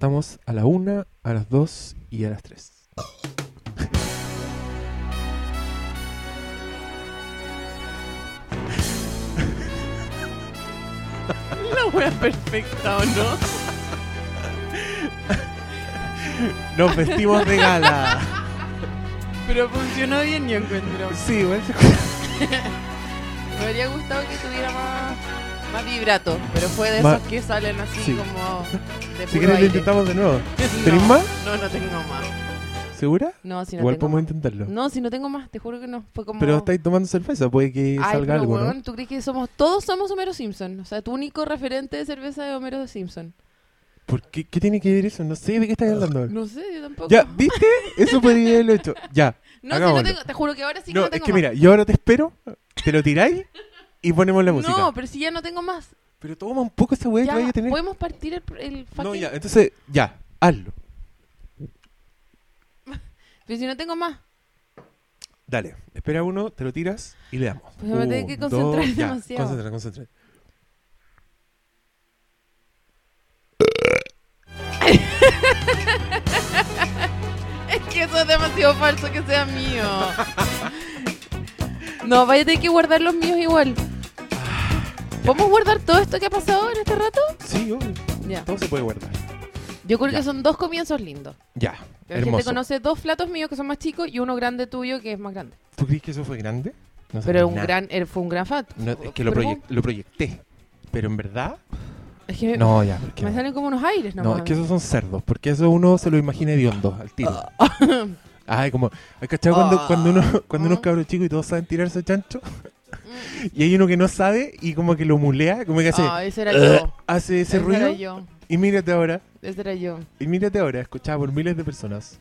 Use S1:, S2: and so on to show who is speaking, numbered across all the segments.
S1: Estamos a la 1, a las 2 y a las 3.
S2: La wea perfecta, ¿o no?
S1: Nos vestimos de gala.
S2: Pero funcionó bien, yo encuentro.
S1: Sí, igual.
S2: Me habría gustado que tuviera más vibrato, pero fue de
S1: Más-
S2: esos que salen así
S1: sí.
S2: como de
S1: Si
S2: puro
S1: quieres lo
S2: aire.
S1: intentamos de nuevo.
S2: No,
S1: ¿Tenés más?
S2: No tengo más.
S1: ¿Segura?
S2: No, si no
S1: Igual
S2: tengo
S1: podemos
S2: más.
S1: intentarlo.
S2: No, si no tengo más, te juro que no. Fue como...
S1: Pero estáis tomando cerveza, puede que
S2: Ay,
S1: salga
S2: pero
S1: algo,
S2: weón,
S1: ¿no?
S2: ¿tú crees que todos somos Homero Simpson? O sea, tu único referente de cerveza es Homero Simpson.
S1: ¿Por qué? ¿Qué tiene que ver eso? No sé de qué estás hablando.
S2: No sé, yo tampoco.
S1: Ya, ¿viste? Eso podría haberlo hecho. Ya.
S2: No, si no
S1: hagámoslo.
S2: tengo, te juro que ahora sí que
S1: No,
S2: no
S1: es
S2: tengo
S1: que
S2: más.
S1: mira, yo ahora te espero, te lo tiráis y ponemos la música.
S2: No, pero si ya no tengo más.
S1: Pero toma un poco esa weá que
S2: Ya,
S1: vaya a tener.
S2: podemos partir el fucking...
S1: No, ya, entonces, ya, hazlo.
S2: Pero si no tengo más.
S1: Dale, espera uno, te lo tiras y le damos.
S2: Pues me voy a tener que concentrar
S1: ya,
S2: demasiado.
S1: Concentra.
S2: Es que eso es demasiado falso que sea mío. No, vaya a tener que guardar los míos igual. ¿Podemos guardar todo esto que ha pasado en este rato?
S1: Sí, obvio.
S2: Ya.
S1: Todo se puede guardar.
S2: Yo creo
S1: Ya.
S2: que son 2 comienzos lindos.
S1: Ya,
S2: La gente
S1: hermoso.
S2: conoce 2 platos míos que son más chicos y uno grande tuyo que es más grande.
S1: ¿Tú crees que eso fue grande? No sé
S2: Pero
S1: nada.
S2: fue un gran fato.
S1: No, es que lo proyecté. Pero en verdad...
S2: Es que
S1: No, ya, porque
S2: me
S1: no.
S2: salen como unos aires
S1: No,
S2: nomás.
S1: es que esos son cerdos, porque eso uno se lo imagina hediondo al tiro. Ay, como, ¿has cachado cuando unos cabros chicos y todos saben tirarse chancho? Y hay uno que no sabe y como que lo mulea, como que hace,
S2: Ese era yo.
S1: hace ese
S2: Ese
S1: ruido.
S2: era yo.
S1: Y mírate ahora, escuchada por miles de personas.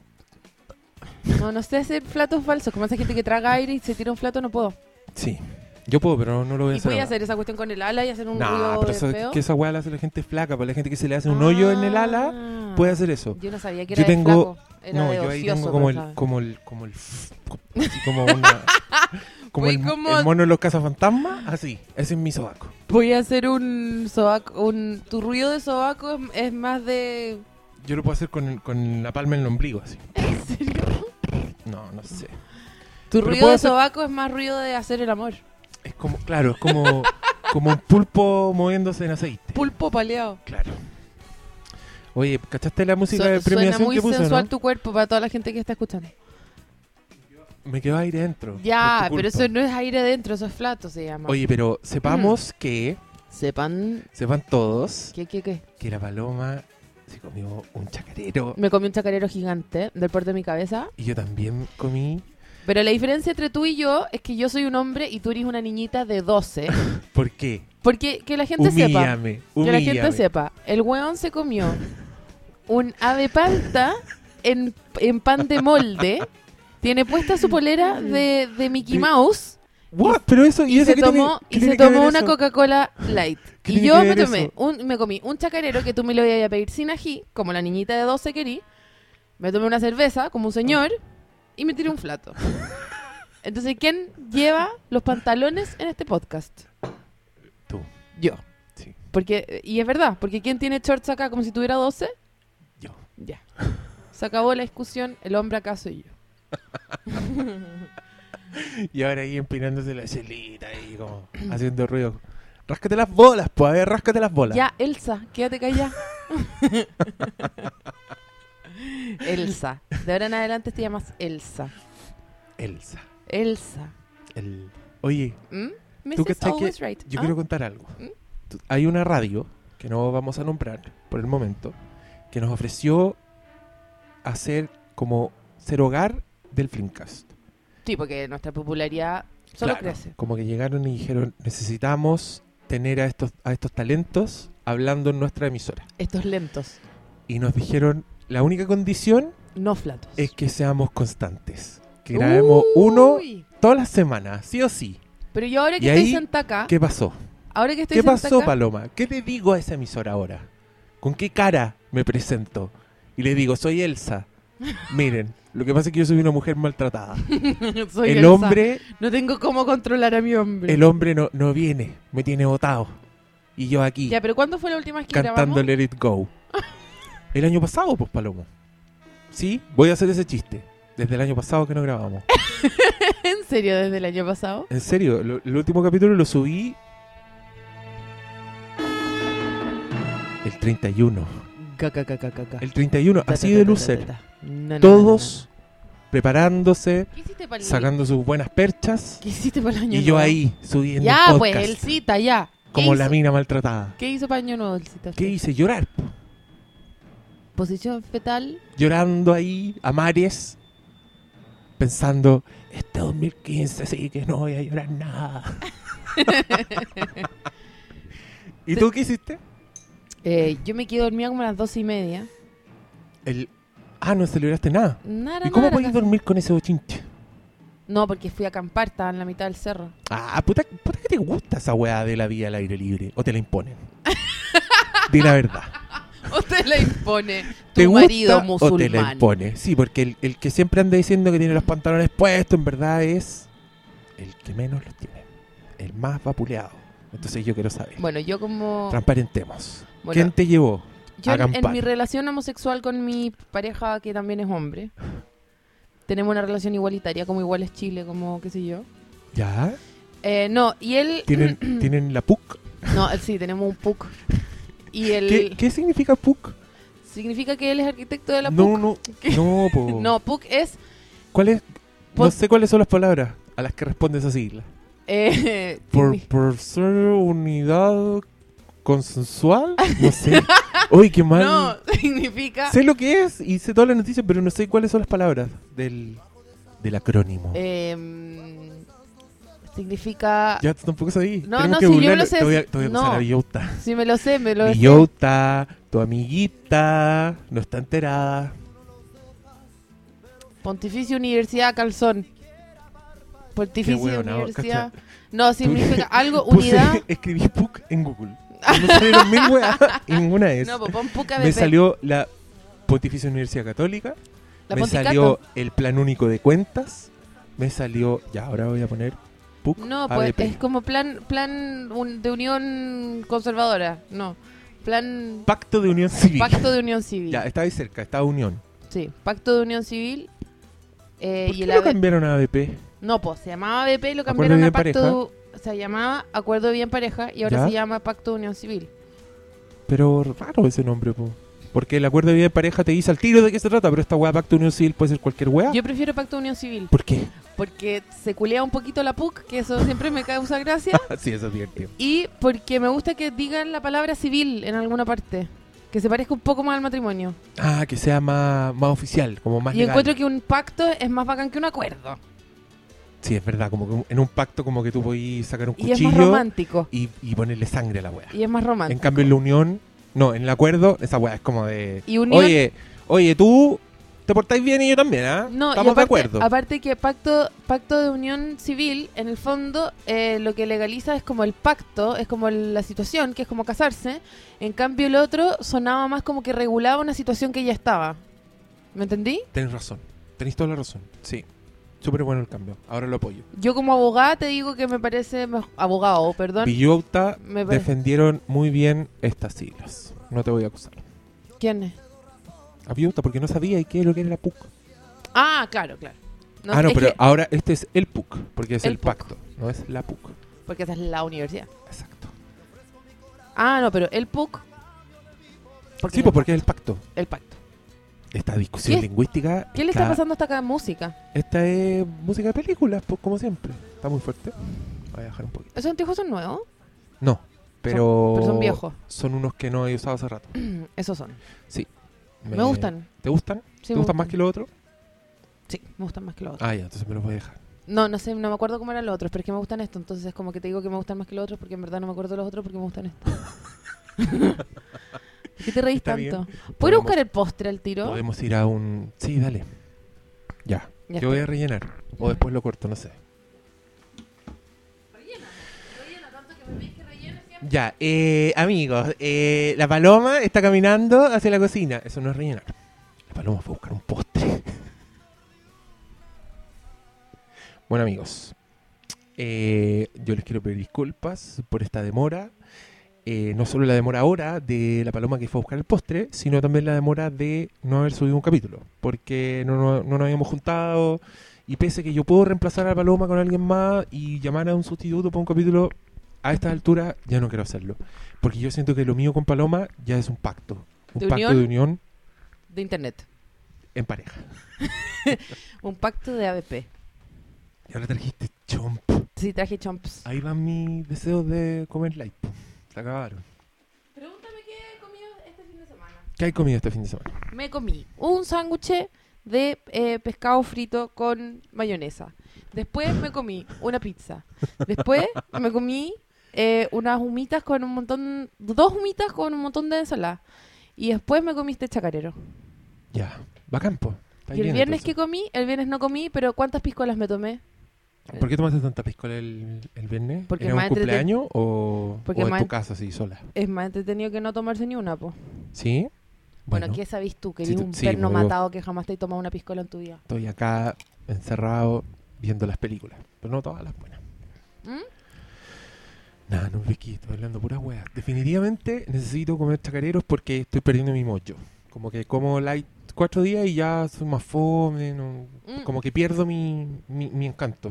S2: No sé hacer platos falsos. Como esa gente que traga aire y se tira un plato, no puedo.
S1: Sí, yo puedo, pero no lo voy a
S2: Y
S1: hacer.
S2: voy a
S1: ahora.
S2: hacer esa cuestión con el ala y hacer un
S1: Nah,
S2: ruido
S1: pero
S2: de
S1: eso,
S2: feo.
S1: que esa weá la hace la gente flaca, para la gente que se le hace un hoyo en el ala, puede hacer eso.
S2: Yo no sabía que
S1: Yo
S2: era
S1: tengo-
S2: de flaco. Era
S1: No,
S2: de
S1: yo ahí
S2: ocioso,
S1: tengo como
S2: pero
S1: así como una... Como
S2: Voy
S1: el,
S2: como-
S1: el mono de los cazafantasmas, así, ese es mi sobaco.
S2: voy a hacer un sobaco. Tu ruido de sobaco es más de...
S1: Yo lo puedo hacer con la palma en el ombligo, así.
S2: ¿En serio?
S1: No sé.
S2: Tu
S1: Pero
S2: ruido
S1: puedo
S2: de
S1: hacer-
S2: sobaco es más ruido de hacer el amor.
S1: Es como, claro, es como un pulpo moviéndose en aceite.
S2: Pulpo paleado.
S1: Claro. Oye, ¿cachaste la música de
S2: Suena
S1: premiación
S2: muy
S1: que puse,
S2: sensual
S1: no?
S2: tu cuerpo para toda la gente que está escuchando.
S1: Me quedó aire dentro.
S2: Ya,
S1: por tu
S2: pero
S1: culpa.
S2: eso no es aire adentro, eso es flato, se llama.
S1: Oye, pero sepamos que,
S2: Sepan...
S1: sepan todos,
S2: ¿Qué?
S1: que la paloma se comió un chacarero.
S2: Me comí un chacarero gigante del porte de mi cabeza.
S1: Y yo también comí.
S2: Pero la diferencia entre tú y yo es que yo soy un hombre y tú eres una niñita de 12.
S1: ¿Por qué?
S2: Porque que la gente sepa.
S1: Humíllame.
S2: Que la gente sepa. El weón se comió un ave palta en pan de molde. Tiene puesta su polera de Mickey Mouse.
S1: What? Pero eso,
S2: Y se
S1: qué tiene-
S2: tomó,
S1: qué
S2: y
S1: tiene
S2: se
S1: que ver
S2: tomó una
S1: eso?
S2: Coca-Cola Light.
S1: ¿Qué
S2: Y
S1: tiene
S2: yo
S1: que ver
S2: me tomé
S1: eso?
S2: me comí un chacarero que tú me lo ibas a pedir sin ají, como la niñita de 12 querí. Me tomé una cerveza, como un señor, y me tiré un flato. Entonces, ¿quién lleva los pantalones en este podcast?
S1: Tú.
S2: Yo.
S1: Sí.
S2: Porque, y es verdad, porque ¿quién tiene shorts acá como si tuviera 12?
S1: Yo.
S2: Ya. Se acabó la discusión, el hombre acá soy yo.
S1: Y ahora ahí empinándose la chelita ahí como haciendo ruido. Ráscate las bolas, pues, a ver, ráscate las bolas.
S2: Ya, Elsa, quédate callada. Elsa. De ahora en adelante te llamas Elsa.
S1: Elsa.
S2: Elsa.
S1: Oye,
S2: ¿Mm?
S1: ¿tú
S2: Mrs.
S1: cachai que
S2: Always Right.
S1: yo
S2: ¿Ah?
S1: quiero contar algo?
S2: ¿Mm?
S1: Hay una radio que no vamos a nombrar por el momento que nos ofreció hacer como ser hogar del Flimcast.
S2: Sí, porque nuestra popularidad solo
S1: Claro,
S2: crece.
S1: como que llegaron y dijeron, necesitamos tener a estos talentos hablando en nuestra emisora.
S2: Estos lentos,
S1: Y nos dijeron, la única condición
S2: no flatos.
S1: es que seamos constantes. Que grabemos uno
S2: Uy.
S1: todas las semanas, sí o sí.
S2: Pero yo ahora
S1: Y
S2: que estoy
S1: ahí,
S2: sentada acá,
S1: ¿Qué pasó?
S2: ahora que estoy
S1: ¿Qué
S2: sentada
S1: pasó,
S2: acá,
S1: Paloma? ¿Qué le digo a esa emisora ahora? ¿Con qué cara me presento? Y le digo, soy Elsa. Miren, lo que pasa es que yo soy una mujer maltratada.
S2: soy
S1: el
S2: Elsa.
S1: hombre,
S2: No tengo cómo controlar a mi hombre.
S1: el hombre no viene, me tiene botado. Y yo aquí,
S2: Ya, pero ¿cuándo fue la última vez que
S1: cantando
S2: grabamos?
S1: Let It Go. El año pasado, pues, Palomo. Sí, voy a hacer ese chiste. Desde el año pasado que no grabamos.
S2: ¿En serio desde el año pasado?
S1: En serio, el último capítulo lo subí el 31. El 31, así de lucer. Todos preparándose,
S2: ¿Qué hiciste para el
S1: sacando sus buenas perchas.
S2: ¿Qué hiciste para el año
S1: Y yo
S2: nuevo?
S1: ahí, subiendo
S2: Ya,
S1: el
S2: pues,
S1: podcast.
S2: el cita, ya.
S1: Como
S2: ¿Qué
S1: la
S2: hizo?
S1: mina maltratada.
S2: ¿Qué hizo para año nuevo el cita?
S1: ¿Qué hice? Llorar. Po.
S2: Posición fetal.
S1: Llorando ahí a mares, pensando, este 2015 sí que no voy a llorar nada. ¿Y tú qué hiciste?
S2: Yo me quedé dormida como a las 12:30.
S1: No celebraste nada.
S2: Nada,
S1: ¿Y cómo
S2: nada,
S1: podías
S2: casi.
S1: dormir con ese bochinche?
S2: No, porque fui a acampar, estaba en la mitad del cerro.
S1: Puta que te gusta esa weá de la vida al aire libre. ¿O te la imponen? Di la verdad.
S2: ¿O te la impone
S1: ¿Te
S2: tu
S1: gusta
S2: marido
S1: o te la
S2: musulmán?
S1: impone? Sí, porque el que siempre anda diciendo que tiene los pantalones puestos, en verdad es el que menos los tiene. El más vapuleado. Entonces yo quiero saber.
S2: Bueno, yo como...
S1: Transparentemos.
S2: Bueno,
S1: ¿Quién te llevó
S2: yo
S1: a
S2: en
S1: acampar?
S2: mi relación homosexual con mi pareja, que también es hombre, tenemos una relación igualitaria, como igual es Chile, como qué sé yo.
S1: ¿Ya?
S2: No, y él...
S1: ¿Tienen la PUC?
S2: No, sí, tenemos un PUC. Y él...
S1: ¿Qué significa PUC?
S2: Significa que él es arquitecto de la
S1: No,
S2: PUC.
S1: no,
S2: ¿Qué?
S1: no, po.
S2: No, PUC es...
S1: ¿Cuál es? No
S2: Pod-
S1: sé cuáles son las palabras a las que responde esa sigla. Por ser unidad consensual, no sé. Uy, qué mal.
S2: No, significa...
S1: Sé lo que es y sé todas las noticias, pero no sé cuáles son las palabras del acrónimo.
S2: Significa...
S1: Ya tampoco sabí.
S2: No,
S1: Tenemos
S2: no,
S1: que
S2: si yo
S1: googlearlo.
S2: lo sé,
S1: Te voy a
S2: no.
S1: pasar a Villota.
S2: Sí, me lo sé, me lo sé.
S1: Villota, tu amiguita, no está enterada.
S2: Pontificia Universidad Calzón. Pontificia
S1: Qué hueonao,
S2: Universidad...
S1: cacha.
S2: No, significa algo,
S1: Puse-
S2: unidad...
S1: Escribí PUC en Google. Me salieron mil weas y ninguna es.
S2: No, pues pon PUC ABP.
S1: Me salió la Pontificia Universidad Católica.
S2: La
S1: Me
S2: Ponticato.
S1: salió el Plan Único de Cuentas. Me salió... Ya, ahora voy a poner PUC
S2: No, pues
S1: ABP.
S2: es como plan de unión conservadora. No, plan...
S1: Pacto de Unión Civil.
S2: Pacto de unión civil.
S1: Ya, estaba ahí cerca, estaba Unión.
S2: Sí, pacto de unión civil.
S1: ¿Por
S2: Y
S1: qué
S2: el
S1: lo
S2: ABP...
S1: cambiaron a ABP?
S2: No, pues se llamaba ABP y lo
S1: Acuerdo
S2: cambiaron
S1: de
S2: a
S1: bien
S2: pacto... Se llamaba Acuerdo de Bien Pareja y ahora
S1: ¿Ya?
S2: se llama Pacto de Unión Civil.
S1: Pero raro ese nombre, po. Porque el acuerdo de vida de pareja te dice al tiro de qué se trata, pero esta weá Pacto de Unión Civil puede ser cualquier weá.
S2: Yo prefiero Pacto de Unión Civil
S1: ¿Por qué?
S2: porque se culea un poquito la PUC, que eso siempre me causa gracia.
S1: Sí, eso es divertido.
S2: Y porque me gusta que digan la palabra civil en alguna parte. Que se parezca un poco más al matrimonio.
S1: Que sea más oficial, como más
S2: Y
S1: legal.
S2: encuentro que un pacto es más bacán que un acuerdo.
S1: Sí, es verdad, como que en un pacto como que tú podís sacar un
S2: Y es más
S1: cuchillo
S2: romántico.
S1: y ponerle sangre a la weá.
S2: Y es más romántico.
S1: En cambio en la unión, no, en el acuerdo, esa weá es como de...
S2: Y unión...
S1: Oye, tú te portáis bien y yo también, ¿ah?
S2: No, y
S1: Estamos
S2: aparte,
S1: de acuerdo.
S2: aparte que pacto de unión civil, en el fondo, lo que legaliza es como el pacto, es como la situación, que es como casarse. En cambio el otro sonaba más como que regulaba una situación que ya estaba. ¿Me entendí?
S1: Tenés razón, tenés toda la razón, sí. Súper bueno el cambio, ahora lo apoyo.
S2: Yo como abogada te digo que me parece... Abogado, perdón.
S1: Villota
S2: Me parece-
S1: defendieron muy bien estas siglas. No te voy a acusar.
S2: ¿Quién es?
S1: A Villota, porque no sabía y qué es lo que era la PUC.
S2: Ah, claro, claro.
S1: No,
S2: es
S1: pero
S2: que-
S1: ahora este es el PUC, porque es
S2: El
S1: el
S2: PUC.
S1: pacto, no es la PUC.
S2: Porque esa es la universidad.
S1: Exacto.
S2: Ah, no, pero el PUC...
S1: Sí, pues porque es el pacto.
S2: El pacto.
S1: Esta discusión
S2: ¿Qué-
S1: lingüística.
S2: ¿Qué le está pasando a esta música?
S1: Esta es música de películas, pues como siempre. Está muy fuerte. Voy a bajar un poquito.
S2: ¿Esos anteojos son nuevos?
S1: No, pero.
S2: Pero son viejos.
S1: Son unos que no he usado hace rato.
S2: Esos son.
S1: Sí.
S2: Me gustan.
S1: ¿Te gustan?
S2: Sí,
S1: ¿Te
S2: me
S1: gustan más que lo otro?
S2: Sí, me gustan más que los otros.
S1: Ya, entonces me los voy a dejar.
S2: No, no sé, no me acuerdo cómo eran los otros, pero es que me gustan estos. Entonces es como que te digo que me gustan más que los otros porque en verdad no me acuerdo de los otros porque me gustan estos. ¿Por qué te reís
S1: Está
S2: tanto?
S1: bien.
S2: ¿Puedo
S1: Podemos-
S2: buscar el postre al tiro?
S1: Podemos ir a un. Sí, dale. Ya.
S2: Ya
S1: Yo voy
S2: está.
S1: a rellenar. O
S2: Ya.
S1: después lo corto, no sé. Ya, amigos, la paloma está caminando hacia la cocina. Eso no es rellenar. La paloma fue a buscar un postre. Bueno, amigos, yo les quiero pedir disculpas por esta demora. no solo la demora ahora de la paloma que fue a buscar el postre, sino también la demora de no haber subido un capítulo, porque no nos habíamos juntado, y pese que yo puedo reemplazar a la paloma con alguien más y llamar a un sustituto para un capítulo, a estas alturas ya no quiero hacerlo, porque yo siento que lo mío con paloma ya es un pacto,
S2: ¿De
S1: pacto
S2: unión?
S1: de unión
S2: De internet.
S1: en pareja.
S2: Un pacto de ABP.
S1: Y ahora trajiste chomp.
S2: Sí, traje chomps.
S1: Ahí van mis deseos de comer light. Se acabaron.
S2: Pregúntame qué he comido este fin de semana.
S1: ¿Qué hay comido este fin de semana?
S2: Me comí un sándwich de pescado frito con mayonesa. Después me comí una pizza. Después me comí unas humitas con un montón... 2 humitas con un montón de ensalada. Y después me comí este chacarero.
S1: Ya, bacán, po. Está
S2: Y el
S1: bien,
S2: viernes
S1: entonces.
S2: que comí, el viernes no comí, pero ¿cuántas piscolas me tomé?
S1: ¿Por qué tomaste tanta piscola el viernes?
S2: Porque
S1: ¿Era un
S2: más
S1: cumpleaños o
S2: Porque
S1: en
S2: más
S1: tu casa así sola?
S2: Es más entretenido que no tomarse ni una, po.
S1: ¿Sí?
S2: Bueno, ¿qué sabís tú? Que
S1: Sí,
S2: eres un
S1: sí,
S2: perno
S1: pues,
S2: matado que jamás te has tomado una piscola en tu vida.
S1: Estoy acá encerrado viendo las películas, pero no todas las buenas.
S2: ¿Mm?
S1: Nada, no me estoy hablando puras weas. Definitivamente necesito comer chacareros porque estoy perdiendo mi mojo. Como que como light 4 días y ya soy más fome, como que pierdo mi encanto.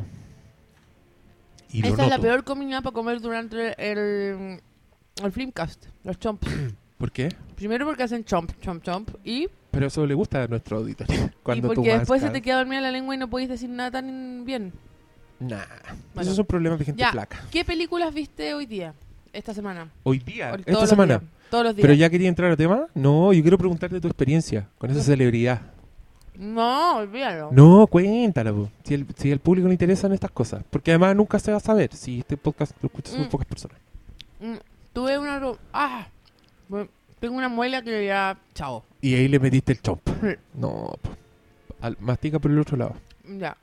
S1: Y lo
S2: Esa es la
S1: noto.
S2: peor comida para comer durante el Filmcast, los chomps.
S1: ¿Por qué?
S2: Primero porque hacen chomp, chomp, chomp. Y
S1: Pero eso le gusta a nuestro auditorio. Cuando tú
S2: porque después se
S1: mascas.
S2: te queda dormida la lengua y no podéis decir nada tan bien.
S1: Nah,
S2: Bueno.
S1: esos son problemas de gente
S2: Ya.
S1: flaca.
S2: ¿Qué películas viste hoy día? Esta semana.
S1: Hoy día,
S2: O
S1: esta
S2: todos los
S1: semana.
S2: días, todos los días.
S1: Pero ya quería entrar al tema. No, yo quiero preguntarte tu experiencia con esa celebridad.
S2: No, olvídalo.
S1: No, cuéntala, po. Si al público le interesan estas cosas. Porque además nunca se va a saber si este podcast lo escuchan muy pocas personas.
S2: Tuve una... Bueno, tengo una muela que ya... Chao.
S1: Y ahí le metiste el chomp.
S2: Sí.
S1: No, po. Mastica por el otro lado.
S2: Ya.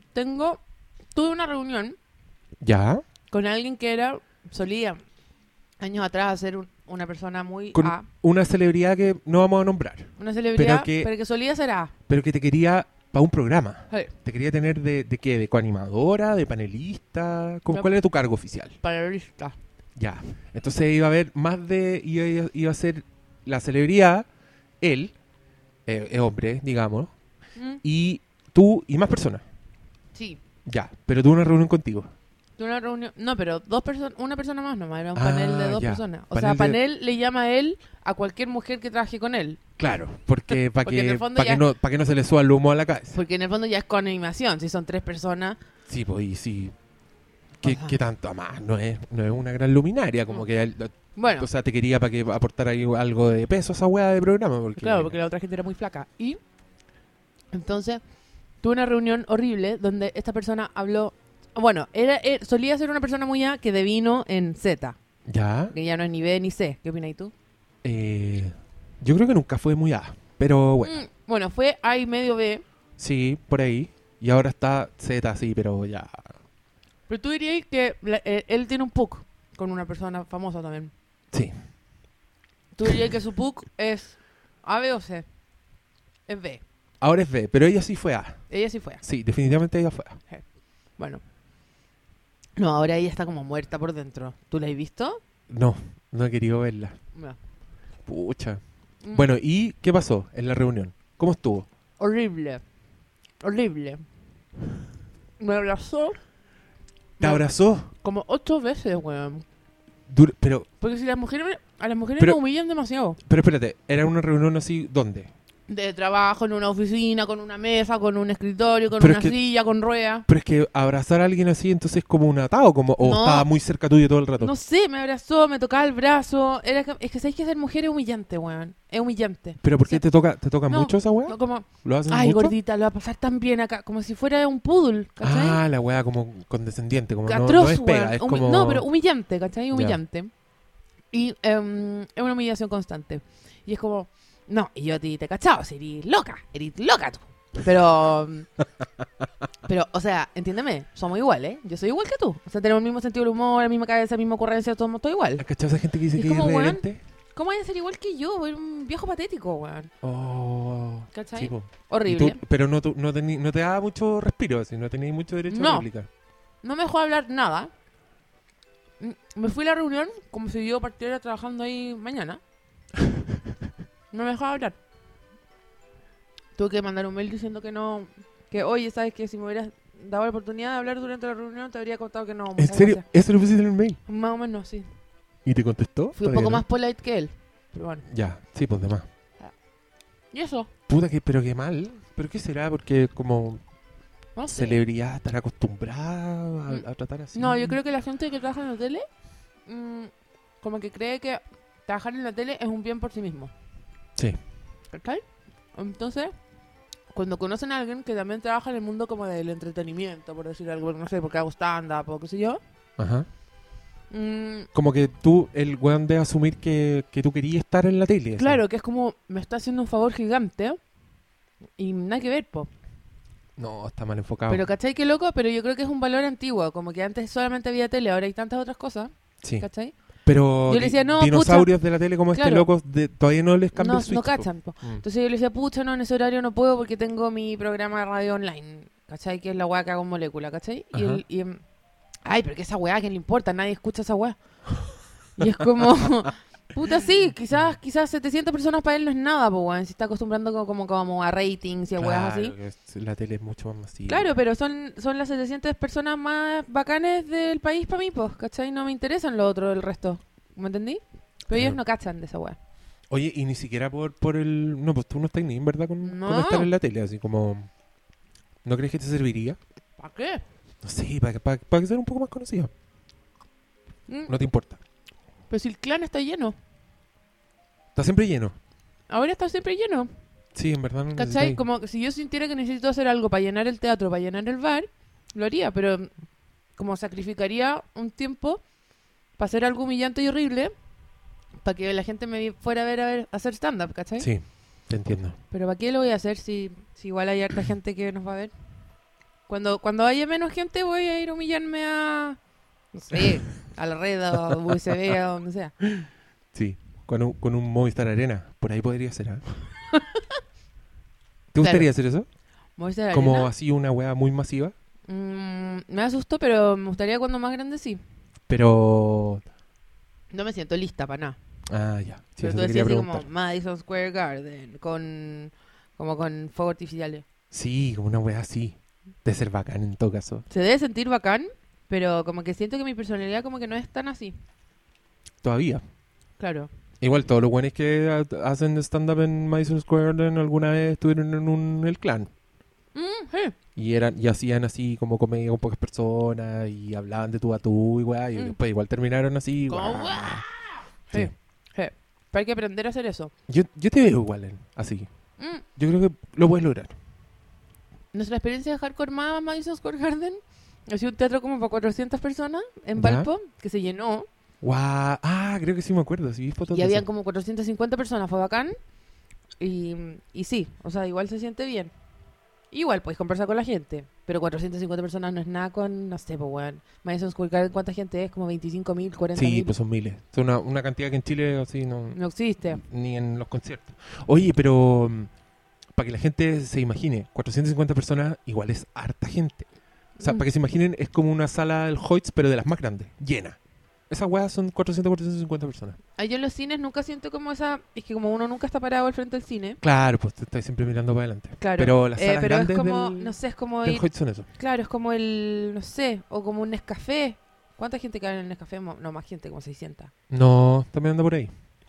S2: Tuve una reunión
S1: ¿Ya?
S2: con alguien que solía años atrás ser una persona muy
S1: Con
S2: A,
S1: una celebridad que no vamos a nombrar.
S2: una celebridad,
S1: pero
S2: pero que solía ser A.
S1: Pero que te quería para un programa.
S2: Sí,
S1: Te quería tener de qué, de coanimadora, de panelista.
S2: Ya.
S1: ¿Cuál era tu cargo oficial?
S2: periodista.
S1: Ya. Entonces iba a haber más de... Iba a ser la celebridad, él, hombre, digamos,
S2: Mm,
S1: y tú y más personas.
S2: Sí,
S1: Ya. Pero tuve una reunión contigo.
S2: tuve una reunión. No, pero una persona más nomás, era un
S1: Ah,
S2: panel de 2
S1: ya.
S2: personas. O
S1: Panel
S2: sea,
S1: de-
S2: panel le llama a él a cualquier mujer que trabaje con él.
S1: Claro. Porque para
S2: Porque en
S1: que,
S2: el fondo ya-
S1: pa que no se le suba el humo a la cabeza.
S2: Porque en el fondo ya es con animación. Si son 3 personas.
S1: Sí, pues y sí.
S2: Ajá.
S1: ¿Qué tanto? Más no es una gran luminaria. Como que...
S2: Bueno,
S1: O sea, te quería para que aportara ahí algo de peso a esa weá de programa. Porque,
S2: claro, porque la otra gente era muy flaca. Y entonces tuve una reunión horrible donde esta persona habló. Bueno, solía ser una persona muy A que devino en Z,
S1: ¿Ya?
S2: que ya no es ni B ni C. ¿Qué opinas tú?
S1: Yo creo que nunca fue muy A. Pero bueno,
S2: Bueno, fue A y medio B.
S1: sí, por ahí. Y ahora está Z, sí, pero ya.
S2: Pero tú dirías que él tiene un PUC con una persona famosa también.
S1: Sí.
S2: Tú dirías que su PUC es A, B o C. Es B.
S1: Ahora es B, pero ella sí fue A.
S2: Ella sí fue A.
S1: Sí, definitivamente ella fue A.
S2: Bueno. No, ahora ella está como muerta por dentro. ¿Tú la has visto?
S1: No, no he querido verla.
S2: No.
S1: Pucha.
S2: Mm.
S1: Bueno, ¿y qué pasó en la reunión? ¿Cómo estuvo?
S2: Horrible. Horrible. Me abrazó
S1: ¿Te abrazó?
S2: como 8 veces, weón.
S1: Pero
S2: Porque si a las mujeres
S1: Pero-
S2: me humillan demasiado.
S1: espérate, ¿era una reunión así dónde?
S2: De trabajo, en una oficina, con una mesa, con un escritorio, con
S1: Pero
S2: una
S1: es que-
S2: silla, con ruedas.
S1: Pero es que abrazar a alguien así entonces es como un atado, o
S2: No.
S1: estaba muy cerca tuyo todo el rato.
S2: No sé, me abrazó, me tocaba el brazo. Es que sabéis que ser mujer es humillante, weón. Es humillante.
S1: ¿Pero por qué
S2: Sí.
S1: te toca
S2: No,
S1: mucho esa weá?
S2: No, como,
S1: ¿Lo hacen
S2: ay,
S1: mucho?
S2: gordita, lo va a pasar tan bien acá. Como si fuera un poodle, ¿cachai?
S1: Ah, la weá como condescendiente, como no
S2: Atroz,
S1: es pega,
S2: weón.
S1: es como...
S2: No, pero humillante, ¿cachai?
S1: Ya.
S2: Humillante. Y es una humillación constante. Y es como, no, y yo a ti te he cachado, si eres loca tú. Pero, o sea, entiéndeme, somos iguales, yo soy igual que tú. O sea, tenemos el mismo sentido del humor, la misma cabeza, la misma ocurrencia, somos todos igual.
S1: ¿Has cachado esa gente que dice
S2: Y
S1: que
S2: es
S1: es
S2: como, weón,
S1: irreverente?
S2: ¿Cómo hay a ser igual que yo? Era un viejo patético, weón.
S1: Oh,
S2: ¿Cachai?
S1: sí, po.
S2: Horrible.
S1: Y tú- pero no te da mucho respiro, así, no tenéis mucho derecho a
S2: No.
S1: réplica.
S2: No me dejó hablar nada. me fui a la reunión como si yo partiera trabajando ahí mañana. No me dejaba hablar. Tuve que mandar un mail diciendo que no, que oye, sabes que si me hubieras dado la oportunidad de hablar durante la reunión te habría contado que no.
S1: ¿En serio? ¿Eso lo pusiste en el mail?
S2: Más o menos, sí.
S1: ¿Y te contestó?
S2: Fui un poco más polite que él, pero bueno.
S1: Ya, sí, pues de más.
S2: ¿Y eso?
S1: Puta, pero qué mal. ¿Pero qué será? Porque como
S2: No sé.
S1: celebridad estará acostumbrada a tratar así.
S2: No, yo creo que la gente que trabaja en la tele como que cree que trabajar en la tele es un bien por sí mismo.
S1: Sí.
S2: ¿Cachai? Entonces, cuando conocen a alguien que también trabaja en el mundo como del entretenimiento, por decir algo, no sé, porque hago stand-up o qué sé yo.
S1: Ajá. Como que tú, el weón debe asumir que tú querías estar en la tele.
S2: Claro, que es como, me está haciendo un favor gigante y nada que ver, po.
S1: No, está mal enfocado.
S2: Pero ¿cachai qué loco? Pero yo creo que es un valor antiguo, como que antes solamente había tele, ahora hay tantas otras cosas,
S1: sí.
S2: ¿cachai?
S1: Pero
S2: yo le decía, no,
S1: dinosaurios
S2: pucha,
S1: de la tele como
S2: claro,
S1: este loco todavía no les cambia
S2: no,
S1: el switch.
S2: no cachan, po. Entonces yo le decía, pucha, no, en ese horario no puedo porque tengo mi programa de radio online, ¿cachai? Que es la weá que hago en Molécula, ¿cachai? Ay, pero que esa weá, ¿a quién le importa? Nadie escucha esa weá. Y es como, puta, sí, quizás 700 personas para él no es nada, po, weón. Si está acostumbrando como a ratings y a weas así.
S1: La tele es mucho más masiva.
S2: Claro, pero son las 700 personas más bacanes del país para mí, pues, ¿cachai? No me interesan lo otro del resto. ¿Me entendí? Pero ellos no cachan de esa wea.
S1: Sea, y ni siquiera por el... No, pues tú no estás ni en verdad con estar en la tele, así como... ¿No crees que te serviría?
S2: ¿Para qué?
S1: No sé, para que sea un poco más conocido. No te importa.
S2: Pero si el clan está lleno.
S1: Está siempre lleno.
S2: Ahora está siempre lleno.
S1: Sí, en verdad. No
S2: ¿cachai?
S1: necesitáis.
S2: Como que si yo sintiera que necesito hacer algo para llenar el teatro, para llenar el bar, lo haría, pero como sacrificaría un tiempo para hacer algo humillante y horrible para que la gente me fuera a ver hacer stand-up, ¿cachai?
S1: Sí, te entiendo.
S2: Pero ¿para qué lo voy a hacer si igual hay harta gente que nos va a ver? Cuando haya menos gente voy a ir a humillarme a... No sé, a la red o USB o donde sea.
S1: Sí, con un Movistar Arena. Por ahí podría ser, ¿eh? ¿Te gustaría hacer eso?
S2: ¿Movistar Arena?
S1: Como así una wea muy masiva.
S2: Me asustó, pero me gustaría cuando más grande sí.
S1: Pero...
S2: No me siento lista para nada.
S1: Ah, ya. Sí,
S2: pero
S1: eso
S2: tú
S1: te quería
S2: decías así
S1: preguntar.
S2: como Madison Square Garden, con fuegos artificiales.
S1: Sí, como una wea así. De ser bacán en todo caso.
S2: Se debe sentir bacán, pero como que siento que mi personalidad como que no es tan así.
S1: Todavía.
S2: Claro.
S1: Igual todos los buenos que hacen stand-up en Madison Square Garden alguna vez estuvieron en el clan.
S2: Sí.
S1: Y hacían así como comedia con pocas personas y hablaban de tú a tú y weá. Y después igual terminaron así.
S2: Como,
S1: guau.
S2: ¡guau!
S1: Sí.
S2: Sí. Pero hay que aprender a hacer eso.
S1: Yo te veo igual así. Yo creo que lo puedes lograr.
S2: Nuestra experiencia de hardcore más Madison Square Garden ha sido un teatro como para 400 personas en
S1: ¿Ya?
S2: Valpo, que se llenó.
S1: Guau. Ah, creo que sí me acuerdo. Sí, vi fotos
S2: Y
S1: de
S2: habían
S1: eso.
S2: como 450 personas, fue bacán. Y sí, o sea, igual se siente bien. Igual puedes conversar con la gente, pero 450 personas no es nada con, no sé, pues weón. Madison Square Garden, ¿cuánta gente es? Como 25.000, 40.000.
S1: Sí, pues son miles. Es una cantidad que en Chile así no
S2: existe.
S1: ni en los conciertos. Oye, pero para que la gente se imagine, 450 personas igual es harta gente. O sea, para que se imaginen, es como una sala del Hoyts, pero de las más grandes, llena. Esas weas son 450 personas.
S2: Yo en los cines nunca siento como esa... Es que como uno nunca está parado al frente del cine.
S1: Claro, pues te estás siempre mirando para adelante.
S2: Claro.
S1: Pero las salas
S2: pero
S1: grandes
S2: es como,
S1: del,
S2: no sé, es como
S1: del
S2: ir...
S1: Hoyts son eso.
S2: Claro, es como el, no sé, o como un Nescafé. ¿Cuánta gente cabe en el Nescafé? No, más gente, como 600.
S1: No, también anda por ahí.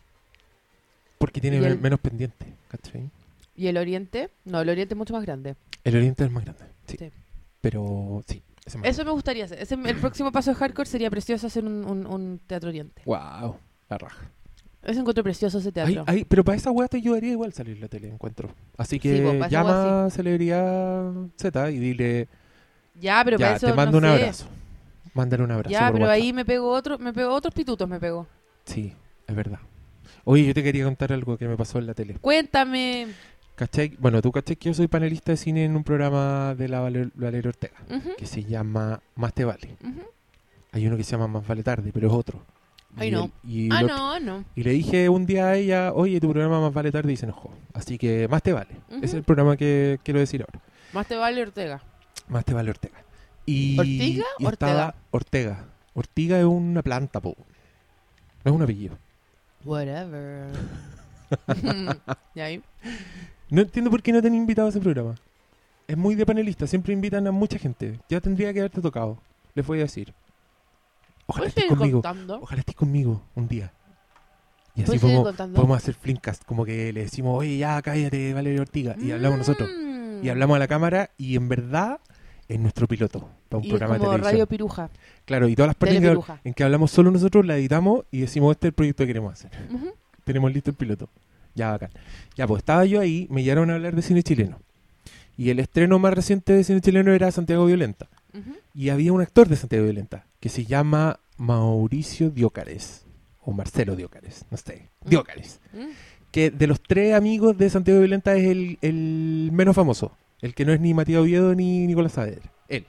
S1: Porque tiene
S2: ¿Y el-
S1: menos pendiente, ¿cachai?
S2: ¿Y el Oriente? No, el Oriente es mucho más grande.
S1: El Oriente es más grande, sí.
S2: Sí.
S1: Pero sí, ese es más
S2: Eso me gustaría hacer. El próximo paso de hardcore sería precioso hacer un teatro Oriente.
S1: Wow, la raja.
S2: Eso encuentro precioso ese teatro.
S1: Pero para esa weá te ayudaría igual salir la tele, encuentro. Así que
S2: Sí, pues, para esa
S1: llama a Celebridad Z y dile,
S2: Ya, pero
S1: ya,
S2: para eso
S1: te mando
S2: no
S1: un
S2: sé.
S1: abrazo. Mándale un abrazo.
S2: Ya,
S1: por
S2: pero
S1: WhatsApp.
S2: ahí me pego otros pitutos me pego.
S1: Sí, es verdad. Oye, yo te quería contar algo que me pasó en la tele.
S2: Cuéntame.
S1: ¿Cachai? Bueno, tú cachai que yo soy panelista de cine en un programa de la Valeria Ortega,
S2: Ujú,
S1: que se llama Más te vale.
S2: ujú.
S1: Hay uno que se llama Más vale tarde, pero es otro.
S2: Ay,
S1: Y
S2: no.
S1: el- y
S2: Ah,
S1: el otro-
S2: no.
S1: Y le dije un día a ella, oye, tu programa Más vale tarde, y se enojó. Así que Más te vale.
S2: Ujú.
S1: Ese es el programa que quiero decir ahora.
S2: Más te vale Ortega.
S1: Más te vale Ortega. Y,
S2: ¿Ortiga
S1: y
S2: o
S1: estaba Ortega. Ortiga es una planta, po. No es un apellido.
S2: Whatever. ¿Y ahí?
S1: No entiendo por qué no te han invitado a ese programa. Es muy de panelista, siempre invitan a mucha gente. Ya tendría que haberte tocado. Les voy a decir. Ojalá estés conmigo.
S2: Contando?
S1: Ojalá estés conmigo un día. Y así
S2: ¿Puedes seguir contando?
S1: podemos hacer Flimcast. Como que le decimos, oye, ya cállate, Valeria Ortiga. Y hablamos nosotros. Y hablamos a la cámara y en verdad es nuestro piloto para un
S2: Y
S1: programa de
S2: como
S1: televisión.
S2: Radio Piruja.
S1: Claro, y todas las partes
S2: Telepiruja.
S1: en que hablamos solo nosotros la editamos y decimos, este es el proyecto que queremos hacer.
S2: Ujú.
S1: Tenemos listo el piloto. Ya, bacán. Ya, pues estaba yo ahí, me llegaron a hablar de cine chileno. Y el estreno más reciente de cine chileno era Santiago Violenta.
S2: Ujú.
S1: Y había un actor de Santiago Violenta que se llama Mauricio Diócares. O Marcelo Diócares, no sé. Diócares.
S2: Mm.
S1: Que de los 3 amigos de Santiago Violenta es el menos famoso. El que no es ni Matías Oviedo ni Nicolás Saavedra. Él.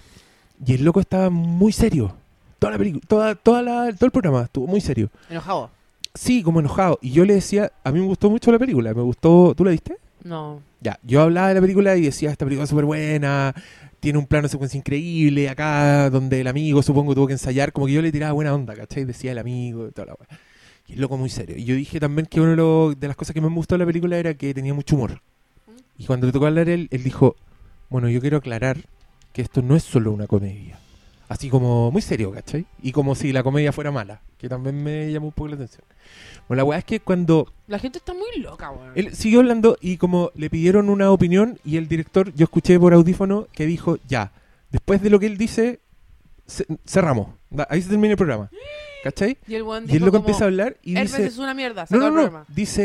S1: Y el loco estaba muy serio. Toda la película, todo el programa estuvo muy serio.
S2: ¿Enojado?
S1: Sí, como enojado. Y yo le decía, a mí me gustó mucho la película. Me gustó, ¿tú la viste?
S2: No.
S1: Ya, yo hablaba de la película y decía, esta película es súper buena, tiene un plano de secuencia increíble, acá donde el amigo supongo tuvo que ensayar, como que yo le tiraba buena onda, ¿cachai? Decía el amigo y toda la weá. Y el loco muy serio. Y yo dije también que una de las cosas que más me gustó de la película era que tenía mucho humor. Y cuando le tocó hablar él dijo, bueno, yo quiero aclarar que esto no es solo una comedia. Así como muy serio, ¿cachai? Y como si la comedia fuera mala, que también me llamó un poco la atención. Bueno, la weá es que cuando
S2: La gente está muy loca, weón.
S1: él siguió hablando y como le pidieron una opinión y el director, yo escuché por audífono que dijo, ya, después de lo que él dice, cerramos. Ahí se termina el programa. ¿Cachai?
S2: Y el weón
S1: Y
S2: dijo
S1: él luego
S2: como,
S1: empieza a hablar y
S2: Hermes
S1: dice...
S2: es una mierda,
S1: No,
S2: saca
S1: no,
S2: el
S1: no.
S2: programa.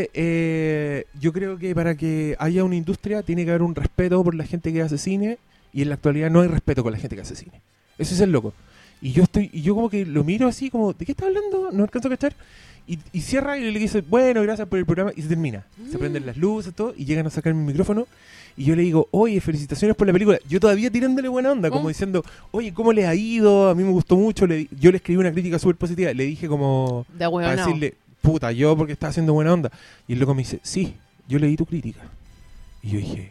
S1: Dice, yo creo que para que haya una industria tiene que haber un respeto por la gente que hace cine y en la actualidad no hay respeto con la gente que hace cine. Ese es el loco. Y yo como que lo miro así como, ¿de qué está hablando? No alcanzo a cachar. Y cierra y le dice, bueno, gracias por el programa. Y se termina. Se prenden las luces, todo, y llegan a sacar mi micrófono. Y yo le digo, oye, felicitaciones por la película. Yo todavía tirándole buena onda, como diciendo, oye, ¿cómo le ha ido? A mí me gustó mucho. Yo le escribí una crítica súper positiva. Le dije como,
S2: De huevo,
S1: para
S2: no.
S1: decirle, puta, yo porque estaba haciendo buena onda. Y el loco me dice, sí, yo leí tu crítica. Y yo dije,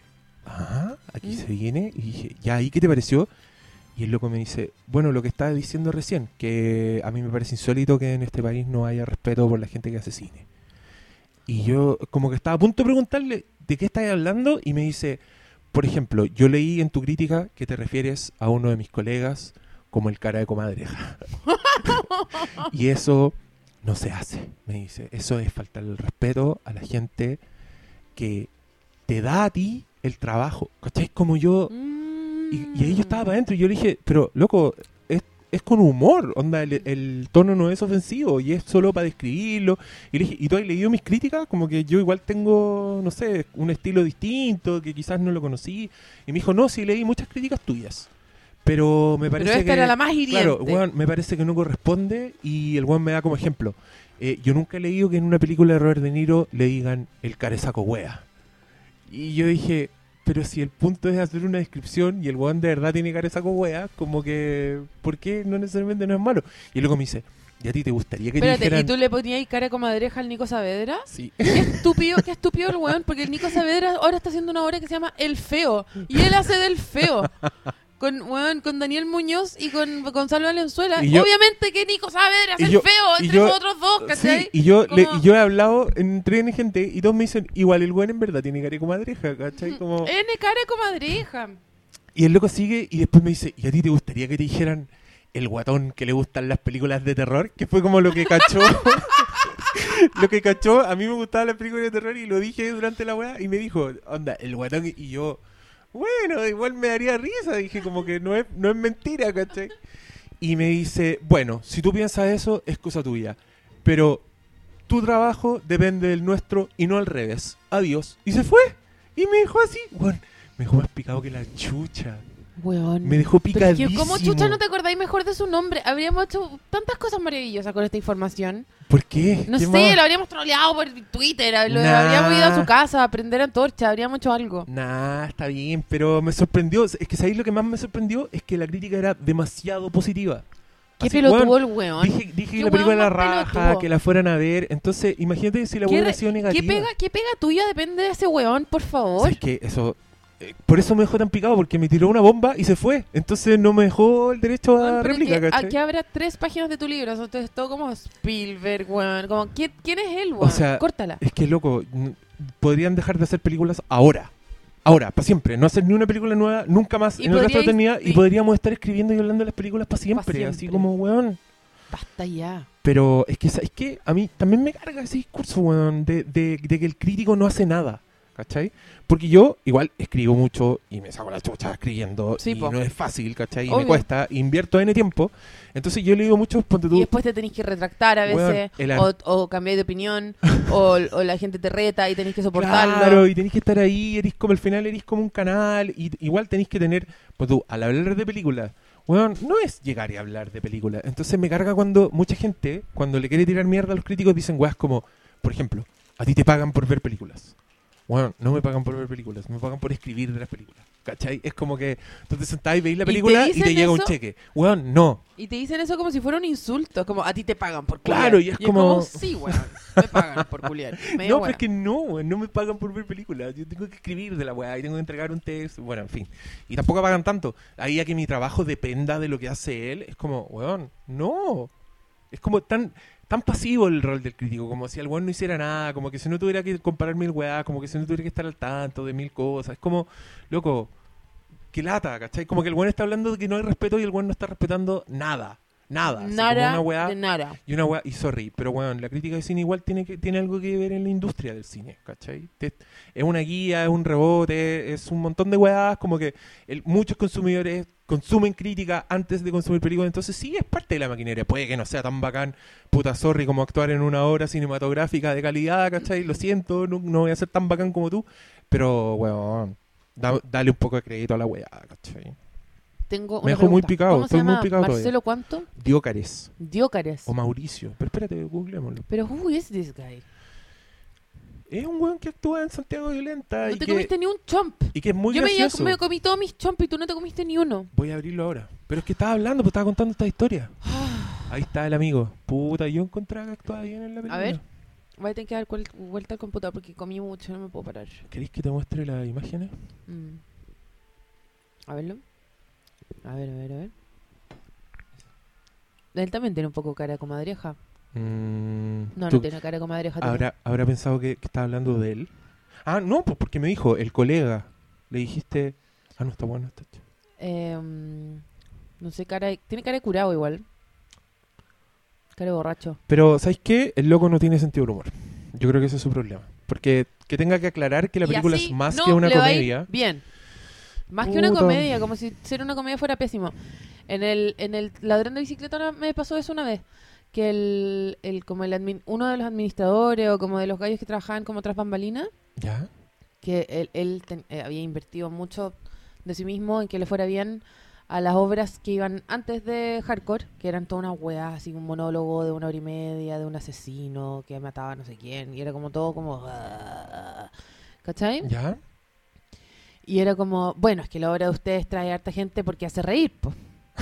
S1: aquí se viene. Y dije, ya, ¿y qué te pareció? Y el loco me dice, bueno, lo que estaba diciendo recién, que a mí me parece insólito que en este país no haya respeto por la gente que hace cine. Y yo como que estaba a punto de preguntarle, ¿de qué estás hablando? Y me dice, por ejemplo, yo leí en tu crítica que te refieres a uno de mis colegas como el cara de comadreja. Y eso no se hace, me dice. Eso es faltar el respeto a la gente que te da a ti el trabajo. ¿Cachai? Como yo... Y ahí yo estaba para adentro y yo le dije, pero loco, es con humor, onda, el tono no es ofensivo y es solo para describirlo. Y le dije, ¿y tú has leído mis críticas? Como que yo igual tengo, no sé, un estilo distinto, que quizás no lo conocí. Y me dijo, no, sí leí muchas críticas tuyas. Pero me parece
S2: Pero esta
S1: que...
S2: era la más hiriente.
S1: Claro, weón, me parece que no corresponde y el weón me da como ejemplo. Yo nunca he leído que en una película de Robert De Niro le digan el carezaco wea. Y yo dije... Pero si el punto es hacer una descripción y el weón de verdad tiene cara de saco wea, como que, ¿por qué no necesariamente no es malo? Y luego me dice, ¿y a ti te gustaría que
S2: Espérate,
S1: te dijeran...?
S2: ¿y tú le ponías ahí cara de comadreja al Nico Saavedra?
S1: Sí.
S2: Qué estúpido el weón, porque el Nico Saavedra ahora está haciendo una obra que se llama El Feo. Y él hace del feo. Con Daniel Muñoz y con Gonzalo Valenzuela.
S1: Y yo-
S2: Obviamente que Nico Saavedra es
S1: y
S2: el
S1: yo-
S2: feo
S1: y
S2: entre
S1: yo-
S2: los otros dos, ¿cachai?
S1: Sí, y yo,
S2: Como-
S1: y yo he hablado entre gente y todos me dicen, igual el weón en verdad tiene cara de comadreja, ¿cachai? Como...
S2: N cara de comadreja.
S1: Y el loco sigue y después me dice, ¿y a ti te gustaría que te dijeran el guatón que le gustan las películas de terror? Que fue como lo que cachó. Lo que cachó, a mí me gustaban las películas de terror y lo dije durante la weá y me dijo, onda, el guatón, y yo, bueno, igual me daría risa, dije como que no es mentira, ¿cachai? Y me dice, bueno, si tú piensas eso, es cosa tuya, pero tu trabajo depende del nuestro y no al revés. Adiós. Y se fue. Y me dejó así, bueno, me dejó más picado que la chucha.
S2: Weón.
S1: Me dejó
S2: Pero es que,
S1: picadísimo.
S2: ¿cómo chucha no te acordáis mejor de su nombre? Habríamos hecho tantas cosas maravillosas con esta información.
S1: ¿Por qué?
S2: No
S1: ¿Qué
S2: sé,
S1: más?
S2: lo habríamos troleado por Twitter,
S1: Nah.
S2: habríamos ido a su casa a prender antorcha, habríamos hecho algo.
S1: Nah, está bien, pero me sorprendió. Es que ¿sabéis lo que más me sorprendió? Es que la crítica era demasiado positiva.
S2: Qué
S1: Así,
S2: pelotudo
S1: weón,
S2: el weón.
S1: Dije
S2: Qué
S1: que la película
S2: weón
S1: era
S2: más
S1: raja,
S2: pelotudo.
S1: que la fueran a ver. Entonces, imagínate si la
S2: ¿Qué
S1: hubiera
S2: re-
S1: sido negativa.
S2: ¿Qué pega tuya depende de ese weón, por favor?
S1: ¿Sabes qué? Eso Por eso me dejó tan picado, porque me tiró una bomba y se fue. Entonces no me dejó el derecho
S2: Weón,
S1: a
S2: pero
S1: réplica,
S2: que,
S1: ¿cachai?
S2: aquí habrá 3 páginas de tu libro. Entonces todo como Spielberg, weón. Como, ¿quién es él, weón?
S1: O sea,
S2: Córtala.
S1: es que, loco, podrían dejar de hacer películas ahora. Ahora, para siempre. No hacer ni una película nueva, nunca más
S2: Y
S1: en el resto de la
S2: podríais-
S1: eternidad. Y
S2: sí.
S1: podríamos estar escribiendo y hablando de las películas para siempre.
S2: siempre.
S1: Así como, weón.
S2: Basta ya.
S1: Pero es que, ¿sabes qué? A mí también me carga ese discurso, weón, de que el crítico no hace nada. ¿Cachai? Porque yo igual escribo mucho y me saco la chucha escribiendo
S2: Sí,
S1: y
S2: po.
S1: no es fácil, ¿cachai? Y
S2: Obvio.
S1: me cuesta, invierto N tiempo. Entonces yo le digo mucho, ponte
S2: Y
S1: tú,
S2: después te tenés que retractar a
S1: Weón,
S2: veces, o cambiar de opinión, o la gente te reta y tenés que soportarlo.
S1: claro, y tenés que estar ahí, eres como al final eres como un canal, y igual tenés que tener, pues tú, al hablar de películas, weón, no es llegar y hablar de películas. Entonces me carga cuando mucha gente, cuando le quiere tirar mierda a los críticos, dicen weas como, por ejemplo, a ti te pagan por ver películas. Bueno, no me pagan por ver películas, me pagan por escribir de las películas. ¿Cachai? Es como que tú te sentás y veis la
S2: ¿Y te
S1: película y te
S2: dicen
S1: llega un
S2: eso?
S1: cheque. Weón, no.
S2: Y te dicen eso como si fuera un insulto. Es como, a ti te pagan por culiar.
S1: Claro, y es como-
S2: sí, weón, me pagan por culiar. Media
S1: No,
S2: weá.
S1: pero es que no, weón, no me pagan por ver películas. Yo tengo que escribir de la weá y tengo que entregar un texto. Bueno, en fin. Y tampoco pagan tanto. Ahí a que mi trabajo dependa de lo que hace él, es como, weón, no. Es como tan pasivo el rol del crítico, como si el weón no hiciera nada, como que si no tuviera que comparar mil weá, como que si no tuviera que estar al tanto de mil cosas. Es como, loco, que lata, ¿cachai? Como que el weón está hablando de que no hay respeto y el weón no está respetando nada. Nada. Así como
S2: Nada
S1: una weá,
S2: de nada.
S1: y una weá, y sorry, pero weón, la crítica de cine igual tiene algo que ver en la industria del cine, ¿cachai? Es una guía, es un rebote, es un montón de weás, como que muchos consumidores consumen crítica antes de consumir películas, entonces sí es parte de la maquinaria. Puede que no sea tan bacán, puta sorry, como actuar en una obra cinematográfica de calidad, ¿cachai? Lo siento, no voy a ser tan bacán como tú, pero weón, dale un poco de crédito a la weá, ¿cachai?
S2: Tengo
S1: Me
S2: una
S1: dejó muy
S2: pregunta.
S1: picado,
S2: ¿Cómo se
S1: estoy muy
S2: llama?
S1: picado todavía.
S2: ¿Marcelo cuánto?
S1: Diócares
S2: Diócares.
S1: o Mauricio, pero espérate, googleémoslo.
S2: Pero who is this guy?
S1: Es un weón que actúa en Santiago Violenta
S2: No
S1: y
S2: te comiste ni un chomp.
S1: y que es muy
S2: Yo
S1: gracioso.
S2: me comí todos mis chomp y tú no te comiste ni uno.
S1: Voy a abrirlo ahora. Pero es que estaba hablando, pues estaba contando esta historia. Ahí está el amigo. Puta, yo encontraba que actuaba bien en la película.
S2: A ver. Voy a tener que dar vuelta al computador porque comí mucho, no me puedo parar.
S1: ¿Queréis que te muestre las imágenes?
S2: Mm. A verlo. A ver. Él también tiene un poco cara de comadreja. No
S1: ¿Tú
S2: tiene cara de comadreja. tiene.
S1: habrá pensado que estaba hablando de él? Ah, no, pues porque me dijo, el colega. Le dijiste... Ah, no, está bueno. Está hecho.
S2: No sé, tiene cara de curado igual. Cara de borracho.
S1: Pero, ¿sabes qué? El loco no tiene sentido del humor. Yo creo que ese es su problema. Porque que tenga que aclarar que la
S2: Y
S1: película
S2: así
S1: es más
S2: no
S1: que una
S2: le va a ir
S1: comedia.
S2: bien. Más que una
S1: Puta.
S2: comedia, como si ser una comedia fuera pésimo. En el Ladrón de Bicicleta me pasó eso una vez. Que uno de los administradores o como de los gallos que trabajaban como tras bambalinas,
S1: ¿Ya?
S2: que él había invertido mucho de sí mismo en que le fuera bien a las obras que iban antes de Hardcore, que eran todas unas weas, así un monólogo de 1 hora y media de un asesino que mataba a no sé quién, y era como todo como... ¿Cachai?
S1: ¿Ya?
S2: Y era como, bueno, es que la obra de ustedes trae harta gente porque hace reír, pues.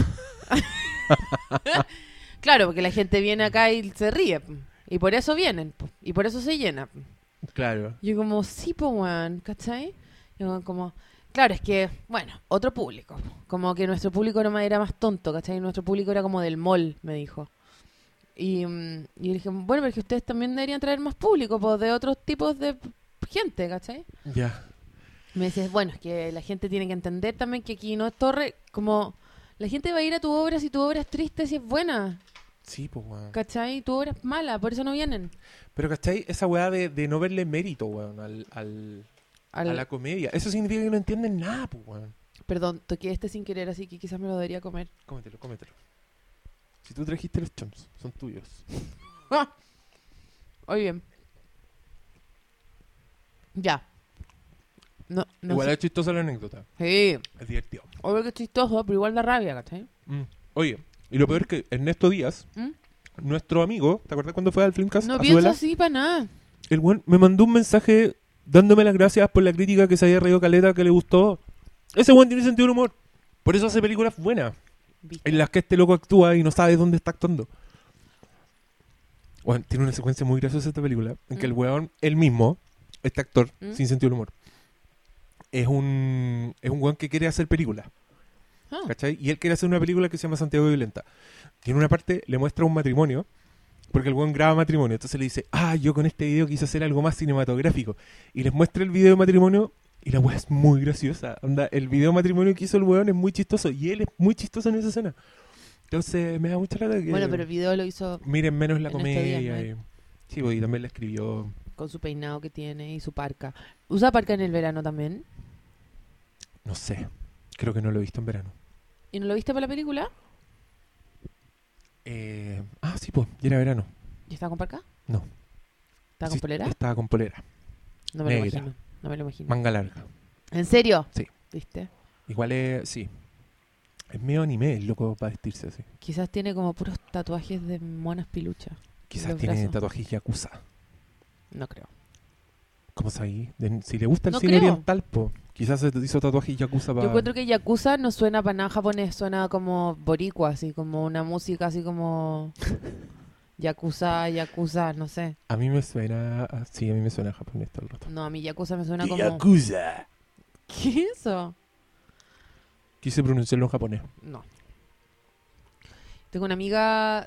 S2: Claro, porque la gente viene acá y se ríe, po. Y por eso vienen, po. Y por eso se llena, po.
S1: Claro.
S2: Y yo como, sí, po, weón, ¿cachai? Y yo como, claro, es que, bueno, otro público. Como que nuestro público era más tonto, ¿cachai? Nuestro público era como del mall, me dijo. Y yo dije, bueno, pero es que ustedes también deberían traer más público, pues, de otros tipos de gente, ¿cachai?
S1: Ya.
S2: Me decías, bueno, es que la gente tiene que entender también que aquí no es torre, como la gente va a ir a tu obra si tu obra es triste, si es buena,
S1: Sí, pues, weón.
S2: ¿cachai? Tu obra es mala, por eso no vienen.
S1: Pero, ¿cachai? Esa weá de no verle mérito, weón, a la comedia. Eso significa que no entienden nada, pues, weón.
S2: Perdón, toqué sin querer, así que quizás me lo debería comer.
S1: Cómetelo. Si tú trajiste los chomps, son tuyos.
S2: Oye, bien. Ya. No
S1: Igual
S2: sé.
S1: es chistosa la anécdota.
S2: Sí,
S1: Es divertido.
S2: obvio que es chistoso, pero igual da rabia, ¿cachai?
S1: Oye, y lo peor es que Ernesto Díaz,
S2: ¿Mm?
S1: nuestro amigo, ¿te acuerdas cuando fue al Filmcast?
S2: No
S1: a
S2: pienso
S1: Azuela?
S2: así para nada.
S1: El weón me mandó un mensaje dándome las gracias por la crítica que se había reído caleta, que le gustó. Ese weón tiene sentido del humor. Por eso hace películas buenas,
S2: ¿Viste?
S1: en las que este loco actúa y no sabe dónde está actuando. Weón, tiene una secuencia muy graciosa esta película, en que el weón, él mismo, este actor,
S2: ¿Mm?
S1: sin sentido del humor, es un weón que quiere hacer películas.
S2: Ah.
S1: ¿Cachai? Y él quiere hacer una película que se llama Santiago Violenta. Y en una parte le muestra un matrimonio, porque el weón graba matrimonio. Entonces le dice, yo con este video quise hacer algo más cinematográfico. Y les muestra el video de matrimonio y la weá es muy graciosa. Onda, el video de matrimonio que hizo el weón es muy chistoso y él es muy chistoso en esa escena. Entonces me da mucha lata que...
S2: Bueno, pero el video lo hizo
S1: miren menos la
S2: en estos
S1: comedia.
S2: días, ¿no?
S1: Sí, pues, y también la escribió...
S2: con su peinado que tiene y su parca. ¿Usa parca en el verano también?
S1: No sé, creo que no lo he visto en verano.
S2: ¿Y no lo viste para la película?
S1: Sí, pues, ya era verano.
S2: ¿Y estaba con parca?
S1: No.
S2: ¿Estaba con
S1: Sí,
S2: polera?
S1: Estaba con polera.
S2: No me lo
S1: negra.
S2: imagino. No me lo imagino.
S1: Manga larga.
S2: ¿En serio?
S1: Sí.
S2: ¿Viste?
S1: Igual es, sí. Es medio anime el loco para vestirse así.
S2: Quizás tiene como puros tatuajes de monas piluchas.
S1: Quizás
S2: Los
S1: tiene
S2: brazos.
S1: tatuajes yakuza.
S2: No creo.
S1: ¿Cómo sabes? Si le gusta el
S2: No
S1: cine
S2: creo.
S1: oriental, po, quizás se hizo tatuajes yakuza para...
S2: Yo encuentro que Yakuza no suena para nada japonés, suena como boricua, así como una música así como Yakuza, no sé.
S1: A mí me suena... Sí, a mí me suena japonés todo el rato.
S2: No, a mí Yakuza me suena como...
S1: Yakuza.
S2: ¿Qué es eso?
S1: Quise pronunciarlo en japonés.
S2: No. Tengo una amiga...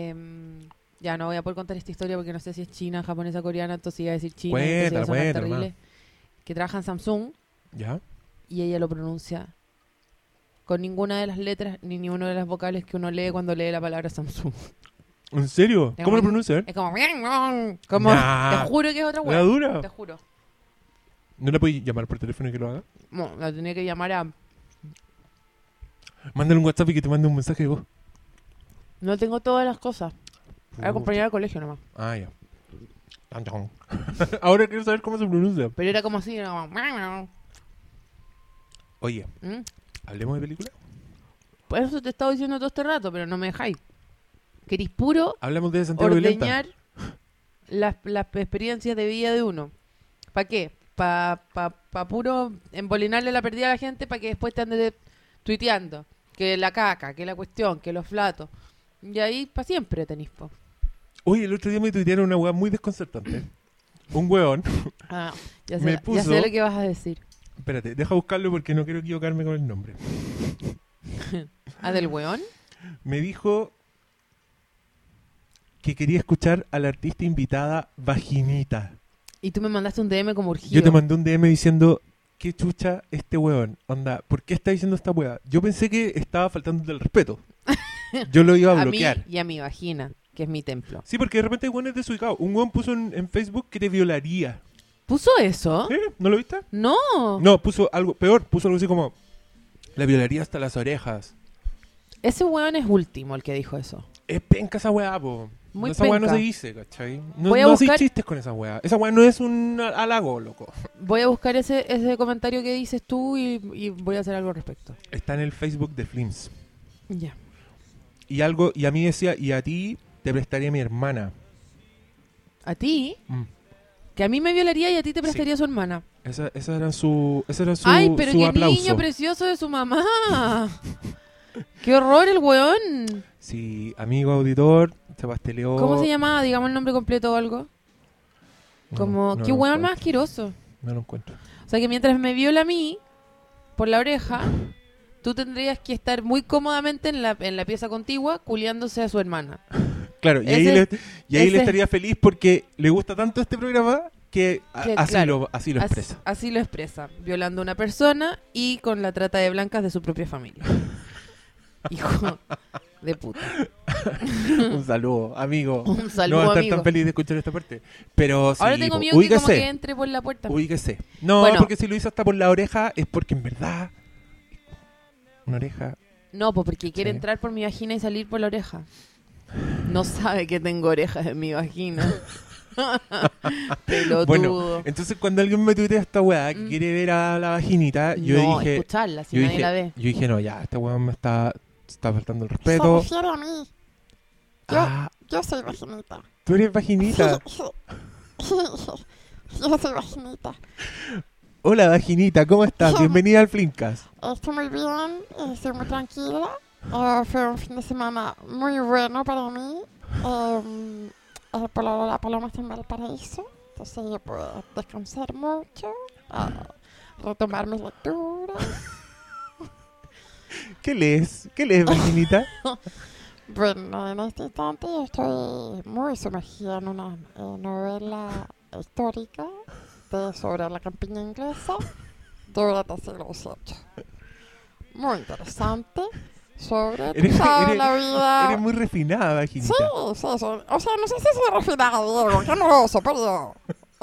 S2: ya no voy a poder contar esta historia porque no sé si es china, japonesa, coreana, entonces iba a decir china, entonces iba a sonar
S1: Cuenta,
S2: terrible.
S1: hermano.
S2: Que trabaja en Samsung
S1: ¿Ya?
S2: y ella lo pronuncia con ninguna de las letras ni ninguna de las vocales que uno lee cuando lee la palabra Samsung.
S1: ¿En serio?
S2: Es
S1: ¿Cómo lo
S2: como-
S1: pronuncia?
S2: Es como... como
S1: Nah.
S2: te juro que es otra
S1: ¿La
S2: hueá.
S1: dura?
S2: Te juro.
S1: ¿No la puedes llamar por teléfono y que lo haga?
S2: No, la tenía que llamar a...
S1: Mándale un WhatsApp y que te mande un mensaje de voz.
S2: No tengo todas las cosas. A la compañera del colegio nomás.
S1: Ya. Tan, tan. Ahora quiero saber cómo se pronuncia.
S2: Pero era como así, era como...
S1: Oye,
S2: ¿Mm?
S1: ¿hablemos de película?
S2: Por eso te he estado diciendo todo este rato, pero no me dejáis. Querís puro
S1: Hablamos de Santiago Violenta.
S2: ordeñar las experiencias de vida de uno. ¿Para qué? Para puro embolinarle la pérdida a la gente para que después te ande tuiteando. Que la caca, que la cuestión, que los flatos. Y ahí para siempre tenís, po.
S1: Oye, el otro día me tuitearon una weá muy desconcertante. Un weón.
S2: Ah, ya
S1: Me
S2: sé,
S1: puso-
S2: ya sé lo que vas a decir.
S1: Espérate, deja buscarlo porque no quiero equivocarme con el nombre.
S2: ¿Ah, del weón?
S1: Me dijo que quería escuchar a la artista invitada Vaginita.
S2: Y tú me mandaste un DM como urgido.
S1: Yo te mandé un DM diciendo, ¿qué chucha este weón? Onda, ¿por qué está diciendo esta weá? Yo pensé que estaba faltando el respeto. Yo lo iba a
S2: a mí
S1: bloquear.
S2: y a mi vagina, que es mi templo.
S1: Sí, porque de repente el weón es desubicado. Un weón puso en Facebook que te violaría.
S2: ¿Puso eso?
S1: ¿No lo viste?
S2: No.
S1: No, puso algo peor. Puso algo así como, la violaría hasta las orejas.
S2: Ese weón es último el que dijo eso.
S1: Es penca esa weá, po.
S2: Muy
S1: Esa weá no
S2: penca.
S1: se dice, ¿cachai? No,
S2: Voy a
S1: no hacéis
S2: buscar-
S1: chistes con esa weá. Esa weá no es un halago, loco.
S2: Voy a buscar ese comentario que dices tú y voy a hacer algo al respecto.
S1: Está en el Facebook de Flims.
S2: Ya.
S1: Y a mí decía, y a ti te prestaría mi hermana.
S2: ¿A ti?
S1: Mm.
S2: Que a mí me violaría y a ti te prestaría su hermana.
S1: Ese era su
S2: Ay, pero
S1: su
S2: qué
S1: aplauso.
S2: niño precioso de su mamá. Qué horror el weón.
S1: Sí, amigo auditor, se pasteleó.
S2: ¿Cómo se llamaba? Digamos el nombre completo o algo.
S1: No,
S2: Como,
S1: no
S2: qué
S1: lo
S2: weón más
S1: encuentro.
S2: asqueroso.
S1: No lo encuentro.
S2: O sea que mientras me viola a mí por la oreja, tú tendrías que estar muy cómodamente en la pieza contigua culiándose a su hermana.
S1: Claro, y ahí,
S2: Ese-
S1: le
S2: ese-
S1: estaría feliz porque le gusta tanto este programa que así,
S2: claro,
S1: así lo expresa.
S2: Así lo expresa, violando a una persona y con la trata de blancas de su propia familia. Hijo de puta.
S1: Un saludo, amigo.
S2: Un
S1: No
S2: saludo,
S1: va a estar
S2: amigo.
S1: tan feliz de escuchar esta parte. Pero sí,
S2: Ahora tengo
S1: po,
S2: miedo que como
S1: ubíquese.
S2: que entre por la puerta.
S1: Ubíquese. No,
S2: Bueno.
S1: porque si lo hizo hasta por la oreja es porque en verdad una oreja...
S2: No, pues porque quiere
S1: Sí.
S2: entrar por mi vagina y salir por la oreja. No sabe que tengo orejas en mi vagina. Pelotudo.
S1: Bueno, entonces cuando alguien me tuitea esta weá que
S2: Mm.
S1: quiere ver a la vaginita, yo
S2: no,
S1: dije...
S2: escucharla si
S1: Yo
S2: nadie la ve.
S1: dije, no, ya, este weón me está faltando el
S3: Se
S1: respeto.
S3: refiere a mí.
S1: Ah,
S3: Yo soy vaginita.
S1: tú eres vaginita.
S3: Yo soy vaginita.
S1: Hola, vaginita, ¿cómo estás? Bienvenida al Flinkas.
S3: Estoy muy bien, estoy muy tranquila. Fue un fin de semana muy bueno para mí. La paloma está en Valparaíso, entonces yo puedo descansar mucho. retomar mis lecturas.
S1: ¿Qué lees? ¿Qué lees, vaginita?
S3: Bueno, en este instante estoy muy sumergida en una novela histórica sobre la campiña inglesa durante el siglo XVIII. Muy interesante. Sobre la vida.
S1: Eres muy refinada, vaginita.
S3: Sí. O sea, no sé si soy refinada, Diego. Yo no uso, pero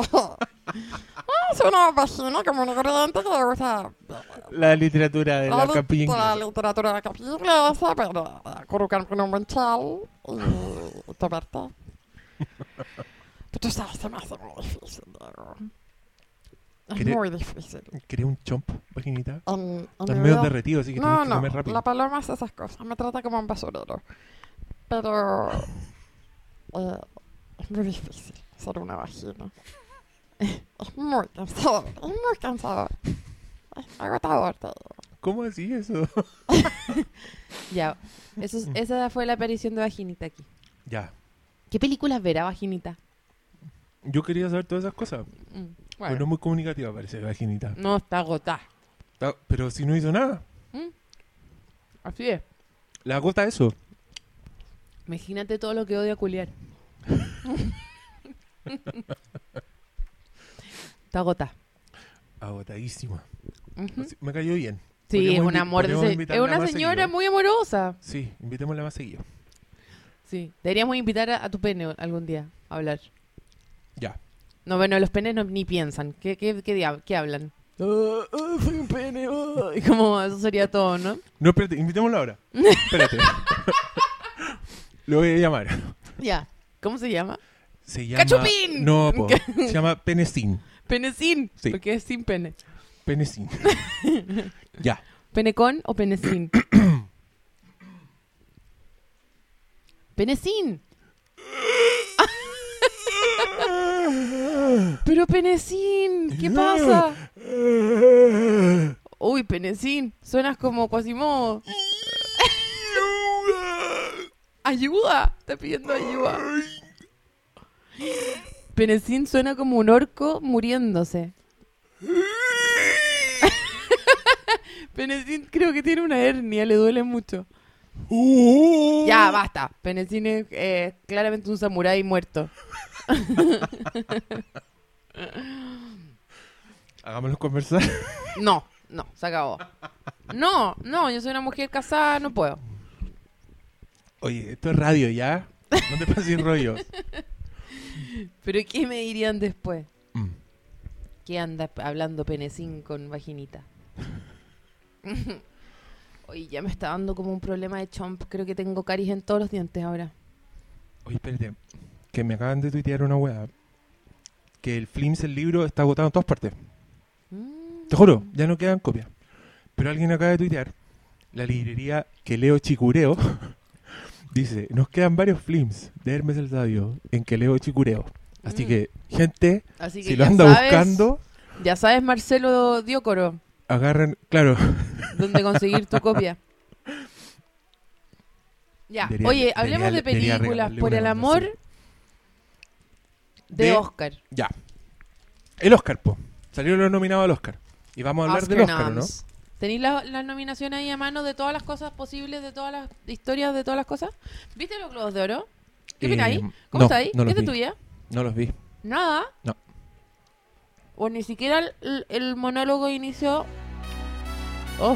S3: es una vagina común y corriente que usa
S1: La literatura de la campiña inglesa.
S3: la literatura de la campiña inglesa, pero colocar con un buen chal y tomarte. Pero tú sabes, se me hace muy difícil, Diego. Es muy difícil.
S1: ¿Querés un chomp, vaginita?
S3: En
S1: Estás
S3: mi
S1: medio
S3: vida-
S1: derretido, así que tienes que
S3: No,
S1: comer rápido.
S3: la paloma hace esas cosas, me trata como un basurero. Pero es muy difícil ser una vagina. Es muy cansador, es agotador. Te digo.
S1: ¿Cómo así eso?
S2: Ya, esa fue la aparición de Vaginita aquí.
S1: Ya.
S2: ¿Qué películas verá Vaginita?
S1: Yo quería saber todas esas cosas.
S2: Bueno,
S1: Pero no es muy comunicativa, parece, vaginita.
S2: no, está agotada.
S1: Pero si no hizo nada.
S2: Así es.
S1: La agota eso.
S2: Imagínate todo lo que odia culiar. Está agotada.
S1: Agotadísima.
S2: Ujú.
S1: Me cayó bien.
S2: Sí, es
S1: Podríamos
S2: un amor.
S1: podríamos
S2: Es
S1: invitarla
S2: una
S1: más
S2: señora
S1: seguido.
S2: muy amorosa.
S1: Sí, invitémosla más seguido.
S2: Sí. Deberíamos invitar a tu pene algún día a hablar.
S1: Ya.
S2: No, bueno, los penes ni piensan. ¿Qué hablan? Soy un pene. Y como eso sería todo, ¿no?
S1: No, espérate, invitémosla ahora. Espérate. Lo voy a llamar.
S2: Ya. ¿Cómo se llama?
S1: Se llama...
S2: ¡Cachupín!
S1: No, po. Se llama Penecín.
S2: Penecín.
S1: Sí.
S2: Porque es sin pene.
S1: Penecín. Ya.
S2: ¿Penecón o penecín? ¡Penecín! Pero Penecín, ¿qué pasa? Uy, Penecín, suenas como Quasimodo. ¡Ayuda! Está pidiendo ayuda. Penecín suena como un orco muriéndose. Penecín creo que tiene una hernia, le duele mucho. Ya, basta. Penecín es claramente un samurái muerto.
S1: Hagámoslo conversar.
S2: No, se acabó. No, yo soy una mujer casada, no puedo.
S1: Oye, esto es radio, ¿ya? No te pases rollos.
S2: ¿Pero qué me dirían después?
S1: Mm.
S2: ¿Qué anda hablando Penecín con vaginita? Oye, ya me está dando como un problema de chomp. Creo que tengo caries en todos los dientes ahora.
S1: Oye, espérate. Que me acaban de tuitear una weá. Que el Flims, el libro, está agotado en todas partes. Te juro, ya no quedan copias. Pero alguien acaba de tuitear. La librería que leo Chicureo dice, nos quedan varios Flims de Hermes el Sabio en que leo Chicureo. Así que, gente,
S2: Así que
S1: si lo
S2: ya
S1: anda
S2: sabes,
S1: buscando,
S2: ya sabes, Marcelo Diócoro,
S1: agarran, claro.
S2: dónde conseguir tu copia. Ya,
S1: Debería-
S2: oye, hablemos de
S1: debería
S2: películas.
S1: regalarle
S2: Por
S1: una
S2: el
S1: banda
S2: amor
S1: sonora.
S2: de
S1: De-
S2: Oscar.
S1: Ya. El Oscar, po. Salieron los nominados al Oscar. Y vamos a hablar del Oscar, ¿o ¿no?
S2: noms. ¿Tenéis las nominaciones ahí a mano de todas las cosas posibles, de todas las historias, de todas las cosas? ¿Viste los Globos de Oro? ¿Qué opináis? ¿Cómo
S1: no,
S2: está ahí?
S1: no
S2: ¿Qué
S1: los
S2: es de
S1: vi.
S2: tuya?
S1: No los vi.
S2: Nada.
S1: No.
S2: O ni siquiera el monólogo inició. Oh,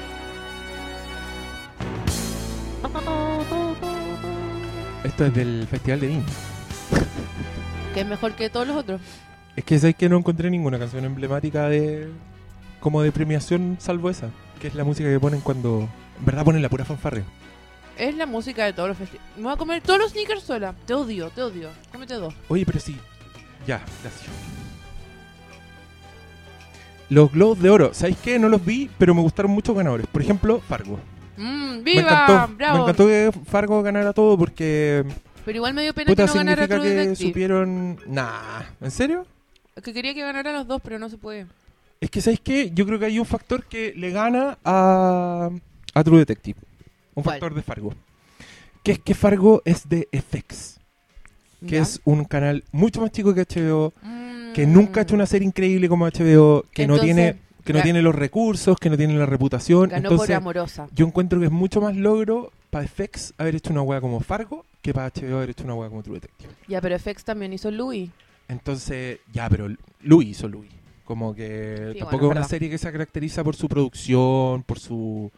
S1: Esto es del Festival de Viña.
S2: que es mejor que todos los otros.
S1: Es que sabes que no encontré ninguna canción emblemática de como de premiación salvo esa, que es la música que ponen cuando en verdad ponen la pura fanfarria.
S2: Es la música de todos los festivales. Me voy a comer todos los sneakers sola. Te odio. Cómete dos.
S1: Oye, pero sí. Ya, gracias. Los Globos de Oro, ¿sabéis qué? No los vi, pero me gustaron muchos ganadores. Por ejemplo, Fargo.
S2: ¡Viva!
S1: Me
S2: ¡Bravo!
S1: encantó que Fargo ganara todo porque
S2: Pero igual me dio pena
S1: puta
S2: que no ganara
S1: significa
S2: True
S1: que
S2: Detective.
S1: supieron... Nah, ¿en serio?
S2: Es que quería que ganaran los dos, pero no se puede.
S1: Es que, ¿sabéis qué? Yo creo que hay un factor que le gana a True Detective. Un
S2: ¿Cuál?
S1: factor de Fargo. Que es que Fargo es de FX. Que
S2: ¿Ya?
S1: es un canal mucho más chico que HBO.
S2: Mm.
S1: Que nunca ha hecho una serie increíble como HBO. Que no
S2: Entonces,
S1: tiene que no tiene los recursos, que no tiene la reputación.
S2: Ganó por
S1: Entonces,
S2: amorosa.
S1: yo encuentro que es mucho más logro para FX haber hecho una wea como Fargo que para HBO haber hecho una wea como True Detective.
S2: Ya, pero FX también hizo Louis.
S1: Entonces, ya, pero Louis hizo Louis. Como que
S2: Sí,
S1: tampoco
S2: bueno,
S1: es una
S2: verdad.
S1: serie que se caracteriza por su producción, por su,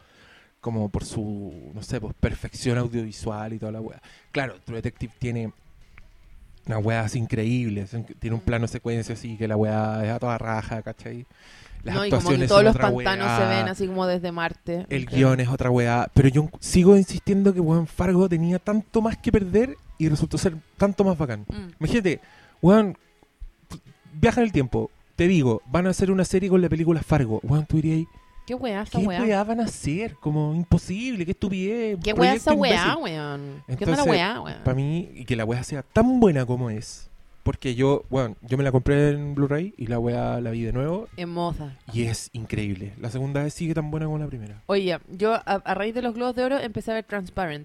S1: no sé, pues perfección audiovisual y toda la wea. Claro, True Detective tiene una wea así increíble, tiene un plano secuencia así que la wea es a toda raja, ¿cachai? Las
S2: No, y como que
S1: actuaciones
S2: todos
S1: son
S2: los
S1: otra
S2: pantanos
S1: wea,
S2: se ven así como desde Marte.
S1: el
S2: Increíble.
S1: guión es otra weá, pero yo sigo insistiendo que weón Fargo tenía tanto más que perder y resultó ser tanto más bacán. Imagínate, weón, viaja en el tiempo, te digo, van a hacer una serie con la película Fargo, weón, tú dirías,
S2: ¿Qué weá esa
S1: ¿qué
S2: weá?
S1: weá van a hacer? Como imposible, qué estupidez.
S2: ¿Qué weá esa
S1: proyecto
S2: weá,
S1: imbécil.
S2: weón? ¿Qué
S1: Entonces,
S2: tal la weá, weón?
S1: Para mí, y que la weá sea tan buena como es, porque yo me la compré en Blu-ray y la weá la vi de nuevo
S2: Hermosa.
S1: y es increíble. La segunda vez sigue tan buena como la primera.
S2: Oye, yo a raíz de los Globos de Oro empecé a ver Transparent.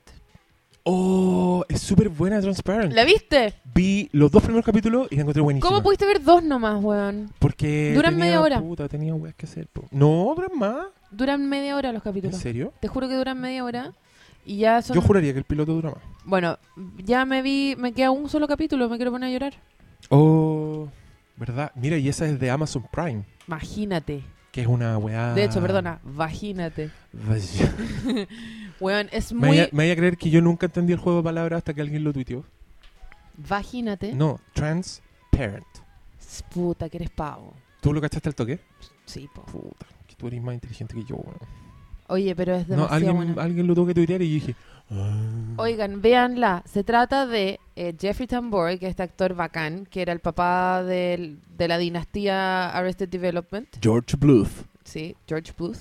S1: Oh, es súper buena Transparent.
S2: ¿La viste?
S1: Vi los 2 primeros capítulos y la encontré buenísima.
S2: ¿Cómo pudiste ver 2 nomás, weón?
S1: Porque
S2: Duran
S1: tenía,
S2: media hora.
S1: Puta, tenía weas que hacer. Po. No, duran más.
S2: Duran media hora los
S1: ¿En
S2: capítulos.
S1: serio?
S2: Te juro que duran media hora. Y ya son...
S1: Yo juraría que el piloto dura más.
S2: Bueno, ya me queda un solo capítulo, me quiero poner a llorar.
S1: Oh, ¿verdad? Mira, y esa es de Amazon Prime,
S2: Imagínate.
S1: que es una weá...
S2: De hecho, perdona, vagínate.
S1: Vaya.
S2: Weón, es
S1: Me
S2: muy...
S1: vaya a creer que yo nunca entendí el juego de palabras hasta que alguien lo tuiteó.
S2: Vagínate.
S1: No, transparent.
S2: Puta, que eres pavo.
S1: ¿Tú lo cachaste al toque?
S2: Sí, po.
S1: Puta, que tú eres más inteligente que yo, weón.
S2: Oye, pero es
S1: No,
S2: demasiado buena.
S1: alguien lo tuvo que tuitear y yo dije...
S2: Oigan, véanla. Se trata de Jeffrey Tambor, que es este actor bacán, que era el papá de la dinastía Arrested Development.
S1: George Bluth.
S2: Sí, George Bluth.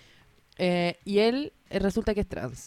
S2: Y él resulta que es trans.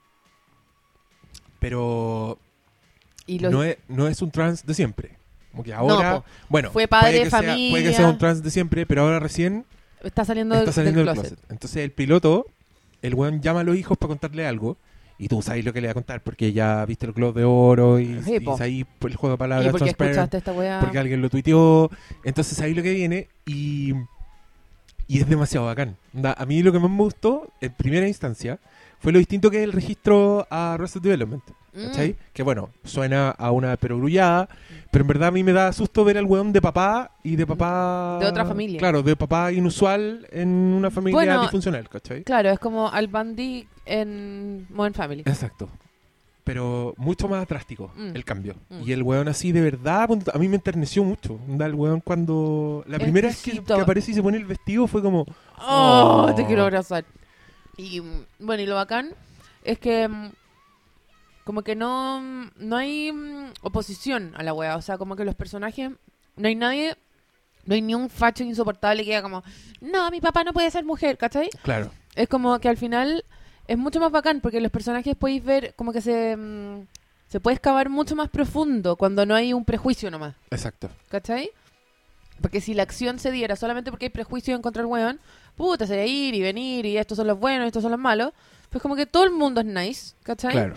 S1: Pero
S2: Y los-
S1: no es un trans de siempre. Como que ahora...
S2: No, po.
S1: bueno,
S2: Fue padre
S1: puede
S2: de
S1: que sea-
S2: familia.
S1: puede que sea un trans de siempre, pero ahora recién
S2: Está saliendo,
S1: está saliendo
S2: del
S1: del
S2: closet.
S1: closet. Entonces el piloto, el weón llama a los hijos para contarle algo. Y tú sabes lo que le va a contar porque ya viste el Globo de Oro y,
S2: Sí,
S1: y
S2: po.
S1: ahí el juego de
S2: ¿Y
S1: palabras
S2: por qué
S1: transparent,
S2: escuchaste esta weá?
S1: porque alguien lo tuiteó. Entonces ahí lo que viene y es demasiado bacán. Onda, a mí lo que más me gustó en primera instancia fue lo distinto que es el registro a Arrested Development. ¿Cachai? Que bueno, suena a una perogrullada, pero en verdad a mí me da susto ver al weón de papá y de papá...
S2: De otra familia.
S1: Claro, de papá inusual en una familia
S2: Bueno,
S1: disfuncional, ¿cachai?
S2: Claro, es como Al Bundy en Modern Family.
S1: Exacto. Pero mucho más drástico el cambio.
S2: Mm.
S1: Y el weón así de verdad, a mí me enterneció mucho. Onda, el weón cuando... La primera vez que
S2: Exquisito.
S1: aparece y se pone el vestido fue como...
S2: ¡Oh! Te quiero abrazar. Y bueno, y lo bacán es que como que no hay oposición a la wea. O sea, como que los personajes, no hay nadie, no hay ni un facho insoportable que diga como, no, mi papá no puede ser mujer, ¿cachai?
S1: Claro.
S2: Es como que al final es mucho más bacán porque los personajes podéis ver como que se puede excavar mucho más profundo cuando no hay un prejuicio nomás,
S1: Exacto.
S2: ¿cachai? Porque si la acción se diera solamente porque hay prejuicio en contra del weón, puta, sería ir y venir y estos son los buenos y estos son los malos. Pues como que todo el mundo es nice, ¿cachai?
S1: Claro.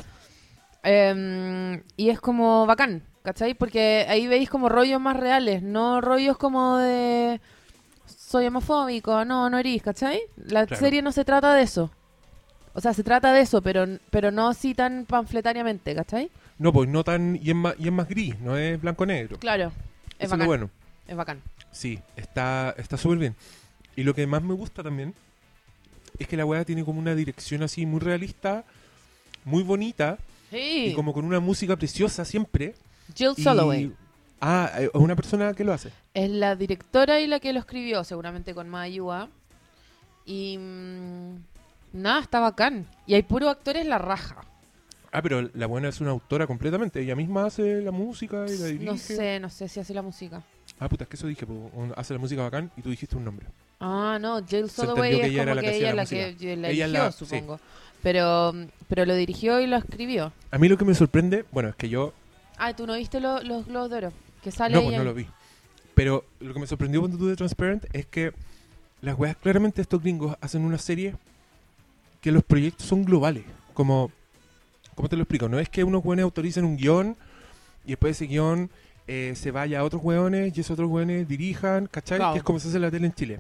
S2: Y es como bacán, ¿cachai? Porque ahí veis como rollos más reales, no rollos como de soy homofóbico, no erís, ¿cachai? La
S1: Claro.
S2: serie no se trata de eso. O sea, se trata de eso, pero no así tan panfletariamente, ¿cachai?
S1: No, pues no tan... Y es más gris, no es blanco-negro.
S2: Claro, es
S1: Eso es
S2: bacán.
S1: lo bueno.
S2: Es bacán.
S1: Sí, está súper bien. Y lo que más me gusta también es que la weá tiene como una dirección así muy realista, muy bonita
S2: Sí.
S1: y como con una música preciosa siempre.
S2: Jill
S1: Y-
S2: Soloway.
S1: es una persona que lo hace.
S2: Es la directora y la que lo escribió, seguramente con más ayuda. Y nada, está bacán. Y hay puros actores la raja.
S1: Ah, pero la buena es una autora completamente. Ella misma hace la música y la dirige.
S2: No sé si hace la música.
S1: Ah, puta, es que eso dije. Hace la música bacán y tú dijiste un nombre.
S2: Ah, no, Jill
S1: Se
S2: Soloway
S1: entendió que
S2: es
S1: ella era
S2: como
S1: la
S2: que
S1: que hacía
S2: ella
S1: la
S2: la
S1: música.
S2: que la
S1: Ella
S2: eligió,
S1: la- sí.
S2: supongo. Pero lo dirigió y lo escribió.
S1: A mí lo que me sorprende, bueno, es que yo...
S2: Ah, ¿tú no viste los Globos de Oro? Que sale
S1: No,
S2: ella
S1: pues no
S2: ahí.
S1: lo vi. Pero lo que me sorprendió cuando tú de Transparent es que las weas, claramente estos gringos hacen una serie que los proyectos son globales. Como, ¿cómo te lo explico? No es que unos weones autoricen un guión y después ese guión se vaya a otros weones y esos otros weones dirijan, ¿cachai?
S2: Claro.
S1: Que es como se hace la tele en Chile.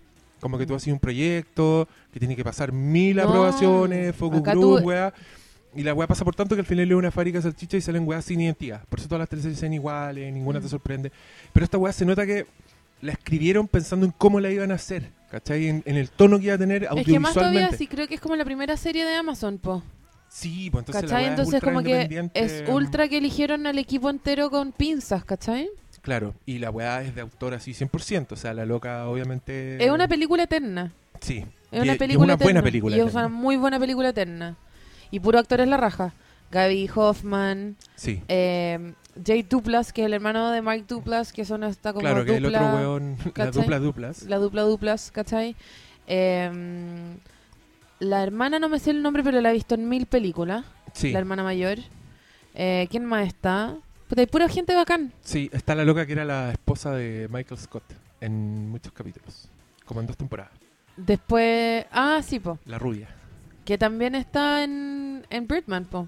S1: Como que tú haces un proyecto que tiene que pasar 1000
S2: No,
S1: aprobaciones, focus
S2: acá
S1: group,
S2: tú-
S1: weá. Y la weá pasa por tanto que al final es una fábrica de salchicha y salen weas sin identidad. Por eso todas las teleseries son iguales, ninguna te sorprende. Pero esta weá se nota que la escribieron pensando en cómo la iban a hacer, ¿cachai? En el tono que iba a tener
S2: Es que más todavía
S1: audiovisualmente.
S2: sí creo que es como la primera serie de Amazon, po.
S1: Sí, pues entonces la
S2: ¿Cachai?
S1: weá
S2: Entonces
S1: es ultra
S2: como que
S1: independiente.
S2: es ultra que eligieron al equipo entero con pinzas, ¿cachai?
S1: Claro, y la weá es de autor así 100%. O sea, la loca obviamente...
S2: Es una película eterna.
S1: Sí.
S2: Es una
S1: y
S2: película
S1: es una buena
S2: eterna.
S1: película.
S2: Y es
S1: eterna.
S2: una muy buena película eterna. Y puro actor es la raja. Gaby Hoffman,
S1: Sí.
S2: Jay Duplas, que es el hermano de Mike Duplas, que son esta como
S1: Claro, que el
S2: dupla,
S1: otro weón, la
S2: ¿cachai?
S1: duplas.
S2: la dupla Duplas, ¿cachai? La hermana no me sé el nombre, pero la he visto en 1000 películas.
S1: Sí,
S2: La hermana mayor. ¿Quién más está? Puta, hay pura gente bacán.
S1: sí, está la loca que era la esposa de Michael Scott en muchos capítulos, como en 2 temporadas.
S2: Después... Ah, sí, po.
S1: La rubia.
S2: Que también está en Birdman, po.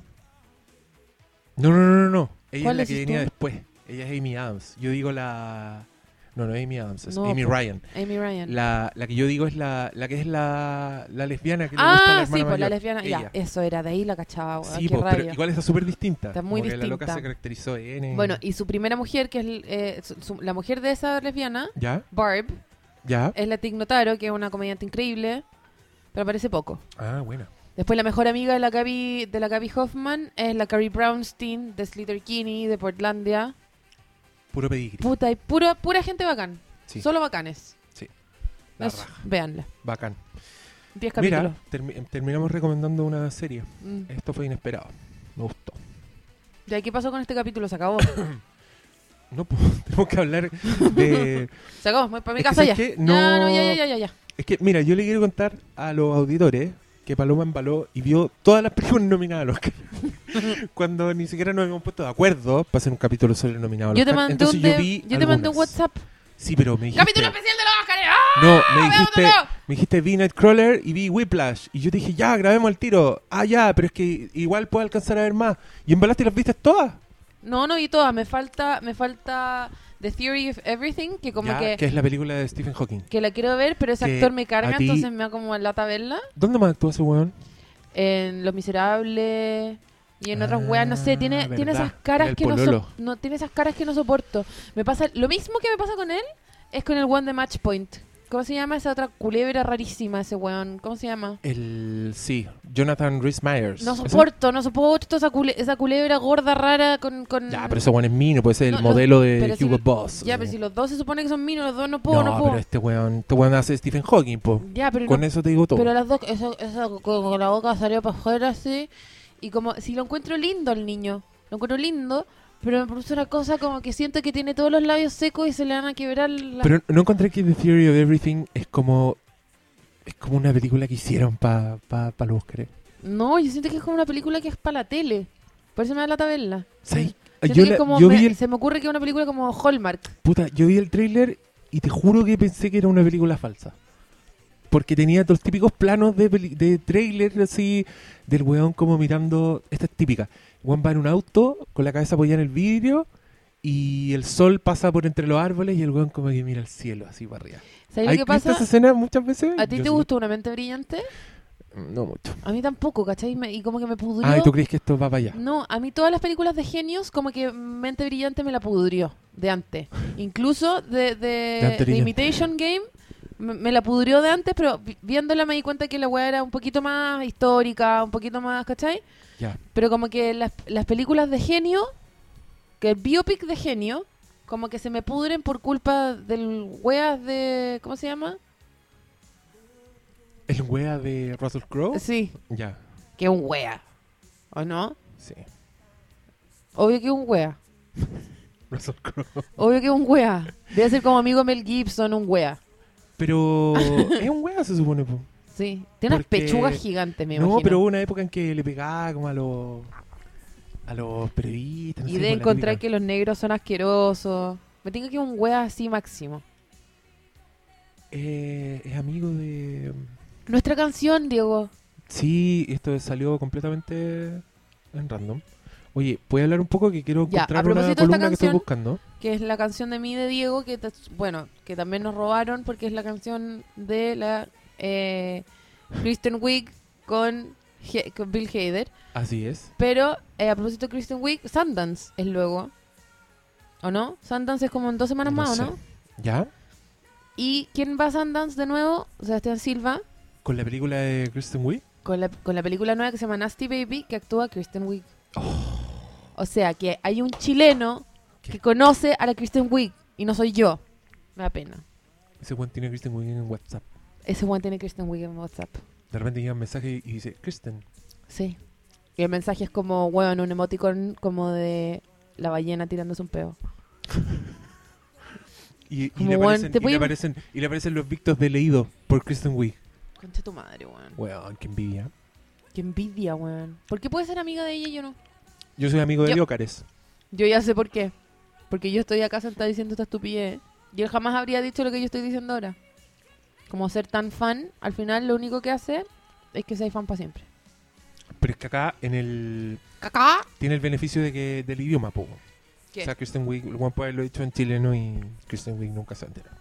S1: No. Ella es
S2: ¿Cuál
S1: la que
S2: decís
S1: venía
S2: tú?
S1: después. Ella es Amy Adams. Yo digo la... No es Amy Adams, es
S2: No,
S1: Amy
S2: po.
S1: Ryan.
S2: Amy Ryan.
S1: La que yo digo es la que es la lesbiana que le gusta a la
S2: Ah,
S1: hermana
S2: sí, pues la
S1: mayor.
S2: lesbiana.
S1: Ella.
S2: Ya, eso era, de ahí la cachaba, weón.
S1: Sí,
S2: Qué
S1: po, pero
S2: rabia.
S1: igual está súper distinta.
S2: Está muy
S1: Como que la loca
S2: distinta.
S1: se caracterizó en...
S2: Bueno, y su primera mujer, que es la mujer de esa lesbiana,
S1: ¿Ya?
S2: Barb,
S1: ¿Ya?
S2: es la Tig Notaro, que es una comediante increíble, pero aparece poco.
S1: Ah, bueno.
S2: Después la mejor amiga de la Gaby Hoffman es la Carrie Brownstein de Sleater-Kinney, de Portlandia.
S1: Puro pedigrí.
S2: Puta, y pura gente bacán.
S1: Sí.
S2: Solo bacanes.
S1: La
S2: Eso,
S1: raja.
S2: véanla.
S1: Bacán.
S2: 10 capítulos.
S1: Mira, terminamos recomendando una serie.
S2: Mm.
S1: Esto fue inesperado. Me gustó.
S2: Ya, ¿qué pasó con este capítulo? Se acabó.
S1: No, pues, tenemos que hablar de...
S2: Se acabó, voy para mi
S1: Es que
S2: casa ya.
S1: ¿sabes qué?
S2: Ya,
S1: No.
S2: no, ya.
S1: Es que, mira, yo le quiero contar a los auditores que Paloma embaló y vio todas las películas nominadas al Oscar. Cuando ni siquiera nos habíamos puesto de acuerdo para hacer un capítulo sobre nominado al
S2: Yo te
S1: Oscar.
S2: mandé
S1: Entonces yo vi
S2: yo te mandé un
S1: algunas.
S2: WhatsApp.
S1: Sí, pero me dijiste...
S2: ¡Capítulo especial de los Oscars! ¡Ah!
S1: No,
S2: ¡Veámoslo!
S1: me dijiste vi Nightcrawler y vi Whiplash. Y yo te dije, ya, grabemos el tiro. Ah, ya, pero es que igual puedo alcanzar a ver más. ¿Y embalaste y las viste todas?
S2: No vi todas. Me falta The Theory of Everything, que como
S1: Ya, que es la película de Stephen Hawking.
S2: que la quiero ver, pero ese
S1: Que
S2: actor me carga,
S1: a ti-
S2: entonces me da como lata verla.
S1: ¿Dónde más actúa ese weón?
S2: En Los Miserables y en otras
S1: Ah,
S2: weas, no sé, tiene
S1: verdad.
S2: esas caras
S1: Era el
S2: que
S1: pololo.
S2: no tiene esas caras que no soporto. Me pasa lo mismo que me pasa con él es con el one de Match Point. ¿Cómo se llama esa otra culebra rarísima ese weón? ¿Cómo se llama?
S1: Sí, Jonathan Rhys Meyers.
S2: No
S1: ¿Ese?
S2: soporto esa culebra gorda rara con
S1: Ya, pero ese weón es mino, puede ser
S2: No,
S1: el
S2: no,
S1: modelo de
S2: pero si
S1: Hugo
S2: lo-
S1: Boss.
S2: Ya,
S1: así.
S2: pero si los dos se supone que son minos, los dos no puedo.
S1: pero este weón hace Stephen Hawking, po.
S2: Ya, pero
S1: Con
S2: no,
S1: eso te digo todo.
S2: pero las dos, eso con la boca salió para afuera así. Y como, si lo encuentro lindo al niño, lo encuentro lindo, pero me produce una cosa como que siento que tiene todos los labios secos y se le van a quebrar las...
S1: Pero no encontré que The Theory of Everything es como una película que hicieron para los Oscars.
S2: No, yo siento que es como una película que es para la tele. Por eso me da lata verla.
S1: ¿Sabes?
S2: Siento
S1: Yo,
S2: que es como se me ocurre que es una película como Hallmark.
S1: yo vi el tráiler y te juro que pensé que era una película falsa. Porque tenía los típicos planos de tráiler así, del weón como mirando... Esta es típica. El weón va en un auto con la cabeza apoyada en el vidrio y el sol pasa por entre los árboles y el weón como que mira al cielo así para arriba.
S2: ¿Sabes
S1: ¿Has
S2: lo que
S1: visto
S2: pasa?
S1: esa escena muchas veces?
S2: ¿A ti
S1: Yo
S2: te
S1: sí.
S2: gustó Una mente brillante?
S1: No mucho.
S2: A mí tampoco, ¿cachai? Y como que me pudrió.
S1: Ah, ¿y tú crees que esto va para allá?
S2: No, a mí todas las películas de genios, como que Mente Brillante me la pudrió de antes. Incluso de
S1: anterior.
S2: Imitation Game me la pudrió de antes, pero viéndola me di cuenta que la weá era un poquito más histórica, un poquito más, ¿cachai?
S1: Ya.
S2: Pero como que las películas de genio, que el biopic de genio, como que se me pudren por culpa del weas de... ¿Cómo se llama?
S1: ¿El wea de Russell Crowe?
S2: Sí,
S1: Ya,
S2: que es un wea. ¿O no?
S1: sí.
S2: Obvio que es un wea.
S1: Russell Crowe.
S2: Obvio que es un wea. Debe ser como amigo Mel Gibson, un wea.
S1: Pero es un wea, se supone, po.
S2: Sí. Tiene unas
S1: Porque-
S2: pechugas gigantes, me
S1: No,
S2: imagino.
S1: pero hubo una época en que le pegaba como a los periodistas. no
S2: Y
S1: sé,
S2: de
S1: por la
S2: encontrar
S1: típica.
S2: que los negros son asquerosos. Me tengo que es un wea así máximo.
S1: Es amigo de...
S2: Nuestra canción, Diego.
S1: Sí, esto salió completamente en random. Oye, ¿puedes hablar un poco? Que quiero
S2: Ya,
S1: encontrar
S2: a propósito
S1: una
S2: de esta
S1: columna que estoy
S2: canción-
S1: buscando.
S2: que es la canción de Mi de Diego, que que también nos robaron porque es la canción de la Kristen Wiig con Bill Hader.
S1: Así es.
S2: Pero a propósito de Kristen Wiig, Sundance es luego, ¿o no? Sundance es como en 2 semanas
S1: No
S2: más, ¿o
S1: sé.
S2: no?
S1: ¿Ya?
S2: ¿Y quién va a Sundance de nuevo? Sebastián Silva,
S1: ¿Con la película de Kristen Wiig?
S2: con la película nueva que se llama Nasty Baby, que actúa Kristen Wiig. O sea, que hay un chileno que conoce a la Kristen Wiig y no soy yo. Me da pena.
S1: Ese weón tiene Kristen Wiig en WhatsApp.
S2: Ese one tiene Kristen Wiig en WhatsApp.
S1: De repente llega un mensaje y dice, Kristen.
S2: Sí. Y el mensaje es como, weón, un emoticon como de la ballena tirándose un peo.
S1: Y
S2: Como,
S1: le
S2: weón,
S1: aparecen,
S2: ¿te
S1: y le
S2: puedes-
S1: aparecen, y le aparecen los victos de leído por Kristen Wiig.
S2: Concha tu madre, weón.
S1: Weón, qué envidia.
S2: Qué envidia, weón. ¿Por qué puede ser amiga de ella y yo no?
S1: Yo soy amigo de
S2: Yo-
S1: Leócares.
S2: Yo ya sé por qué. Porque yo estoy acá sentada diciendo esta estupidez. Y él jamás habría dicho lo que yo estoy diciendo ahora. Como ser tan fan, al final lo único que hace es que seas fan para siempre.
S1: Pero es que acá en el
S2: ¡Cacá!
S1: tiene el beneficio de que del idioma, po.
S2: ¿Qué?
S1: O sea, Kristen Wiig, el weón puede haberlo dicho en chileno y Kristen Wiig nunca se entera.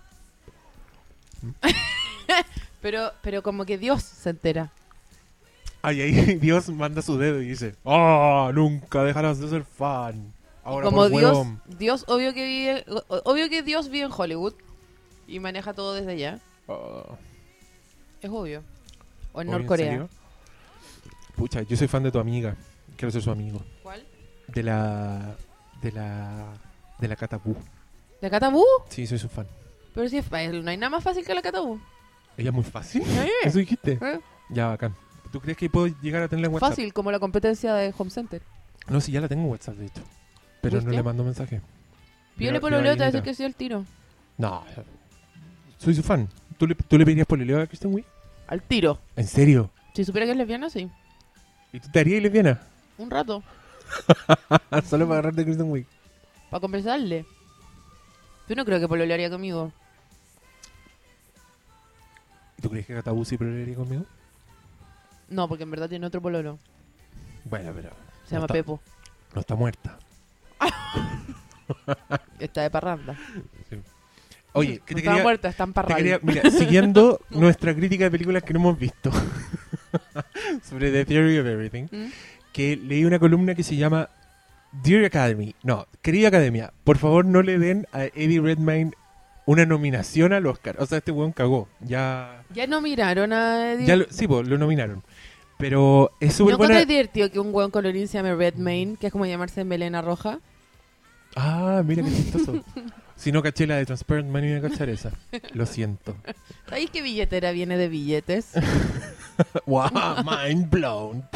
S2: Pero como que Dios se entera.
S1: Ay, ahí Dios manda su dedo y dice, ¡ah! Nunca dejarás de ser fan. Ahora
S2: Como
S1: por
S2: Dios,
S1: huevón".
S2: obvio que Dios vive en Hollywood y maneja todo desde allá.
S1: Ah,
S2: Es obvio. O en
S1: ¿oye,
S2: Norcorea.
S1: serio? Pucha, yo soy fan de tu amiga. Quiero ser su amigo.
S2: ¿Cuál?
S1: De la Catabú.
S2: ¿La Catabú?
S1: Sí, soy su fan.
S2: Pero si no hay nada más fácil que la Catabú.
S1: Ella es muy fácil.
S2: Sí.
S1: Eso dijiste.
S2: ¿Eh?
S1: Ya, bacán. ¿Tú crees que puedo llegar a tenerla en WhatsApp?
S2: Fácil, como la competencia de Home Center.
S1: No, sí, ya la tengo en WhatsApp, de hecho. Pero no
S2: ¿Viste?
S1: le mando mensaje.
S2: Pídele
S1: De
S2: por lo leo, te va a decir
S1: ballenita.
S2: que sí al tiro.
S1: No, soy su fan. ¿Tú le pedirías pololeo a Kristen Wiig?
S2: Al tiro.
S1: ¿En serio?
S2: Si supiera que es lesbiana, sí.
S1: ¿Y tú te harías lesbiana?
S2: Un rato.
S1: Solo para agarrarte a Kristen Wiig.
S2: Para conversarle. Yo no creo que Polo le haría conmigo.
S1: ¿Y tú crees que Catabú sí pololearía conmigo?
S2: No, porque en verdad tiene otro pololo.
S1: Bueno, pero
S2: Se llama
S1: está-
S2: Pepo.
S1: no está muerta.
S2: Está de parranda.
S1: Oye, ¿qué
S2: No
S1: te
S2: está
S1: quería...?
S2: muerta, está en
S1: Te
S2: parranda.
S1: quería, mira, siguiendo nuestra crítica de películas que no hemos visto sobre The Theory of Everything,
S2: ¿Mm?
S1: que leí una columna que se llama Dear Academy. No, querida Academia, por favor no le den a Eddie Redmayne una nominación al Oscar. O sea, este weón cagó. Ya
S2: Ya no miraron a Eddie.
S1: sí, pues, lo nominaron. Pero es súper
S2: ¿No
S1: buena.
S2: encontrás divertido que un hueón colorín se llame Redmayne, que es como llamarse melena roja?
S1: Ah, mira qué chistoso. Si no caché la de Transparent Man, iba a cachar esa. Lo siento.
S2: ¿Sabéis qué billetera viene de billetes?
S1: Wow, mind blown.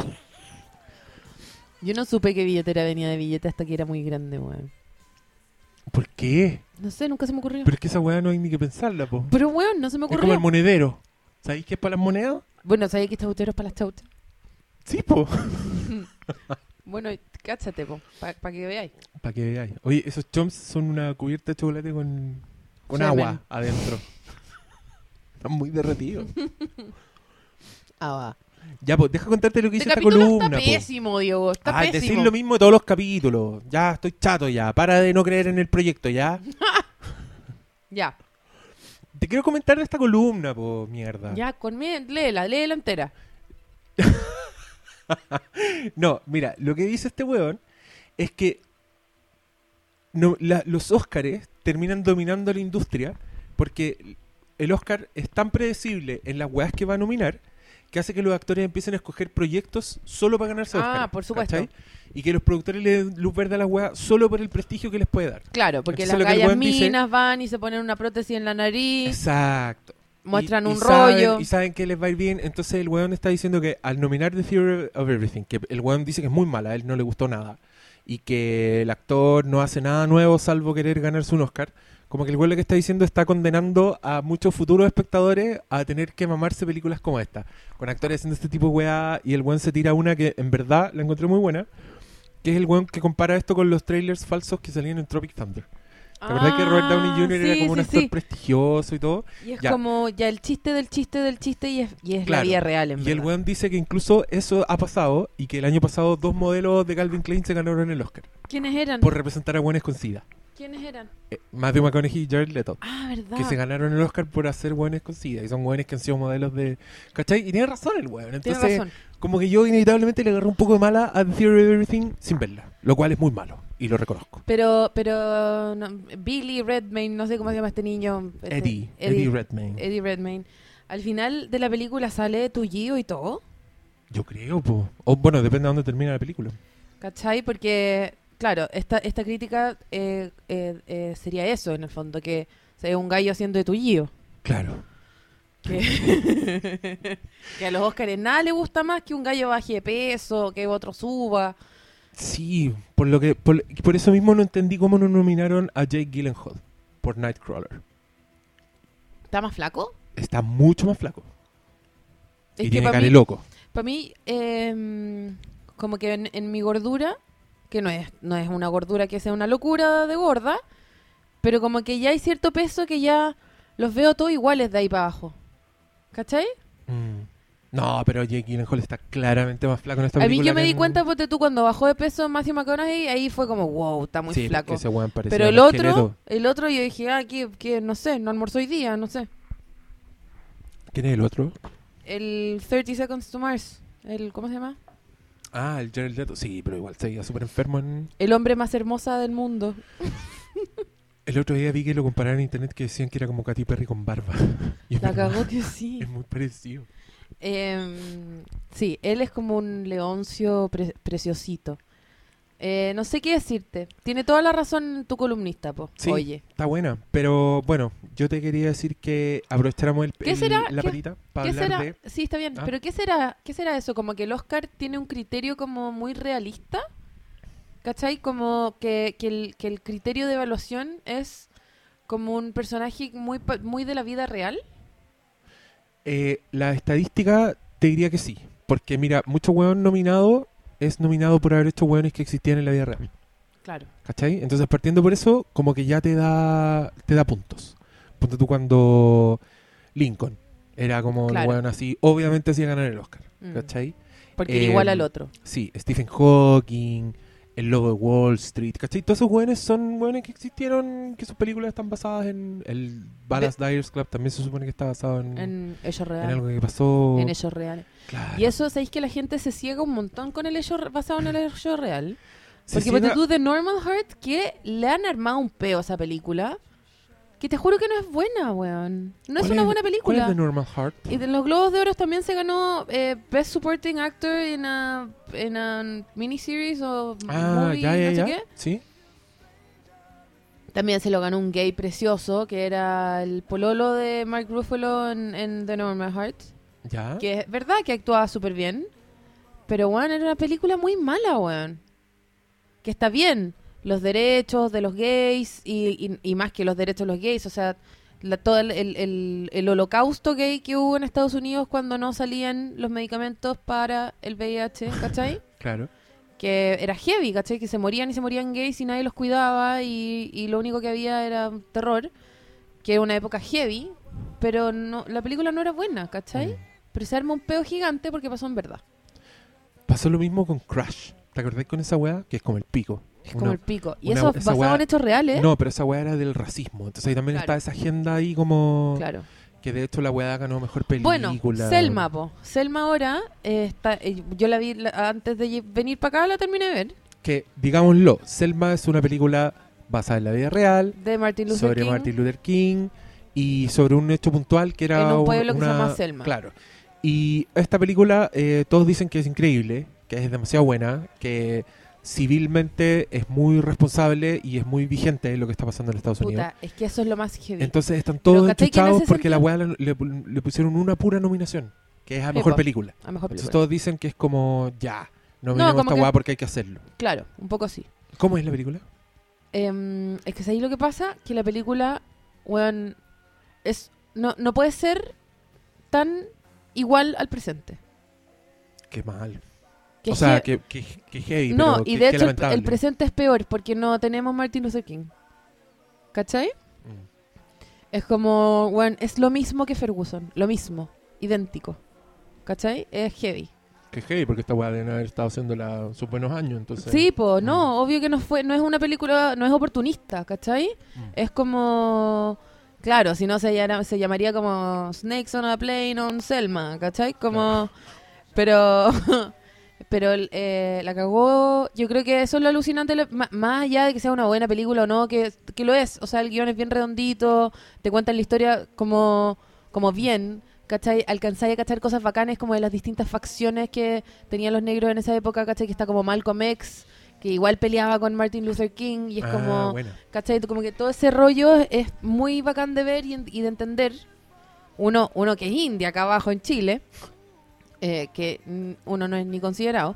S2: Yo no supe qué billetera venía de billetes hasta que era muy grande, weón.
S1: ¿Por qué?
S2: No sé, nunca se me ocurrió.
S1: Pero es que esa weá no hay ni que pensarla, po.
S2: Pero weón, no se me
S1: Es como
S2: ocurrió.
S1: el monedero. ¿Sabéis qué es para las monedas?
S2: Bueno, ¿sabéis que esta botero es para las chautas?
S1: Sí, po.
S2: Bueno, cáchate, po, para que veáis.
S1: Para que veáis. Oye, esos chomps son una cubierta de chocolate con
S2: Semen.
S1: agua adentro. Están muy derretidos.
S2: Ah, va.
S1: Ya, pues, deja contarte lo que
S2: Este
S1: hizo esta
S2: capítulo
S1: columna,
S2: está
S1: po.
S2: pésimo, Diego. Está
S1: Ay,
S2: pésimo.
S1: decir lo mismo de todos los capítulos. Ya, estoy chato ya. Para de no creer en el proyecto, ya.
S2: Ya,
S1: Te quiero comentar de esta columna, po, mierda.
S2: ya, léela entera.
S1: No, mira, lo que dice este weón es que los Óscares terminan dominando la industria porque el Óscar es tan predecible en las weas que va a nominar que hace que los actores empiecen a escoger proyectos solo para ganarse Óscar.
S2: Ah, por supuesto.
S1: ¿cachai? Y que los productores le den luz verde a las weas solo por el prestigio que les puede dar.
S2: Claro, porque
S1: Entonces,
S2: las
S1: lo que el
S2: gallas
S1: weón dice-
S2: minas van y se ponen una prótesis en la nariz,
S1: Exacto.
S2: muestran
S1: Y
S2: un
S1: saben-
S2: rollo.
S1: y saben que les va a ir bien. Entonces el weón está diciendo que al nominar The Theory of Everything, que el weón dice que es muy mala, a él no le gustó nada, y que el actor no hace nada nuevo salvo querer ganarse un Oscar, como que el weón lo que está diciendo está condenando a muchos futuros espectadores a tener que mamarse películas como esta, con actores haciendo este tipo de weá, y el weón se tira una que en verdad la encontré muy buena, que es el weón que compara esto con los trailers falsos que salían en Tropic Thunder. ¿Te acordás que Robert Downey Jr. era como un actor prestigioso y todo?
S2: Y es
S1: Ya.
S2: como ya el chiste del chiste del chiste y es la
S1: Claro.
S2: vida real, en
S1: Y el
S2: verdad.
S1: weón dice que incluso eso ha pasado y que el año pasado 2 modelos de Calvin Klein se ganaron el Oscar
S2: ¿Quiénes eran?
S1: por representar a weones con SIDA.
S2: ¿Quiénes eran?
S1: Matthew McConaughey y Jared Leto.
S2: Ah, ¿verdad?
S1: Que se ganaron el Oscar por hacer hueones con SIDA. Y son hueones que han sido modelos de... ¿Cachai? Y tiene razón el hueón.
S2: Tienes
S1: Entonces,
S2: razón.
S1: como que yo inevitablemente le agarré un poco de mala a The Theory of Everything sin verla. Lo cual es muy malo. Y lo reconozco.
S2: Pero no, Billy Redmayne, no sé cómo se llama este niño.
S1: Eddie Redmayne.
S2: Eddie Redmayne. Al final de la película sale tullido y todo.
S1: Yo creo, po. O bueno, depende de dónde termina la película.
S2: ¿Cachai? Porque, claro, esta crítica sería eso, en el fondo, que es un gallo haciendo de tullido.
S1: Claro.
S2: Que a los Óscares nada le gusta más que un gallo baje de peso, que otro suba.
S1: Sí, por eso mismo no entendí cómo no nominaron a Jake Gyllenhaal por Nightcrawler.
S2: ¿Está más flaco?
S1: Está mucho más flaco.
S2: Es
S1: Y
S2: que
S1: tiene
S2: para
S1: cara de
S2: mí,
S1: loco.
S2: para mí como que en mi gordura, que no es una gordura que sea una locura de gorda, pero como que ya hay cierto peso que ya los veo todos iguales de ahí para abajo. ¿Cachai?
S1: No, pero Jake Gyllenhaal está claramente más flaco en esta
S2: A
S1: película.
S2: mí yo me
S1: que
S2: di
S1: en-
S2: cuenta, porque tú cuando bajó de peso Matthew McConaughey, ahí fue como, wow, está muy
S1: Sí,
S2: flaco.
S1: porque ese weón parecía
S2: Pero
S1: un esqueleto.
S2: el otro yo dije, que no sé, no almorzó hoy día, no sé.
S1: ¿Quién es el otro?
S2: El 30 Seconds to Mars, ¿cómo se llama?
S1: Ah, el Jared Leto. Sí, pero igual seguía súper enfermo en...
S2: El hombre más hermosa del mundo.
S1: El otro día vi que lo compararon en internet que decían que era como Katy Perry con barba. Y es
S2: La
S1: verdad,
S2: cagó que sí.
S1: es muy parecido.
S2: Sí, él es como un leoncio preciosito. No sé qué decirte. Tiene toda la razón tu columnista, po.
S1: Sí.
S2: Oye.
S1: Está buena, pero bueno, yo te quería decir que aprovecháramos
S2: ¿Qué será?
S1: la
S2: ¿Qué-
S1: patita para
S2: ¿Qué
S1: hablar
S2: será?
S1: de...
S2: Sí, está bien.
S1: Ah.
S2: Pero ¿qué será eso? Como que el Oscar tiene un criterio como muy realista. ¿Cachai? Como que el criterio de evaluación es como un personaje muy de la vida real.
S1: La estadística te diría que sí, porque mira, mucho hueón nominado es nominado por haber hecho hueones que existían en la vida real.
S2: Claro.
S1: ¿Cachai? Entonces, partiendo por eso, como que ya te da puntos. Ponte tú cuando Lincoln era como
S2: Claro.
S1: un hueón así, obviamente hacía ganar el Oscar.
S2: Mm.
S1: ¿Cachai?
S2: Porque era igual
S1: Em,
S2: al otro.
S1: Sí, Stephen Hawking, el lobo de Wall Street, ¿cachai? Todos esos hueones son hueones que existieron, que sus películas están basadas en el Dallas Dyers Club, también se supone que está basado en
S2: En hechos
S1: algo
S2: reales.
S1: que pasó.
S2: En hechos reales.
S1: Claro.
S2: Y eso, ¿sabéis que la gente se ciega un montón con el hecho basado en el hecho real?
S1: Se
S2: Porque
S1: ciega-
S2: ponte tú de Normal Heart, que le han armado un peo a esa película, que te juro que no es buena, weón. No es
S1: ¿Cuál
S2: una
S1: es-
S2: buena
S1: ¿Cuál
S2: película.
S1: es The Normal Heart?
S2: Y de los Globos de Oro también se ganó Best Supporting Actor en a miniseries o movie, no sé qué.
S1: Sí.
S2: También se lo ganó un gay precioso, que era el pololo de Mark Ruffalo en The Normal Heart.
S1: Ya.
S2: Que es verdad que actuaba súper bien, pero, weón, era una película muy mala, weón. Que está bien, los derechos de los gays y más que los derechos de los gays, o sea, todo el holocausto gay que hubo en Estados Unidos cuando no salían los medicamentos para el VIH, ¿cachai?
S1: Claro.
S2: Que era heavy, ¿cachai? Que se morían y se morían gays y nadie los cuidaba y lo único que había era terror, que era una época heavy, pero no, la película no era buena, ¿cachai? Pero se arma un peo gigante porque pasó en verdad.
S1: Pasó lo mismo con Crash. ¿Te acordás con esa weá? Que es como el pico.
S2: Es como el pico. Y
S1: una-
S2: eso
S1: esa
S2: basado
S1: weá-
S2: en hechos reales.
S1: No, pero esa weá era del racismo. Entonces ahí también
S2: Claro.
S1: está esa agenda ahí como...
S2: Claro.
S1: Que de hecho la weá ganó mejor película.
S2: Bueno, Selma, po. Selma ahora está... yo la vi antes de venir para acá, la terminé de ver.
S1: Que, digámoslo, Selma es una película basada en la vida real,
S2: De Martin Luther
S1: sobre
S2: King.
S1: Martin Luther King y sobre un hecho puntual que era
S2: En un pueblo que se
S1: una-
S2: llama Selma.
S1: Claro. Y esta película todos dicen que es increíble, que es demasiado buena, que civilmente es muy responsable y es muy vigente lo que está pasando en Estados Unidos.
S2: Puta, es que eso es lo más heavy.
S1: Entonces están todos
S2: ¿cachai que en
S1: enchuchados
S2: ese
S1: porque la
S2: sentido-
S1: weá le pusieron una pura nominación, que es a
S2: Sí,
S1: mejor
S2: po.
S1: película.
S2: A mejor
S1: Entonces
S2: película.
S1: todos dicen que es como, ya, nominemos
S2: como
S1: esta
S2: que-
S1: weá porque hay que hacerlo.
S2: Claro, un poco así.
S1: ¿Cómo es la película?
S2: Es que ahí lo que pasa, que la película, weón, no puede ser tan igual al presente.
S1: Qué mal.
S2: Que
S1: O sea,
S2: que
S1: que heavy,
S2: no,
S1: pero
S2: y
S1: qué
S2: de hecho el
S1: lamentable.
S2: presente es peor porque no tenemos Martin Luther King. ¿Cachai?
S1: Mm.
S2: Es como, bueno, es lo mismo que Ferguson, lo mismo, idéntico. ¿Cachai? Es heavy.
S1: Que heavy, porque esta weá deben haber estado haciéndola sus buenos años, entonces...
S2: Sí, pues, no, obvio que no es una película, no es oportunista, ¿cachai? Es como... Claro, si no se llamaría como Snakes on a Plane on Selma, ¿cachai? Como... Pero... Pero la cagó. Yo creo que eso es lo alucinante, más allá de que sea una buena película o no, que lo es. O sea, el guión es bien redondito, te cuentan la historia como bien, ¿cachai? Alcanzáis a cachar cosas bacanes como de las distintas facciones que tenían los negros en esa época, ¿cachai? Que está como Malcolm X, que igual peleaba con Martin Luther King, y es como,
S1: bueno.
S2: ¿cachai? Como que todo ese rollo es muy bacán de ver y de entender. Uno que es india acá abajo en Chile, que uno no es ni considerado,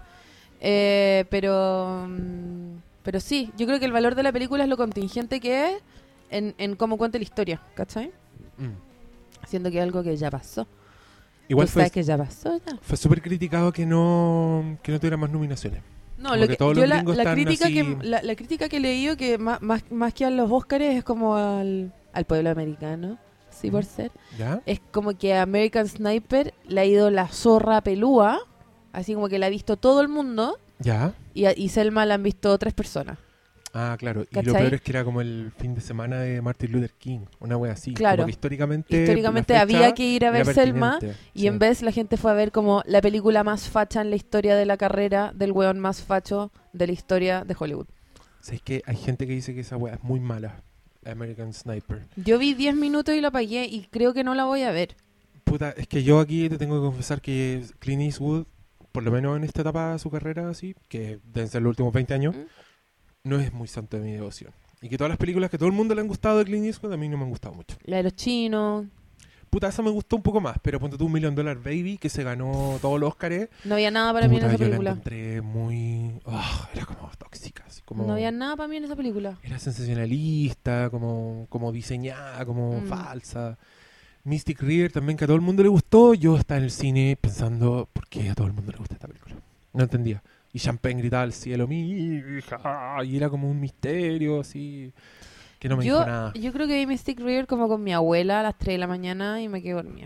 S2: pero sí, yo creo que el valor de la película es lo contingente que es en cómo cuenta la historia, ¿cachai? Siendo que es algo que ya pasó.
S1: Igual
S2: ¿Tú sabes que ya pasó ya?
S1: fue súper criticado que no tuviera más nominaciones.
S2: No,
S1: Como
S2: lo
S1: que
S2: que,
S1: todos
S2: yo
S1: los
S2: la
S1: gringos
S2: crítica
S1: están así...
S2: la crítica que he leído que más que a los Óscares es como al pueblo americano, sí, por ser.
S1: ¿Ya?
S2: Es como que a American Sniper le ha ido la zorra pelúa, así como que la ha visto todo el mundo,
S1: ¿Ya?
S2: y Selma la han visto 3 personas.
S1: Ah, claro. Y
S2: ¿Cachai?
S1: lo peor es que era como el fin de semana de Martin Luther King, una wea así.
S2: Claro.
S1: Como que históricamente
S2: Históricamente
S1: la fecha
S2: había que ir a ver
S1: era
S2: Selma,
S1: pertinente.
S2: y
S1: Sí.
S2: en vez la gente fue a ver como la película más facha en la historia de la carrera del weón más facho de la historia de Hollywood.
S1: ¿Sabes que hay gente que dice que esa wea es muy mala? American Sniper.
S2: Yo vi 10 minutos y la apagué y creo que no la voy a ver.
S1: Puta, es que yo aquí te tengo que confesar que Clint Eastwood, por lo menos en esta etapa de su carrera así, que deben ser los últimos 20 años, no es muy santo de mi devoción. Y que todas las películas que a todo el mundo le han gustado de Clint Eastwood a mí no me han gustado mucho.
S2: La de los chinos.
S1: Puta, esa me gustó un poco más, pero ponte tú $1 Million Baby, que se ganó todos los Óscares.
S2: No había nada para mí en esa
S1: Yo la
S2: película.
S1: encontré muy... era como tóxica, así como...
S2: No había nada para mí en esa película.
S1: Era sensacionalista, como diseñada, como
S2: Mm.
S1: falsa. Mystic River también, que a todo el mundo le gustó. Yo estaba en el cine pensando, ¿por qué a todo el mundo le gusta esta película? No entendía. Y Champagne gritaba al cielo, mi hija, y era como un misterio, así, que no me dijo nada.
S2: Yo creo que vi Mystic River como con mi abuela a las 3 de la mañana y me quedé dormida.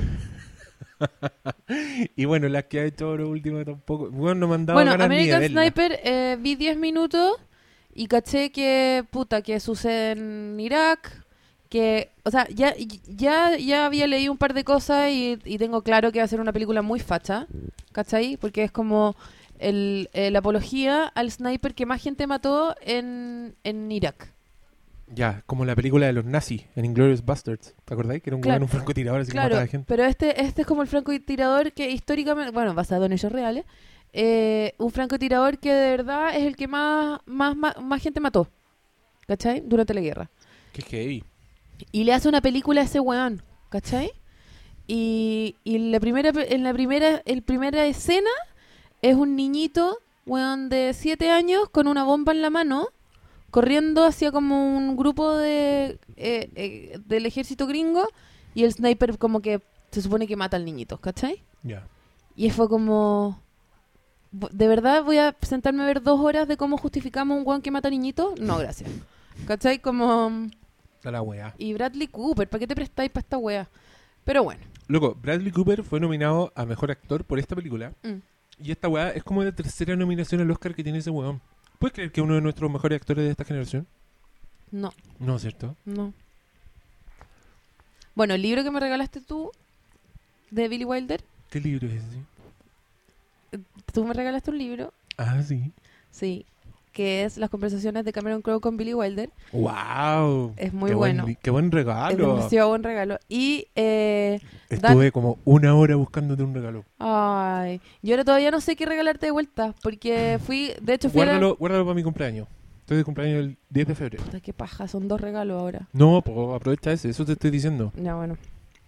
S1: Y bueno, las que ha hecho ahora último tampoco. Bueno, no me han dado
S2: Bueno,
S1: ganas ni de
S2: American
S1: verla.
S2: Sniper vi 10 minutos y caché que, que sucede en Irak, que, o sea, ya había leído un par de cosas y tengo claro que va a ser una película muy facha, ¿cachai? Porque es como la apología al sniper que más gente mató en Irak.
S1: Ya, como la película de los nazis, en Inglourious Basterds. ¿Te acordáis? Que era un
S2: Claro.
S1: weón, un francotirador así que
S2: Claro,
S1: mataba gente.
S2: pero este es como el francotirador que históricamente, bueno, basado en hechos reales, un francotirador que de verdad es el que más gente mató, ¿cachai? Durante la guerra.
S1: Qué heavy.
S2: Y le hace una película a ese weón, ¿cachai? Y en la primera escena es un niñito, weón, de 7 años con una bomba en la mano, corriendo hacia como un grupo del ejército gringo, y el sniper como que se supone que mata al niñito, ¿cachai?
S1: Ya.
S2: Y fue como... ¿De verdad voy a sentarme a ver 2 horas de cómo justificamos un weón que mata niñitos? No, gracias. ¿Cachai? Como...
S1: Da la wea.
S2: Y Bradley Cooper, ¿para qué te prestáis para esta wea? Pero bueno.
S1: Loco, Bradley Cooper fue nominado a Mejor Actor por esta película. Y esta weá es como la tercera nominación al Oscar que tiene ese weón. ¿Puedes creer que es uno de nuestros mejores actores de esta generación?
S2: No,
S1: No, ¿cierto?
S2: no. Bueno, el libro que me regalaste tú, de Billy Wilder,
S1: ¿Qué libro es ese?
S2: tú me regalaste un libro,
S1: Ah, sí.
S2: sí, que es Las conversaciones de Cameron Crowe con Billy Wilder.
S1: ¡Wow!
S2: Es muy
S1: Qué
S2: bueno.
S1: Qué buen
S2: Es
S1: regalo.
S2: demasiado buen regalo. Y,
S1: Estuve como 1 hora buscándote un regalo.
S2: ay, yo ahora todavía no sé qué regalarte de vuelta, porque de hecho fui
S1: Guárdalo para mi cumpleaños. Estoy de cumpleaños el 10 de febrero.
S2: Puta, qué paja, son 2 regalos ahora.
S1: No, pues aprovecha ese, eso te estoy diciendo.
S2: Ya, bueno.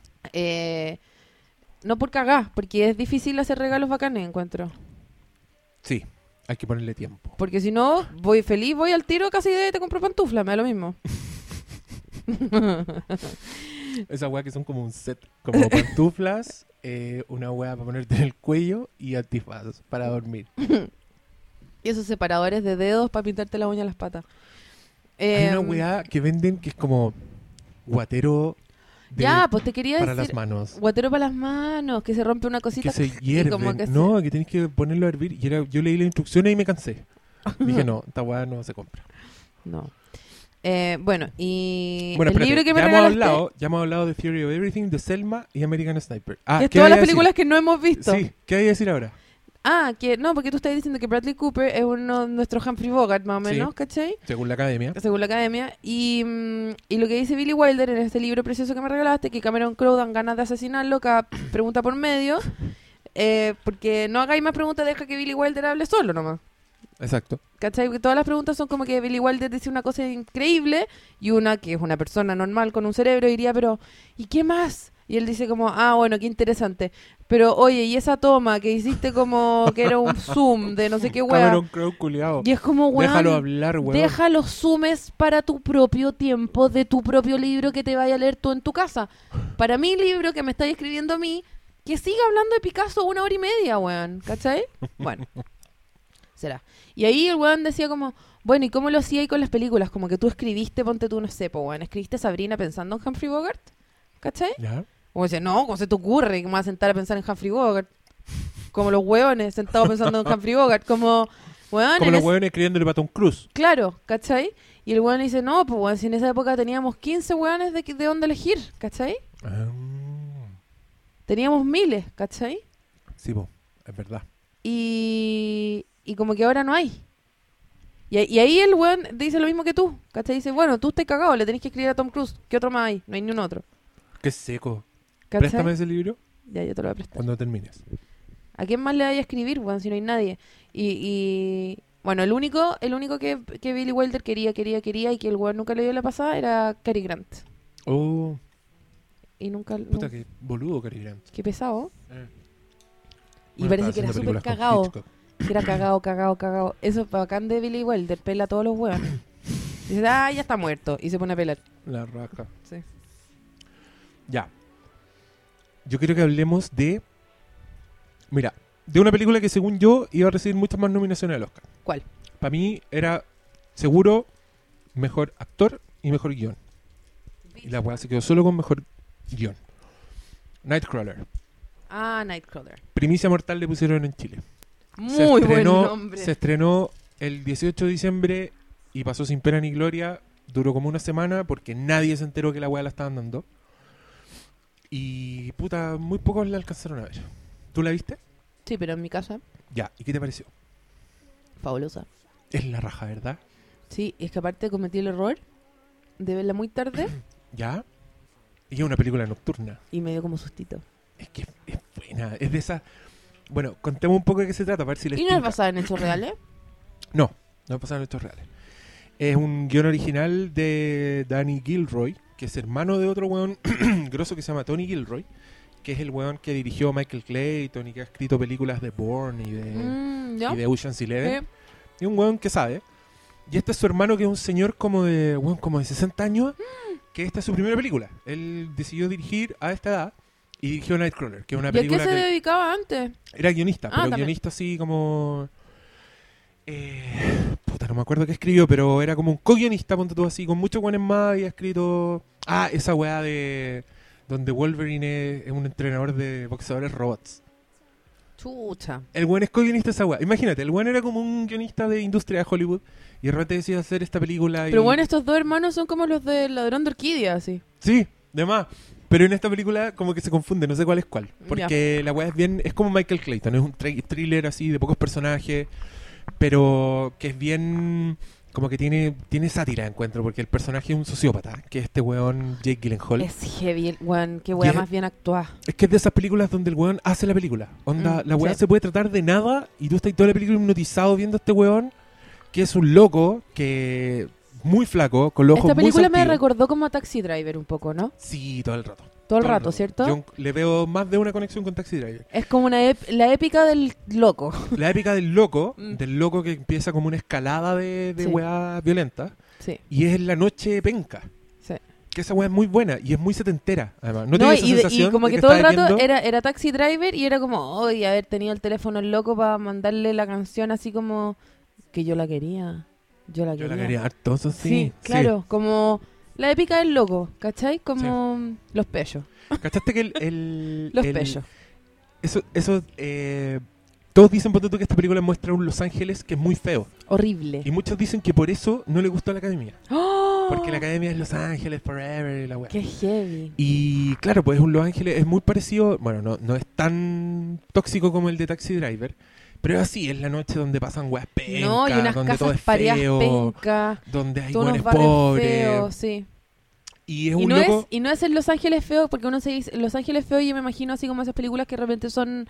S2: No por cagar, porque es difícil hacer regalos bacanes, encuentro.
S1: Sí, hay que ponerle tiempo.
S2: Porque si no, voy feliz, voy al tiro casi de te compro pantufla, me da lo mismo.
S1: Esas weas que son como un set, como pantuflas, una wea para ponerte en el cuello y antifaz para dormir.
S2: Y esos separadores de dedos para pintarte la uña en las patas.
S1: Hay una wea que venden que es como guatero
S2: Ya, pues te quería
S1: para
S2: decir...
S1: las manos.
S2: Guatero para las manos, que se rompe una cosita.
S1: Que se
S2: y
S1: hierven.
S2: como que
S1: No, que tenés que ponerlo a hervir. Y yo leí las instrucciones y me cansé. Dije, no, esta weá no se compra.
S2: No. Bueno, y
S1: Bueno,
S2: el
S1: espérate,
S2: libro que me
S1: ya
S2: regalaste...
S1: ya hemos hablado de Theory of Everything, de Selma y American Sniper.
S2: que es
S1: ¿qué
S2: todas
S1: vaya
S2: las
S1: a decir?
S2: películas que no hemos visto.
S1: Sí, ¿qué hay a decir ahora?
S2: Que no, porque tú estás diciendo que Bradley Cooper es uno de nuestros Humphrey Bogart, más o
S1: Sí.
S2: menos, ¿cachai?
S1: Según la academia.
S2: Según la academia. Y lo que dice Billy Wilder en este libro precioso que me regalaste, que Cameron Crowe dan ganas de asesinarlo cada pregunta por medio, porque no hagáis más preguntas, deja que Billy Wilder hable solo nomás.
S1: Exacto.
S2: ¿Cachai? Porque todas las preguntas son como que Billy Wilder dice una cosa increíble y una que es una persona normal con un cerebro diría, pero ¿y qué más? Y él dice como, bueno, qué interesante. Pero oye, y esa toma que hiciste como que era un zoom de no sé qué weá.
S1: Cameron Crowe, culiao.
S2: Y es como, weón,
S1: Déjalo hablar, weón.
S2: deja los zoomes para tu propio tiempo de tu propio libro que te vaya a leer tú en tu casa. Para mi libro que me estáis escribiendo a mí, que siga hablando de Picasso 1 hora y media, weón. ¿Cachai? Bueno. Será. Y ahí el weón decía como, bueno, ¿y cómo lo hacía ahí con las películas? Como que tú escribiste, ponte tú, no sé, weón, escribiste Sabrina pensando en Humphrey Bogart, ¿cachai?
S1: ¿Ya?
S2: O dice, no, ¿cómo se te ocurre que me vas a sentar a pensar en Humphrey Bogart? Como los hueones sentados pensando en Humphrey Bogart, como, weón,
S1: Como los hueones escribiéndole para Tom Cruise.
S2: Claro, ¿cachai? Y el weón dice, no, pues weón, si en esa época teníamos 15 weones de dónde elegir, ¿cachai? Teníamos miles, ¿cachai?
S1: Sí, po, es verdad.
S2: Y como que ahora no hay. Y ahí el weón dice lo mismo que tú, ¿cachai? Dice, bueno, tú estás cagado, le tenés que escribir a Tom Cruise. ¿Qué otro más hay? No hay ni un otro.
S1: Qué seco.
S2: ¿Cachai?
S1: Préstame ese libro
S2: Ya, yo te lo voy a prestar.
S1: cuando termines.
S2: ¿A quién más le vaya a escribir, weón, si no hay nadie? Y bueno, el único que Billy Wilder quería y que el weón nunca le dio la pasada era Cary Grant.
S1: Oh,
S2: Y nunca...
S1: puta,
S2: no,
S1: qué boludo, Cary Grant.
S2: qué pesado. Y
S1: Bueno,
S2: parece
S1: estaba
S2: que era
S1: haciendo
S2: súper
S1: películas con
S2: cagado.
S1: Hitchcock.
S2: Que era cagado. Eso es bacán de Billy Wilder, pela a todos los hueones. Dice, ya está muerto. Y se pone a pelar.
S1: La raja.
S2: Sí.
S1: Ya. Yo quiero que hablemos de... Mira, de una película que según yo iba a recibir muchas más nominaciones al Oscar.
S2: ¿Cuál?
S1: Para mí era seguro mejor actor y mejor guión. Y la weá se quedó solo con mejor guión. Nightcrawler.
S2: Nightcrawler.
S1: Primicia Mortal le pusieron en Chile.
S2: Muy buen nombre.
S1: Se estrenó el 18 de diciembre y pasó sin pena ni gloria. Duró como una semana porque nadie se enteró que la weá la estaban dando. Y puta, muy pocos la alcanzaron a ver. ¿Tú la viste?
S2: Sí, pero en mi casa,
S1: Ya, ¿y qué te pareció?
S2: fabulosa.
S1: Es la raja, ¿verdad?
S2: Sí, es que aparte cometí el error de verla muy tarde
S1: ¿Ya? Y es una película nocturna.
S2: y me dio como sustito.
S1: Es que es buena. Es de esa... Bueno, contemos un poco de qué se trata, para ver si les
S2: ¿Y no es
S1: tinca.
S2: basada en hechos reales?
S1: No es basado en hechos reales. Es un guión original de Danny Gilroy, que es hermano de otro weón grosso que se llama Tony Gilroy, que es el weón que dirigió Michael Clayton y que ha escrito películas de Bourne
S2: ¿Ya?
S1: y de Ocean's Eleven.
S2: Sí.
S1: Y un weón que sabe. Y este es su hermano, que es un señor como de 60 años, que esta es su primera película. Él decidió dirigir a esta edad y dirigió Nightcrawler, que es una
S2: ¿Y a
S1: película
S2: qué se
S1: que
S2: dedicaba antes?
S1: era guionista, pero
S2: también.
S1: guionista así como... puta, no me acuerdo qué escribió, pero era como un co-guionista, ponte tú así, con muchos buenos más, y ha escrito... esa weá de... donde Wolverine es un entrenador de boxeadores robots.
S2: Chucha.
S1: El buen es co-guionista de esa weá. Imagínate, el buen era como un guionista de industria de Hollywood, y de repente decidió hacer esta película y...
S2: Pero bueno, estos dos hermanos son como los del Ladrón de Orquídea, así.
S1: Sí, de más. Pero en esta película como que se confunde, no sé cuál es cuál. Porque la weá es bien... Es como Michael Clayton, es un thriller así de pocos personajes, pero que es bien... Como que tiene sátira, encuentro, porque el personaje es un sociópata, que es este weón Jake Gyllenhaal.
S2: Es heavy, weón, qué weá
S1: Y es-
S2: más bien actuada.
S1: Es que es de esas películas donde el weón hace la película. Onda, la weá
S2: sí.
S1: se puede tratar de nada y tú estás toda la película hipnotizado viendo a este weón, que es un loco, que muy flaco, con los ojos
S2: Esta
S1: muy
S2: película me
S1: sortidos.
S2: recordó como a Taxi Driver un poco, ¿no?
S1: Sí, todo el rato.
S2: Todo el rato, ¿cierto?
S1: Yo le veo más de una conexión con Taxi Driver.
S2: Es como la épica del loco.
S1: La épica del loco que empieza como una escalada de
S2: Sí.
S1: weá violenta,
S2: Sí,
S1: y es en la noche penca.
S2: sí.
S1: Que esa weá es muy buena y es muy setentera, además. No,
S2: No,
S1: tiene esa
S2: y
S1: sensación
S2: como
S1: de
S2: que todo el
S1: estás
S2: rato
S1: viendo-
S2: era Taxi Driver y era como, hoy haber tenido el teléfono el loco para mandarle la canción así como que yo la quería. Yo la
S1: Yo
S2: quería.
S1: la quería harto, eso sí.
S2: Sí, claro, como La épica del loco, ¿cachai? Como los pechos.
S1: ¿Cachaste que
S2: Los pechos.
S1: Eso, todos dicen, ponte tú, que esta película muestra un Los Ángeles que es muy feo.
S2: Horrible.
S1: Y muchos dicen que por eso no le gustó a la Academia.
S2: ¡Oh!
S1: Porque la Academia es Los Ángeles Forever y la weá.
S2: ¡Qué heavy!
S1: Y claro, pues un Los Ángeles es muy parecido, bueno, no es tan tóxico como el de Taxi Driver, pero es así, es la noche donde pasan weas pencas,
S2: No, y unas
S1: donde todo
S2: casas
S1: es
S2: pareadas
S1: feo,
S2: pencas,
S1: donde hay
S2: todos
S1: buenos
S2: unos barrios
S1: pobres.
S2: feos, sí.
S1: Y es
S2: Y
S1: un
S2: no,
S1: loco...
S2: y no es en Los Ángeles feo, porque uno se dice Los Ángeles feo, y yo me imagino así como esas películas que de repente son...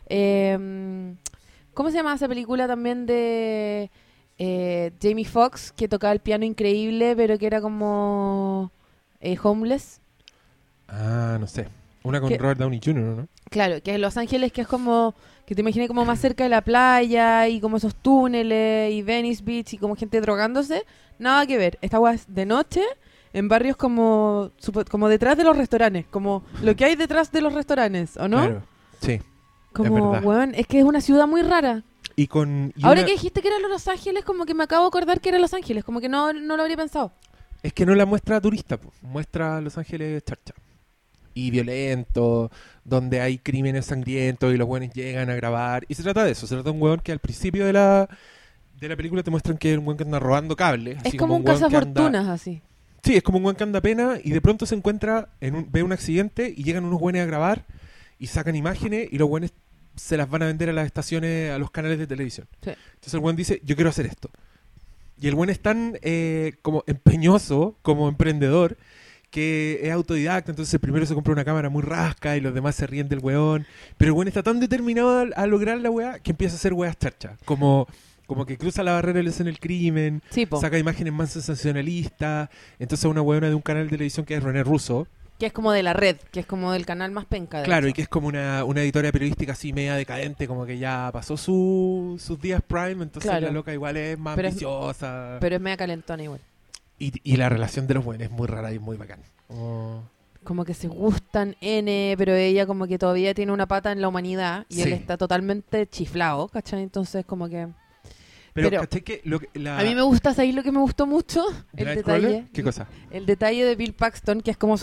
S2: ¿cómo se llama esa película también de Jamie Foxx, que tocaba el piano increíble, pero que era como homeless?
S1: Ah, no sé. Una con
S2: ¿Qué?
S1: Robert Downey Jr., ¿no?
S2: Claro, que es Los Ángeles, que es como... Que te imaginé como más cerca de la playa, y como esos túneles, y Venice Beach, y como gente drogándose. Nada que ver. Esta weá es de noche, en barrios como detrás de los restaurantes. Como lo que hay detrás de los restaurantes, ¿o no?
S1: Claro, sí.
S2: Como,
S1: verdad.
S2: weón, es que es una ciudad muy rara.
S1: Y
S2: Ahora
S1: una-
S2: que dijiste que era Los Ángeles, como que me acabo de acordar que era Los Ángeles. Como que no lo habría pensado.
S1: Es que no la muestra turista, po. Muestra Los Ángeles charcha. Y violento, donde hay crímenes sangrientos y los buenos llegan a grabar. Y se trata de eso, se trata de un weón que al principio de la película te muestran que es un weón que anda robando cables.
S2: Es
S1: así
S2: como un
S1: weón que anda-
S2: cazafortunas, así.
S1: Sí, es como un weón que anda pena y de pronto se encuentra, ve un accidente y llegan unos weones a grabar y sacan imágenes y los weones se las van a vender a las estaciones, a los canales de televisión.
S2: Sí.
S1: Entonces el weón dice, yo quiero hacer esto. Y el weón es tan como empeñoso, como emprendedor, que es autodidacta. Entonces primero se compra una cámara muy rasca y los demás se ríen del weón. Pero el weón está tan determinado a lograr la weá que empieza a hacer weas charcha. Como que cruza la barrera de la escena del crimen,
S2: Sí, po.
S1: saca imágenes más sensacionalistas. Entonces una weona de un canal de televisión que es René Russo,
S2: Que es como de la red, que es como del canal más penca. de
S1: claro,
S2: hecho.
S1: y que es como una editora periodística así media decadente, como que ya pasó sus días prime, entonces
S2: Claro.
S1: la loca igual es más
S2: Pero es-
S1: ambiciosa.
S2: Pero es media calentona igual.
S1: Y la relación de los buenos es muy rara y muy bacán.
S2: Como que se gustan pero ella como que todavía tiene una pata en la humanidad y
S1: Sí.
S2: él está totalmente chiflado, ¿cachai? Entonces como que...
S1: Pero,
S2: Pero
S1: ¿cachai que
S2: A mí me gusta, ¿sabéis lo que me gustó mucho? El
S1: Nightcrawler?
S2: detalle.
S1: ¿Qué cosa?
S2: El detalle de Bill Paxton, que es como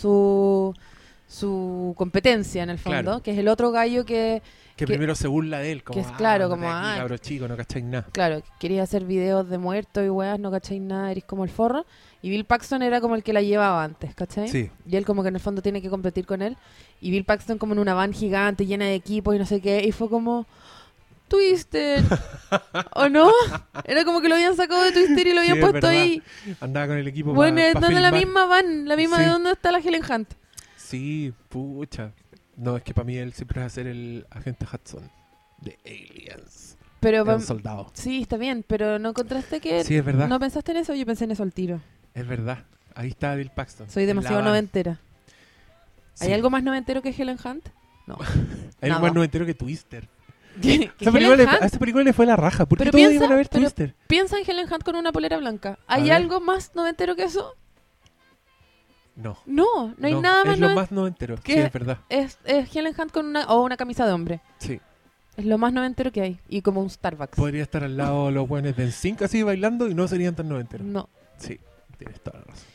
S2: su competencia en el fondo,
S1: Claro.
S2: que es el otro gallo que
S1: Primero se burla de él, como,
S2: que es claro,
S1: ándate
S2: como,
S1: aquí, cabro chico, no cacháis nada.
S2: claro, quería hacer videos de muertos y weas, no cacháis nada, eres como el forro. Y Bill Paxton era como el que la llevaba antes, ¿cachai?
S1: Sí.
S2: Y él como que en el fondo tiene que competir con él. Y Bill Paxton como en una van gigante llena de equipos y no sé qué. Y fue como... Twister. ¿O no? Era como que lo habían sacado de Twister y lo
S1: Sí,
S2: habían
S1: es
S2: puesto
S1: verdad.
S2: ahí.
S1: Andaba con el equipo
S2: Bueno,
S1: pa
S2: dando la
S1: filmar.
S2: misma van, la misma
S1: Sí.
S2: de donde está la Helen Hunt.
S1: Sí, pucha. No, es que para mí él siempre va a ser el agente Hudson de Aliens.
S2: Pero
S1: Es un soldado.
S2: sí, está bien, pero ¿no encontraste que
S1: Sí, es verdad.
S2: no pensaste en eso? Yo pensé en eso al tiro.
S1: Es verdad. Ahí está Bill Paxton.
S2: Soy
S1: en la
S2: demasiado
S1: van.
S2: noventera. ¿Hay
S1: Sí.
S2: algo más noventero que Helen Hunt? No.
S1: Hay
S2: nada.
S1: algo más noventero que Twister.
S2: Que
S1: Esa
S2: Helen
S1: película
S2: Hunt-
S1: a esta película le fue la raja. ¿Por qué
S2: Pero
S1: todos
S2: piensa-
S1: iban a ver
S2: pero-
S1: Twister?
S2: Piensa en Helen Hunt con una polera blanca.
S1: A
S2: ¿Hay
S1: ver.
S2: algo más noventero que eso?
S1: No.
S2: No hay nada más
S1: Es lo
S2: noventero.
S1: más noventero.
S2: ¿Qué?
S1: Sí, es verdad.
S2: Es Helen Hunt con una camisa de hombre.
S1: Sí.
S2: Es lo más noventero que hay. Y como un Starbucks.
S1: Podría estar al lado de los buenos de NSYNC así bailando y no serían tan noventeros.
S2: No.
S1: Sí, tienes toda la razón.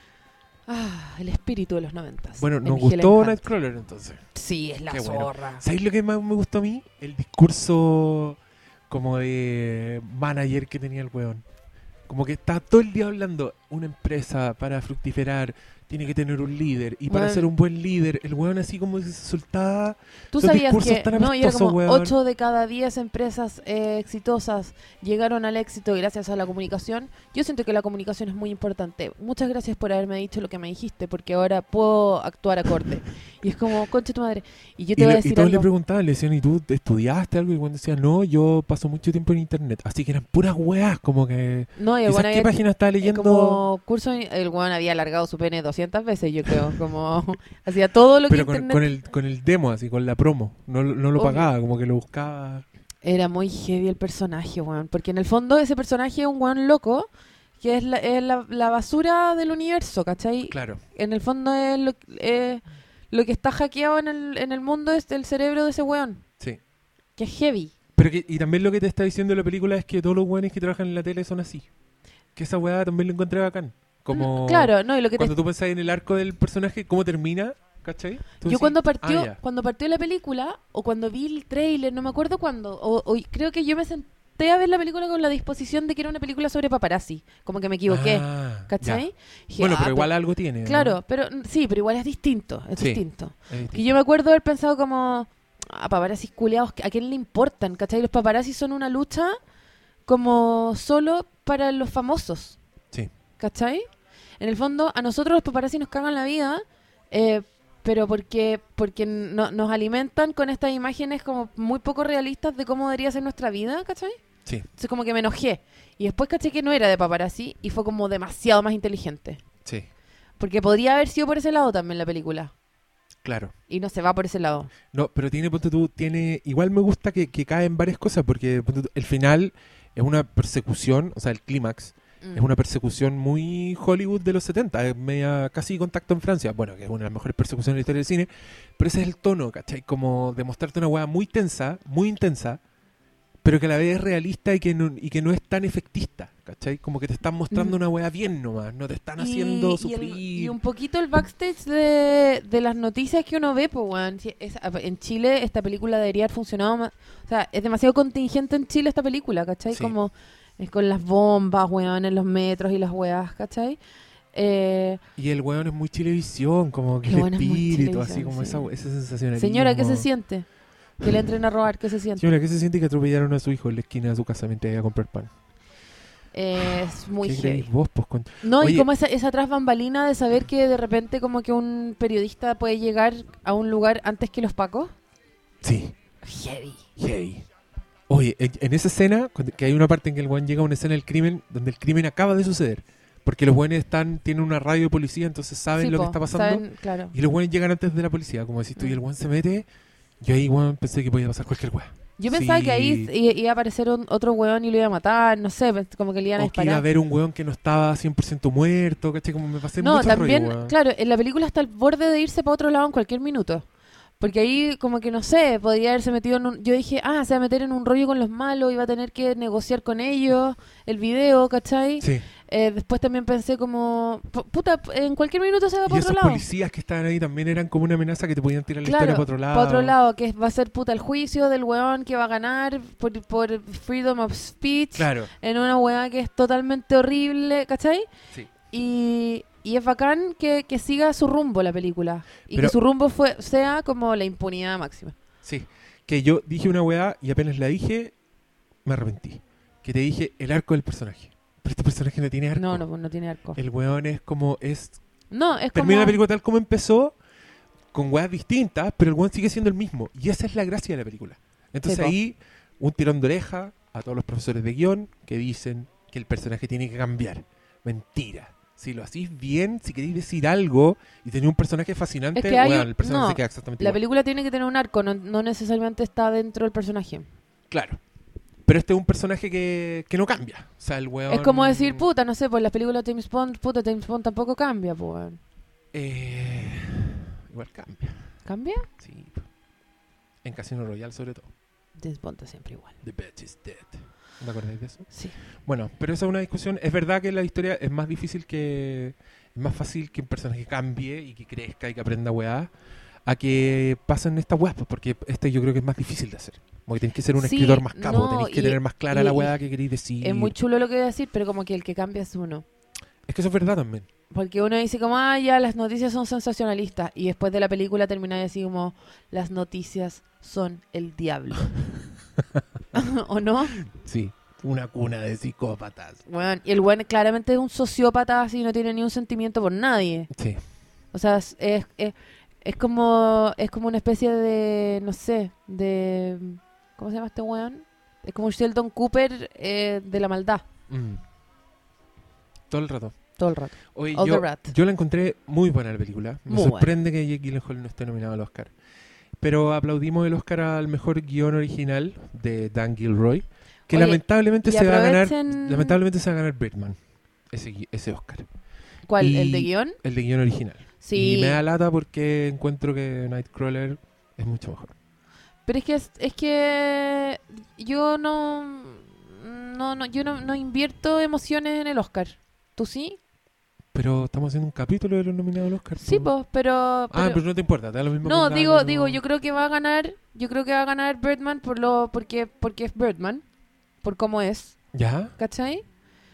S2: El espíritu de los 90.
S1: Bueno,
S2: en
S1: nos
S2: Helen
S1: gustó
S2: Hunt.
S1: Nightcrawler entonces.
S2: Sí, es la
S1: Qué bueno.
S2: zorra.
S1: ¿Sabéis lo que más me gustó a mí? El discurso como de manager que tenía el weón. Como que está todo el día hablando, una empresa para fructiferar tiene que tener un líder. Y para
S2: Bueno.
S1: ser un buen líder, el weón así como que se soltaba.
S2: Tú
S1: Esos
S2: sabías
S1: discursos
S2: que
S1: tan
S2: no, y era
S1: amistosos,
S2: como
S1: weón.
S2: 8 de cada 10 empresas exitosas llegaron al éxito gracias a la comunicación. Yo siento que la comunicación es muy importante. Muchas gracias por haberme dicho lo que me dijiste, porque ahora puedo actuar acorde. Y es como, concha tu madre. Y yo te voy a
S1: Y
S2: decir
S1: todos le
S2: algo.
S1: preguntaban, le decían, ¿y tú estudiaste algo? Y cuando decía, no, yo paso mucho tiempo en internet. Así que eran puras weas, como que...
S2: No, y el
S1: Quizás
S2: weón
S1: qué
S2: había
S1: página estaba leyendo.
S2: como curso, el weón había alargado su pene 200 veces, yo creo. Como hacía todo lo que
S1: Pero
S2: internet...
S1: con el demo, así, con la promo. No lo
S2: Obvio.
S1: pagaba, como que lo buscaba.
S2: Era muy heavy el personaje, weón. Porque en el fondo ese personaje es un weón loco que es la basura del universo, ¿cachai?
S1: Claro.
S2: En el fondo es lo que está hackeado en el mundo es el cerebro de ese weón.
S1: Sí.
S2: Que es heavy.
S1: Pero y también lo que te está diciendo la película es que todos los weones que trabajan en la tele son así. Que esa weá también lo encontré bacán. Como
S2: Claro, no, y lo que
S1: cuando tú pensás en el arco del personaje, cómo termina, ¿cachai? Tú
S2: yo
S1: decís,
S2: cuando
S1: ya.
S2: partió la película, o cuando vi el tráiler, no me acuerdo cuándo, o creo que yo me senté a ver la película con la disposición de que era una película sobre paparazzi, como que me equivoqué,
S1: Ah,
S2: ¿cachai?
S1: ya.
S2: Dije,
S1: Bueno, pero
S2: pero-
S1: igual algo tiene, ¿no?
S2: Claro, pero sí, pero igual es distinto,
S1: Sí.
S2: distinto.
S1: Es distinto.
S2: Que yo me acuerdo haber pensado como, paparazzis culiados, ¿a quién le importan? ¿Cachai? Los paparazzis son una lucha como solo para los famosos,
S1: Sí.
S2: ¿cachai? En el fondo, a nosotros los paparazzis nos cagan la vida, pero porque nos alimentan con estas imágenes como muy poco realistas de cómo debería ser nuestra vida, ¿cachai?
S1: Sí.
S2: Entonces como que me enojé. Y después caché que no era de paparazzi y fue como demasiado más inteligente.
S1: Sí.
S2: Porque podría haber sido por ese lado también la película.
S1: Claro.
S2: Y no se va por ese lado.
S1: No, pero ponte tú, igual me gusta que cae en varias cosas, porque ponte tú, el final es una persecución, o sea, el clímax es una persecución muy Hollywood de los 70, es media casi Contacto en Francia, bueno, que es una de las mejores persecuciones de la historia del cine, pero ese es el tono, ¿cachai? Como de mostrarte una weá muy tensa, muy intensa, pero que a la vez es realista y que no es tan efectista, ¿cachai? Como que te están mostrando una weá bien nomás, no te están haciendo sufrir.
S2: Y un poquito el backstage de las noticias que uno ve, pues, weón. En Chile esta película debería haber funcionado más. O sea, es demasiado contingente en Chile esta película, ¿cachai?
S1: Sí.
S2: Como con las bombas, weón, en los metros y las weas, ¿cachai?
S1: Y el weón es muy Chilevisión, como que
S2: El
S1: el
S2: weón es muy
S1: espíritu, así
S2: Chilevisión,
S1: como
S2: sí.
S1: esa sensación.
S2: Señora, ¿qué se siente? Que le entren a robar, ¿qué se siente?
S1: Señora, ¿qué se siente que atropellaron a su hijo en la esquina de su casa mientras iba a comprar pan?
S2: Es muy
S1: ¿Qué
S2: heavy.
S1: creéis vos, pues?
S2: No,
S1: Oye,
S2: y como esa tras bambalina de saber que de repente como que un periodista puede llegar a un lugar antes que los pacos.
S1: Sí,
S2: Heavy.
S1: hey. Oye, en esa escena, que hay una parte en que el weón llega a una escena del crimen, donde el crimen acaba de suceder. Porque los weones tienen una radio de policía, entonces saben
S2: Sí,
S1: lo que
S2: po,
S1: está pasando.
S2: saben, claro.
S1: Y los weones llegan antes de la policía, como decís tú, y el weón se mete. Yo ahí, weón, pensé que podía pasar cualquier weón.
S2: Yo pensaba
S1: Sí.
S2: que ahí iba a aparecer otro weón y lo iba a matar, no sé, como que le iban a
S1: O que iba a
S2: disparar.
S1: haber un weón que no estaba 100% muerto, ¿cachai? Como me pasé
S2: No,
S1: mucho
S2: también,
S1: rollo, weón.
S2: claro, en la película está al borde de irse para otro lado en cualquier minuto. Porque ahí, como que no sé, podría haberse metido en un. Yo dije, se va a meter en un rollo con los malos, iba a tener que negociar con ellos el video, ¿cachai?
S1: Sí.
S2: Después también pensé como, puta, en cualquier minuto se va
S1: Y
S2: para
S1: esos
S2: otro lado.
S1: policías que estaban ahí también eran como una amenaza que te podían tirar la
S2: Claro,
S1: historia para otro lado.
S2: para otro lado, que va a ser puta el juicio del weón que va a ganar por freedom of speech.
S1: Claro.
S2: En una weá que es totalmente horrible, ¿cachai?
S1: Sí.
S2: Y es bacán que siga su rumbo la película. Y
S1: Pero-
S2: que su rumbo sea como la impunidad máxima.
S1: Sí. Que yo dije una weá y apenas la dije, me arrepentí. Que te dije el arco del personaje. Pero este personaje no tiene arco.
S2: No tiene arco.
S1: El weón es como...
S2: No, es
S1: Termina
S2: como...
S1: la película tal como empezó, con weas distintas, pero el weón sigue siendo el mismo. Y esa es la gracia de la película. Entonces
S2: Sí, po.
S1: ahí, un tirón de oreja a todos los profesores de guión que dicen que el personaje tiene que cambiar. Mentira. Si lo hacís bien, si queréis decir algo y tenéis un personaje fascinante,
S2: Es que hay
S1: weón,
S2: un-
S1: el personaje
S2: no,
S1: se queda exactamente
S2: La
S1: igual.
S2: película tiene que tener un arco, no necesariamente está dentro del personaje.
S1: Claro. Pero este es un personaje que no cambia. O sea, el weón...
S2: Es como decir, puta, no sé, pues las películas de James Bond, puta, James Bond tampoco cambia, pues. Weón.
S1: Igual cambia.
S2: ¿Cambia?
S1: Sí. En Casino Royale sobre todo.
S2: James Bond es siempre igual.
S1: The bitch is dead. ¿No te acordáis de eso?
S2: Sí.
S1: Bueno, pero esa es una discusión. Es verdad que la historia es más difícil que... Es más fácil que un personaje cambie y que crezca y que aprenda weá a que pasen estas weas, pues, porque yo creo que es más difícil de hacer. Como que tenés que ser un
S2: Sí,
S1: escritor más capo,
S2: no,
S1: tenés que
S2: y-
S1: tener más clara
S2: y-
S1: la weá que queréis decir.
S2: Es muy chulo lo que voy a decir, pero como que el que cambia es uno.
S1: Es que eso es verdad también.
S2: Porque uno dice como, ya, las noticias son sensacionalistas. Y después de la película termina así como, las noticias son el diablo. ¿O no?
S1: Sí, una cuna de psicópatas.
S2: Bueno, y el buen claramente es un sociópata así, no tiene ni un sentimiento por nadie.
S1: Sí,
S2: O sea, es como una especie de, no sé, de... ¿Cómo se llama este weón? Es como un Sheldon Cooper de la maldad,
S1: mm. Todo el rato.
S2: todo el rato.
S1: Oye,
S2: All the rat.
S1: yo la encontré muy buena la película. Me
S2: Muy
S1: sorprende que Jake Gyllenhaal no esté nominado al Oscar. Pero aplaudimos el Oscar al mejor guión original de Dan Gilroy, que
S2: Oye,
S1: lamentablemente
S2: y
S1: se va a ganar.
S2: aprovechen-
S1: Lamentablemente se va a ganar Birdman, ese Oscar,
S2: ¿Cuál?
S1: Y-
S2: ¿El de guión?
S1: el de guión original.
S2: Sí.
S1: Y me da lata porque encuentro que Nightcrawler es mucho mejor.
S2: Pero es que yo yo no invierto emociones en el Oscar. ¿Tú sí?
S1: Pero estamos haciendo un capítulo de los nominados al Oscar.
S2: Sí,
S1: po.
S2: pues, pero...
S1: Pero no te importa, te da lo mismo.
S2: No,
S1: que
S2: digo,
S1: nada,
S2: digo, yo creo que va a ganar Birdman porque es Birdman, por cómo es,
S1: ¿Ya?
S2: ¿cachai?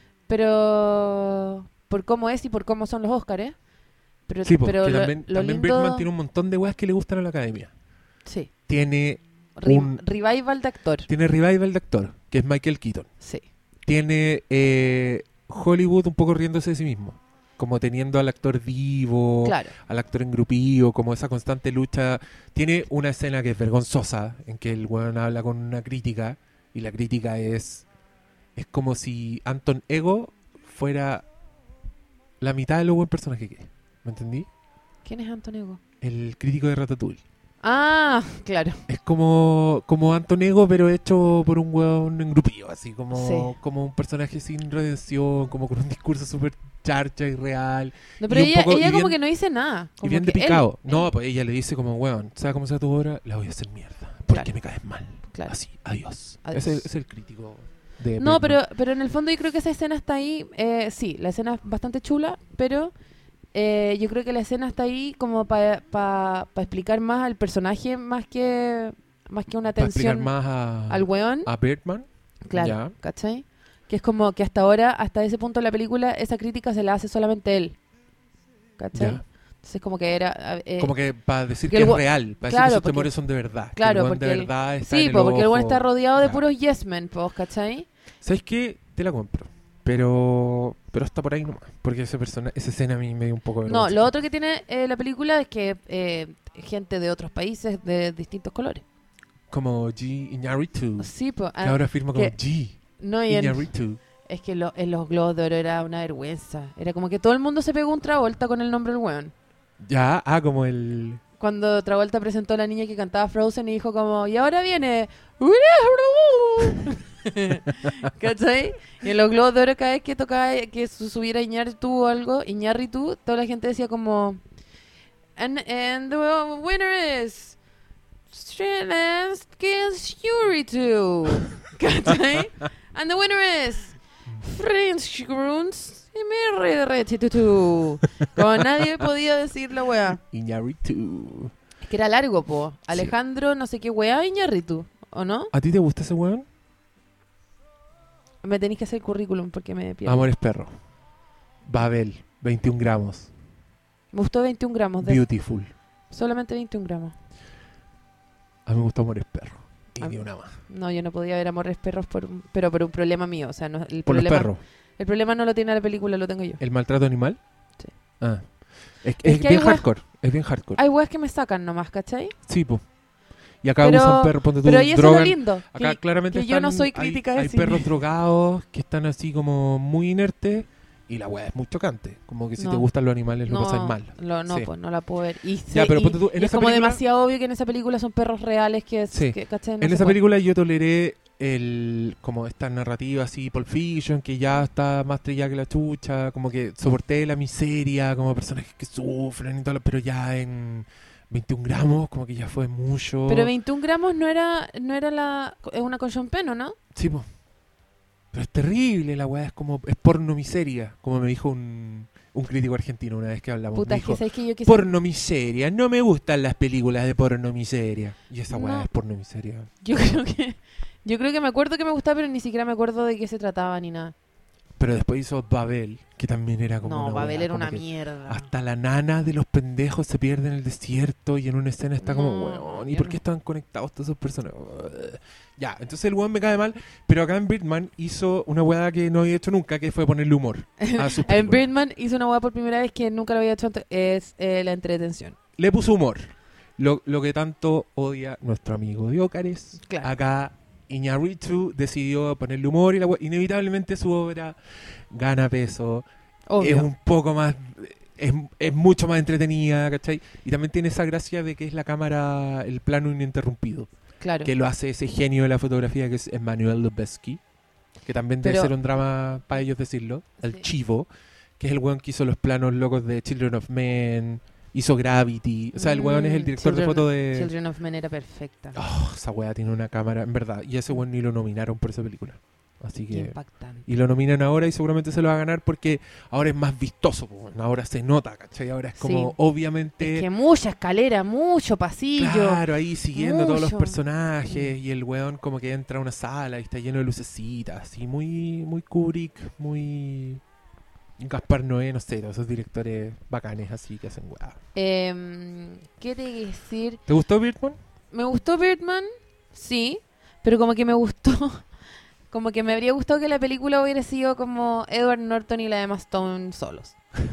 S2: Pero por cómo es y por cómo son los Óscares. Pero,
S1: Sí,
S2: pero
S1: porque
S2: lo
S1: también
S2: lindo...
S1: Birdman tiene un montón de weas que le gustan a la academia.
S2: Sí.
S1: Tiene
S2: Revival de actor.
S1: Tiene revival de actor, que es Michael Keaton.
S2: Sí.
S1: Tiene Hollywood un poco riéndose de sí mismo. Como teniendo al actor vivo,
S2: Claro.
S1: al actor engrupido, como esa constante lucha. Tiene una escena que es vergonzosa, en que el weón habla con una crítica, y la crítica es como si Anton Ego fuera la mitad de lo buen personaje que es. ¿Me entendí?
S2: ¿Quién es Antonego?
S1: El crítico de Ratatouille.
S2: Ah, claro.
S1: Es como Anton Ego, pero hecho por un weón engrupido, así como,
S2: Sí.
S1: como un personaje sin redención, como con un discurso súper charcha y real.
S2: No, pero
S1: Y un
S2: ella,
S1: poco- y
S2: ella como
S1: bien-
S2: que no dice nada.
S1: Y
S2: Como
S1: bien
S2: que
S1: de picado.
S2: él-
S1: No, pues ella le dice como, weón, sea como sea tu obra, la voy a hacer mierda. Porque
S2: Claro.
S1: me caes mal.
S2: Claro.
S1: Así, adiós.
S2: Adiós.
S1: Ese es el crítico de
S2: No,
S1: Birdman.
S2: pero en el fondo yo creo que esa escena está ahí. Sí, la escena es bastante chula, pero yo creo que la escena está ahí como para explicar más al personaje más que una
S1: Para explicar
S2: atención
S1: más
S2: al weón.
S1: a Birdman.
S2: Claro,
S1: Ya.
S2: ¿cachai? Que es como que hasta ahora, hasta ese punto de la película, esa crítica se la hace solamente él. ¿Cachai?
S1: Ya.
S2: Entonces como que era...
S1: Como que para decir
S2: que
S1: que
S2: el
S1: es
S2: weón-
S1: real, para decir
S2: claro,
S1: que sus
S2: porque-
S1: temores son de verdad.
S2: claro,
S1: que el weón
S2: porque
S1: de
S2: el-
S1: verdad está
S2: Sí,
S1: en el
S2: porque el weón
S1: ojo.
S2: está rodeado de
S1: Ya.
S2: puros yes men, pues, ¿cachai?
S1: ¿Sabes qué? Te la compro. Pero está por ahí nomás. Porque esa escena a mí me dio un poco de
S2: No,
S1: vergüenza.
S2: lo otro que tiene la película es que gente de otros países de distintos colores.
S1: Como G. Iñárritu.
S2: Sí, pues.
S1: Que ahora firma como
S2: que-
S1: G.
S2: No, y
S1: Iñárritu.
S2: es que en los Globos de Oro era una vergüenza. Era como que todo el mundo se pegó un Travolta con el nombre del weón.
S1: Ya, como el...
S2: Cuando Travolta presentó a la niña que cantaba Frozen y dijo como, y ahora viene... ¿Cachai? Y en los Globos de Oro cada vez que tocaba, que subiera Iñárritu o algo, Iñárritu, toda la gente decía como... And the winner is... Iñárritu. ¿Cachai? And the winner is... French Gruns Iñárritu. Como nadie podía decir la wea.
S1: Iñárritu.
S2: Es que era largo, po. Alejandro, no sé qué wea, Iñárritu, ¿o no?
S1: ¿A ti te gusta ese weón?
S2: Me tenéis que hacer el currículum porque me pierdo.
S1: Amores perro. Babel. 21 gramos.
S2: Me gustó 21 gramos.
S1: Beautiful.
S2: Solamente 21 gramos.
S1: A mí me gustó Amores perro. Y
S2: A
S1: ni
S2: mí-
S1: una más.
S2: No, yo no podía ver Amores Perros pero por un problema mío. O sea, no,
S1: Por los perros.
S2: El problema no lo tiene la película, lo tengo yo.
S1: ¿El maltrato animal?
S2: Sí.
S1: Ah. Es
S2: que
S1: bien
S2: hay
S1: hardcore. Es bien hardcore.
S2: Hay weas que me sacan nomás, ¿cachai?
S1: Sí, po. Y acá
S2: Pero-
S1: usan perros, ponte tú,
S2: Pero ahí eso es
S1: drogan.
S2: lo lindo.
S1: Acá
S2: que-
S1: claramente
S2: que yo no soy
S1: hay-
S2: crítica de
S1: hay
S2: cine.
S1: perros drogados que están así como muy inertes y la weá es muy chocante. Como que si
S2: No.
S1: te gustan los animales lo pasáis mal.
S2: No,
S1: Sí.
S2: pues no la puedo ver. Y,
S1: Ya, pero ponte tú, en
S2: y es
S1: esa
S2: como
S1: película-
S2: demasiado obvio que en esa película son perros reales
S1: Sí.
S2: ¿cachai? No
S1: En
S2: se
S1: esa
S2: puede.
S1: película yo toleré como esta narrativa así, Pulp Fiction, que ya está más trillada que la chucha, como que soporté la miseria, como personajes que sufren y todo, pero ya en 21 gramos como que ya fue mucho.
S2: Pero 21 gramos no era es una con Sean Penn, ¿o no?
S1: Sí, po. Pero es terrible la weá, es porno miseria, como me dijo un crítico argentino una vez que hablamos.
S2: Puta,
S1: Me
S2: es que
S1: dijo,
S2: sabes que yo quise...
S1: porno miseria, no me gustan las películas de porno miseria. Y esa weá
S2: No.
S1: es porno miseria.
S2: Yo creo que me acuerdo que me gustaba, pero ni siquiera me acuerdo de qué se trataba ni nada.
S1: Pero después hizo Babel, que también era como
S2: No,
S1: una
S2: Babel
S1: weá,
S2: era
S1: como
S2: una
S1: que
S2: mierda.
S1: hasta la nana de los pendejos se pierde en el desierto y en una escena está como,
S2: No,
S1: weón, ¿y
S2: yo
S1: por
S2: no.
S1: qué están conectados todas esas personas? Ya, entonces el weón me cae mal, pero acá en Birdman hizo una weá que no había hecho nunca, que fue ponerle humor a sus
S2: En
S1: películas.
S2: Birdman hizo una hueá por primera vez que nunca lo había hecho antes, es la entretención.
S1: Le puso humor. Lo que tanto odia nuestro amigo Diócares.
S2: Claro.
S1: Acá Iñárritu decidió ponerle humor y inevitablemente su obra gana peso.
S2: Obvio.
S1: Es un poco más... Es mucho más entretenida, ¿cachai? Y también tiene esa gracia de que es la cámara, el plano ininterrumpido.
S2: Claro.
S1: Que lo hace ese genio de la fotografía que es Emmanuel Lubezki. Que también debe
S2: Pero-
S1: ser un drama para ellos decirlo. El
S2: Sí.
S1: Chivo. Que es el weón que hizo los planos locos de Children of Men. Hizo Gravity. O sea, el weón es el director de foto de...
S2: Children of Men era perfecta.
S1: Oh, esa weá tiene una cámara, en verdad. Y ese weón ni lo nominaron por esa película. Así
S2: Qué
S1: que...
S2: impactante.
S1: Y lo nominan ahora y seguramente se lo va a ganar porque ahora es más vistoso, po, bueno, ahora se nota, ¿cachai? Ahora es como,
S2: Sí.
S1: obviamente...
S2: Es que mucha escalera, mucho pasillo.
S1: Claro, ahí siguiendo todos los
S2: mucho.
S1: personajes y el weón como que entra a una sala y está lleno de lucecitas, así muy, muy Kubrick, muy Gaspar Noé, no sé, todos esos directores bacanes así que hacen weá.
S2: ¿Qué te iba a decir?
S1: ¿Te gustó Birdman?
S2: Me gustó Birdman, sí, pero como que me gustó, como que me habría gustado que la película hubiera sido como Edward Norton y la Emma Stone solos.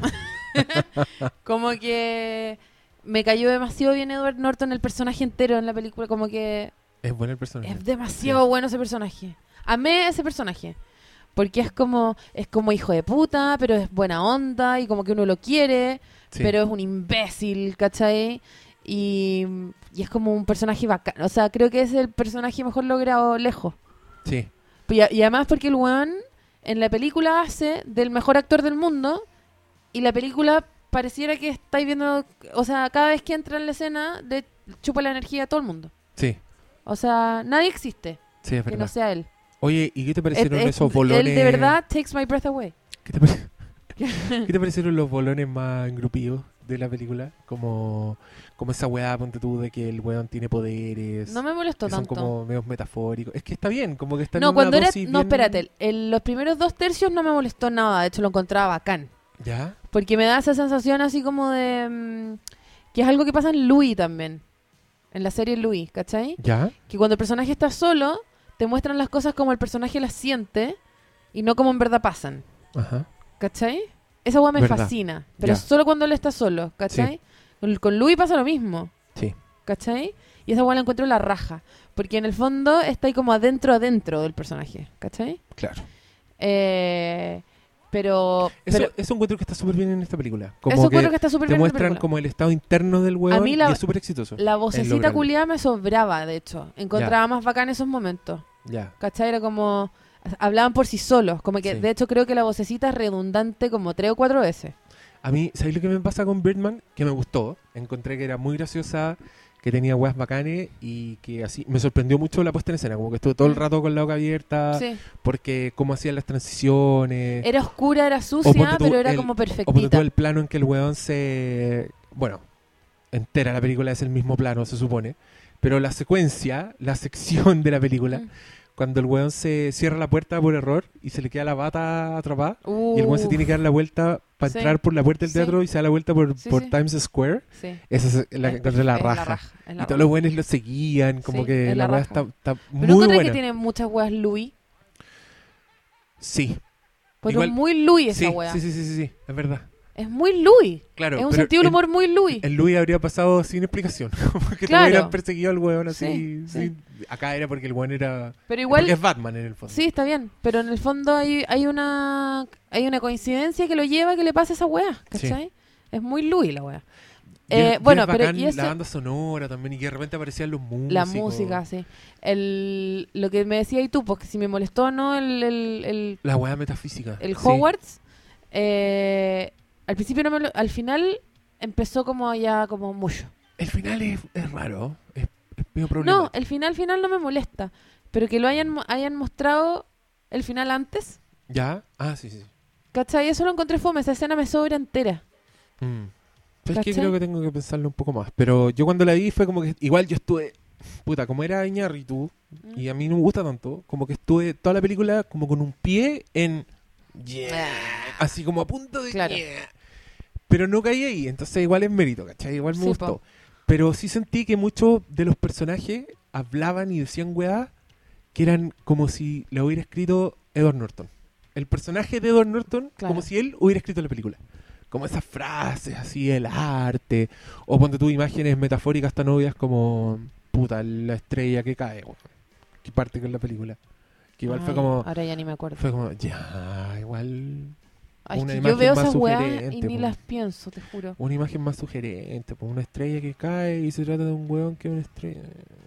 S2: Como que me cayó demasiado bien Edward Norton, el personaje entero en la película, como que
S1: Es bueno el personaje.
S2: es demasiado bueno ese personaje. Amé ese personaje. Porque es como hijo de puta, pero es buena onda y como que uno lo quiere,
S1: Sí.
S2: pero es un imbécil, ¿cachai? Y es como un personaje bacán. O sea, creo que es el personaje mejor logrado lejos.
S1: Sí,
S2: Y además porque el weón en la película hace del mejor actor del mundo y la película pareciera que estáis viendo... O sea, cada vez que entra en la escena, chupa la energía a todo el mundo.
S1: sí,
S2: O sea, nadie existe
S1: sí, es
S2: que
S1: verdad.
S2: no sea él.
S1: Oye, ¿y qué te parecieron esos
S2: Él
S1: bolones?
S2: de verdad takes my breath away.
S1: ¿Qué te, ¿Qué te parecieron los bolones más engrupidos de la película? Como esa weá, ponte tú, de que el weón tiene poderes.
S2: No me molestó
S1: que son
S2: tanto.
S1: como medios metafóricos. Es que está bien, como que está en
S2: No,
S1: una
S2: cuando era...
S1: dosis
S2: No,
S1: bien-
S2: espérate. Los primeros 2/3 no me molestó nada. De hecho, lo encontraba bacán.
S1: ¿Ya?
S2: Porque me da esa sensación así como de... que es algo que pasa en Louis también. En la serie Louis, ¿cachai?
S1: ¿Ya?
S2: Que cuando el personaje está solo, te muestran las cosas como el personaje las siente y no como en verdad pasan.
S1: Ajá.
S2: ¿Cachai? Esa hueá me
S1: Verdad.
S2: fascina. Pero
S1: Ya.
S2: solo cuando él está solo, ¿cachai? Con Louis pasa lo mismo.
S1: Sí.
S2: ¿Cachai? Y esa hueá la encuentro la raja. Porque en el fondo está ahí como adentro del personaje. ¿Cachai?
S1: Claro.
S2: Pero
S1: Eso encuentro que está súper bien en esta película. Como
S2: eso
S1: que
S2: creo que está súper
S1: te
S2: bien en la
S1: muestran
S2: película.
S1: como el estado interno del hueón
S2: A mí la-
S1: y es súper exitoso.
S2: La
S1: en
S2: vocecita
S1: lograrlo.
S2: culiada me sobraba, de hecho. Encontraba más bacán esos momentos.
S1: Ya.
S2: ¿Cachai? Era como... Hablaban por sí solos. Como que,
S1: Sí.
S2: de hecho, creo que la vocecita es redundante como 3 o 4 veces.
S1: A mí, ¿sabes lo que me pasa con Birdman? Que me gustó. Encontré que era muy graciosa, que tenía weas bacanes y que así... Me sorprendió mucho la puesta en escena. Como que estuve todo el rato con la boca abierta
S2: Sí.
S1: porque cómo hacían las transiciones.
S2: Era oscura, era
S1: O
S2: sucia,
S1: ponte tú
S2: pero era
S1: el-
S2: como
S1: O ponte
S2: perfectita.
S1: todo el plano en que el weón se... Bueno, entera la película es el mismo plano, se supone. Pero la secuencia, la sección de la película,
S2: Mm.
S1: cuando el weón se cierra la puerta por error y se le queda la bata atrapada, y el weón se tiene que dar la vuelta para
S2: Sí.
S1: entrar por la puerta del
S2: Sí.
S1: teatro y se da la vuelta por
S2: Sí, sí.
S1: Times Square,
S2: Sí.
S1: esa es la que encontré la raja.
S2: es
S1: Y
S2: la
S1: todos los
S2: raja.
S1: buenos lo seguían, como
S2: Sí,
S1: que
S2: es
S1: la
S2: la
S1: weá
S2: raja.
S1: está
S2: Pero
S1: muy
S2: encontré
S1: buena.
S2: que tiene muchas weas Louis.
S1: Sí.
S2: Pero
S1: Igual-
S2: muy Louis esa
S1: Sí,
S2: wea.
S1: sí, es verdad.
S2: Es muy Louis.
S1: Claro,
S2: Es un
S1: pero
S2: sentido del humor muy Louis.
S1: El Louis habría pasado sin explicación. Como que
S2: Claro.
S1: te hubieran perseguido al weón así.
S2: Sí, sí.
S1: sin- Acá era porque el weón era...
S2: Pero
S1: Porque
S2: igual...
S1: es Batman en el fondo.
S2: Sí, está bien. Pero en el fondo hay una coincidencia que lo lleva a que le pase esa wea. ¿Cachai? Es muy Louis la wea.
S1: Y
S2: Bueno,
S1: es
S2: pero
S1: bacán
S2: y eso,
S1: la banda sonora también y que de repente aparecían los músicos.
S2: la música, sí. Lo que me decías tú, pues que si me molestó o no el
S1: La weá metafísica. Sí.
S2: Hogwarts, al principio no me lo- al final empezó como ya como mucho.
S1: El final es raro. Es medio
S2: No,
S1: problemático.
S2: el final no me molesta, pero que lo hayan mostrado el final antes,
S1: ¿Ya? Ah, sí.
S2: ¿cachai? Eso lo encontré fome, esa escena me sobra entera.
S1: Es que
S2: ¿Cachai?
S1: creo que tengo que pensarlo un poco más. Pero yo cuando la vi fue como que... Igual yo estuve... Puta, como era Iñárritu, y a mí no me gusta tanto, como que estuve toda la película como con un pie en... Yeah. Así como a punto de...
S2: Claro.
S1: Yeah. Pero no caí ahí, entonces igual es mérito, ¿cachai? Igual me
S2: Sí,
S1: gustó.
S2: po.
S1: Pero sí sentí que muchos de los personajes hablaban y decían weá que eran como si la hubiera escrito Edward Norton. El personaje de Edward Norton,
S2: Claro.
S1: como si él hubiera escrito la película. Como esas frases así, el arte. O ponte tú imágenes metafóricas tan obvias como, puta, la estrella que cae, weón, que parte con la película. Que igual fue
S2: Ay,
S1: como,
S2: ahora ya ni me acuerdo.
S1: ya, igual...
S2: Ay, es
S1: una
S2: que
S1: imagen
S2: yo veo
S1: más
S2: esas weas
S1: sugerente,
S2: y ni
S1: po.
S2: las pienso, te juro.
S1: Una imagen más sugerente, pues una estrella que cae y se trata de un weón que es una estrella.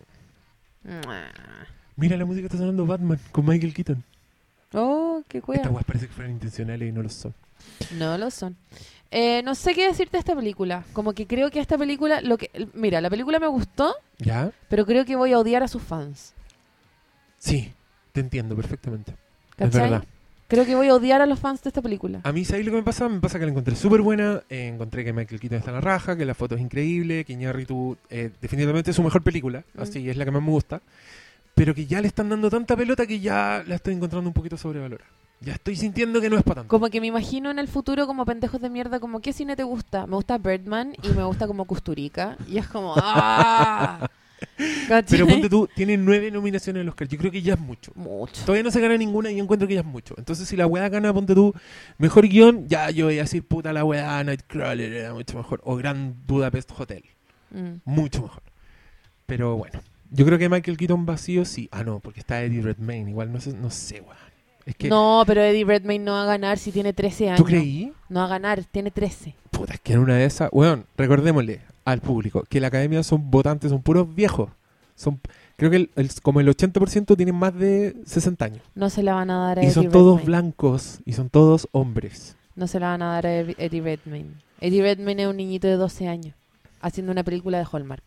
S1: Mira la música que está sonando Batman con Michael Keaton.
S2: Oh, qué
S1: Estas
S2: wea.
S1: weas parece que fueran intencionales y no lo son.
S2: No lo son. No sé qué decirte de esta película. Como que creo que esta película, mira, la película me gustó,
S1: ¿Ya?
S2: pero creo que voy a odiar a sus fans.
S1: Sí, te entiendo perfectamente.
S2: ¿Cachai?
S1: verdad.
S2: Creo que voy a odiar a los fans de esta película.
S1: A mí, ¿sabes lo que me pasa? Me pasa que la encontré súper buena. Encontré que Michael Keaton está en la raja, que la foto es increíble, que Iñárritu definitivamente es su mejor película, así es la que más me gusta. Pero que ya le están dando tanta pelota que ya la estoy encontrando un poquito sobrevalorada. Ya estoy sintiendo que no es para tanto.
S2: Como que me imagino en el futuro como pendejos de mierda, como ¿qué cine te gusta? Me gusta Birdman y me gusta como Kusturica. Y es como ¡ah! ¿Cachai?
S1: Pero ponte tú, tiene 9 nominaciones al Oscar. Yo creo que ya es mucho.
S2: Mucho.
S1: Todavía no se gana ninguna y yo encuentro que ya es mucho. Entonces, si la weá gana, ponte tú, mejor guión, ya yo voy a decir, puta la weá, Nightcrawler era mucho mejor. O Grand Budapest Hotel. Mucho mejor. Pero bueno, yo creo que Michael Keaton vacío sí. Ah, no, porque está Eddie Redmayne. Igual no sé, weá. Es que,
S2: No, pero Eddie Redmayne no va a ganar si tiene 13 años.
S1: ¿tú creí?
S2: No va a ganar, tiene 13.
S1: Puta, es que en una de esas, weón, recordémosle al público que la academia son votantes, son puros viejos. Creo que como el 80% tienen más de 60 años.
S2: No se la van a dar a
S1: Y
S2: Eddie
S1: son
S2: Redmayne.
S1: todos blancos y son todos hombres.
S2: No se la van a dar a Eddie Redmayne. Eddie Redmayne es un niñito de 12 años haciendo una película de Hallmark.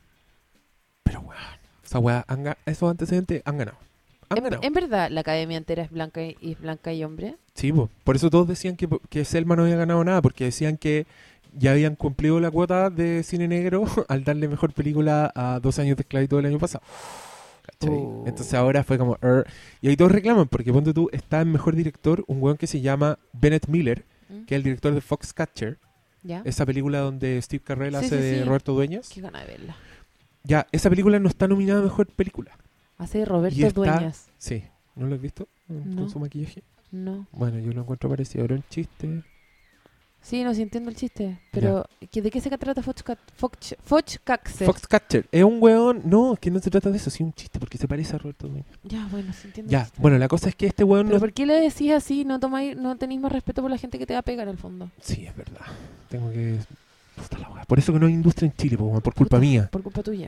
S1: Pero weón, esa weá, esos antecedentes han ganado. Han ganado.
S2: ¿En verdad la academia entera es blanca y hombre?
S1: Sí, po. Por eso todos decían que Selma no había ganado nada, porque decían que ya habían cumplido la cuota de cine negro al darle mejor película a 2 años de esclavitud del año pasado. ¿Cachai? Entonces ahora fue como... Y ahí todos reclaman, porque ponte tú, está en mejor director un weón que se llama Bennett Miller, que es el director de Foxcatcher,
S2: ¿Ya?
S1: esa película donde Steve Carell
S2: Sí,
S1: hace
S2: sí,
S1: de
S2: sí.
S1: Roberto Dueñas.
S2: Qué gana de verla.
S1: Ya, esa película no está nominada a mejor película.
S2: Hace de Roberto
S1: Y está-
S2: Dueñas.
S1: Sí, ¿no lo has visto?
S2: No.
S1: Con su maquillaje.
S2: No.
S1: Bueno, yo lo encuentro parecido, era un chiste.
S2: Sí, no, sí entiendo el chiste. Pero, ¿de qué se trata Foxcatcher?
S1: Foxcatcher es un weón. No, que no se trata de eso, sí, un chiste, porque se parece a Roberto Dueñas.
S2: Ya, bueno, sí entiendo el
S1: Ya,
S2: chiste.
S1: bueno, la cosa es que este weón
S2: Pero
S1: no...
S2: ¿por qué le decís así? No tenéis más respeto por la gente que te va a pegar en el fondo.
S1: Sí, es verdad. Tengo que... Puta la weá. Por eso que no hay industria en Chile, po, weón, por culpa
S2: Puta,
S1: mía.
S2: Por culpa tuya.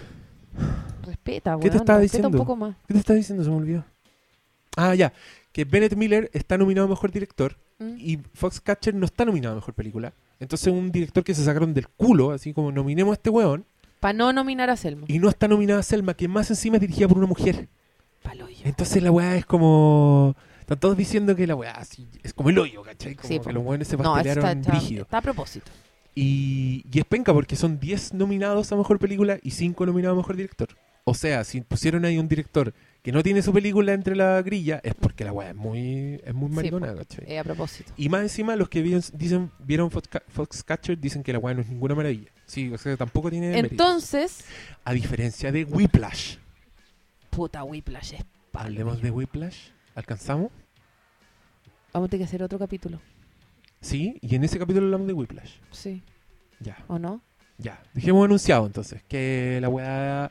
S2: Respeta, weón.
S1: ¿Qué te estaba
S2: respeta
S1: diciendo?
S2: un poco más.
S1: ¿Qué te estaba diciendo? Se me olvidó. Ah, ya. Que Bennett Miller está nominado a Mejor Director y Foxcatcher no está nominado a Mejor Película. Entonces un director que se sacaron del culo, así como nominemos a este weón,
S2: Para no nominar a Selma.
S1: y no está nominada a Selma, que más encima es dirigida por una mujer.
S2: Paloyo.
S1: Entonces la weá es como... Están todos diciendo que la weá así, es como el hoyo, ¿cachai? Como
S2: Sí,
S1: que
S2: po.
S1: los weones se
S2: No,
S1: pastelearon brígido.
S2: está a propósito.
S1: Y es penca porque son 10 nominados a Mejor Película y 5 nominados a Mejor Director. O sea, si pusieron ahí un director que no tiene su película entre la grilla, es porque la weá es muy maricona,
S2: po.
S1: ¿cachai?
S2: A propósito.
S1: Y más encima, los que vieron Foxcatcher dicen que la weá no es ninguna maravilla. Sí, o sea, tampoco tiene méritos.
S2: Entonces,
S1: A diferencia de Whiplash.
S2: puta, Whiplash es palo.
S1: Hablemos de Whiplash. ¿Alcanzamos?
S2: Vamos a tener que hacer otro capítulo.
S1: Sí, y en ese capítulo hablamos de Whiplash.
S2: Sí.
S1: Ya,
S2: ¿O no?
S1: ya. Dejemos anunciado entonces que la weá...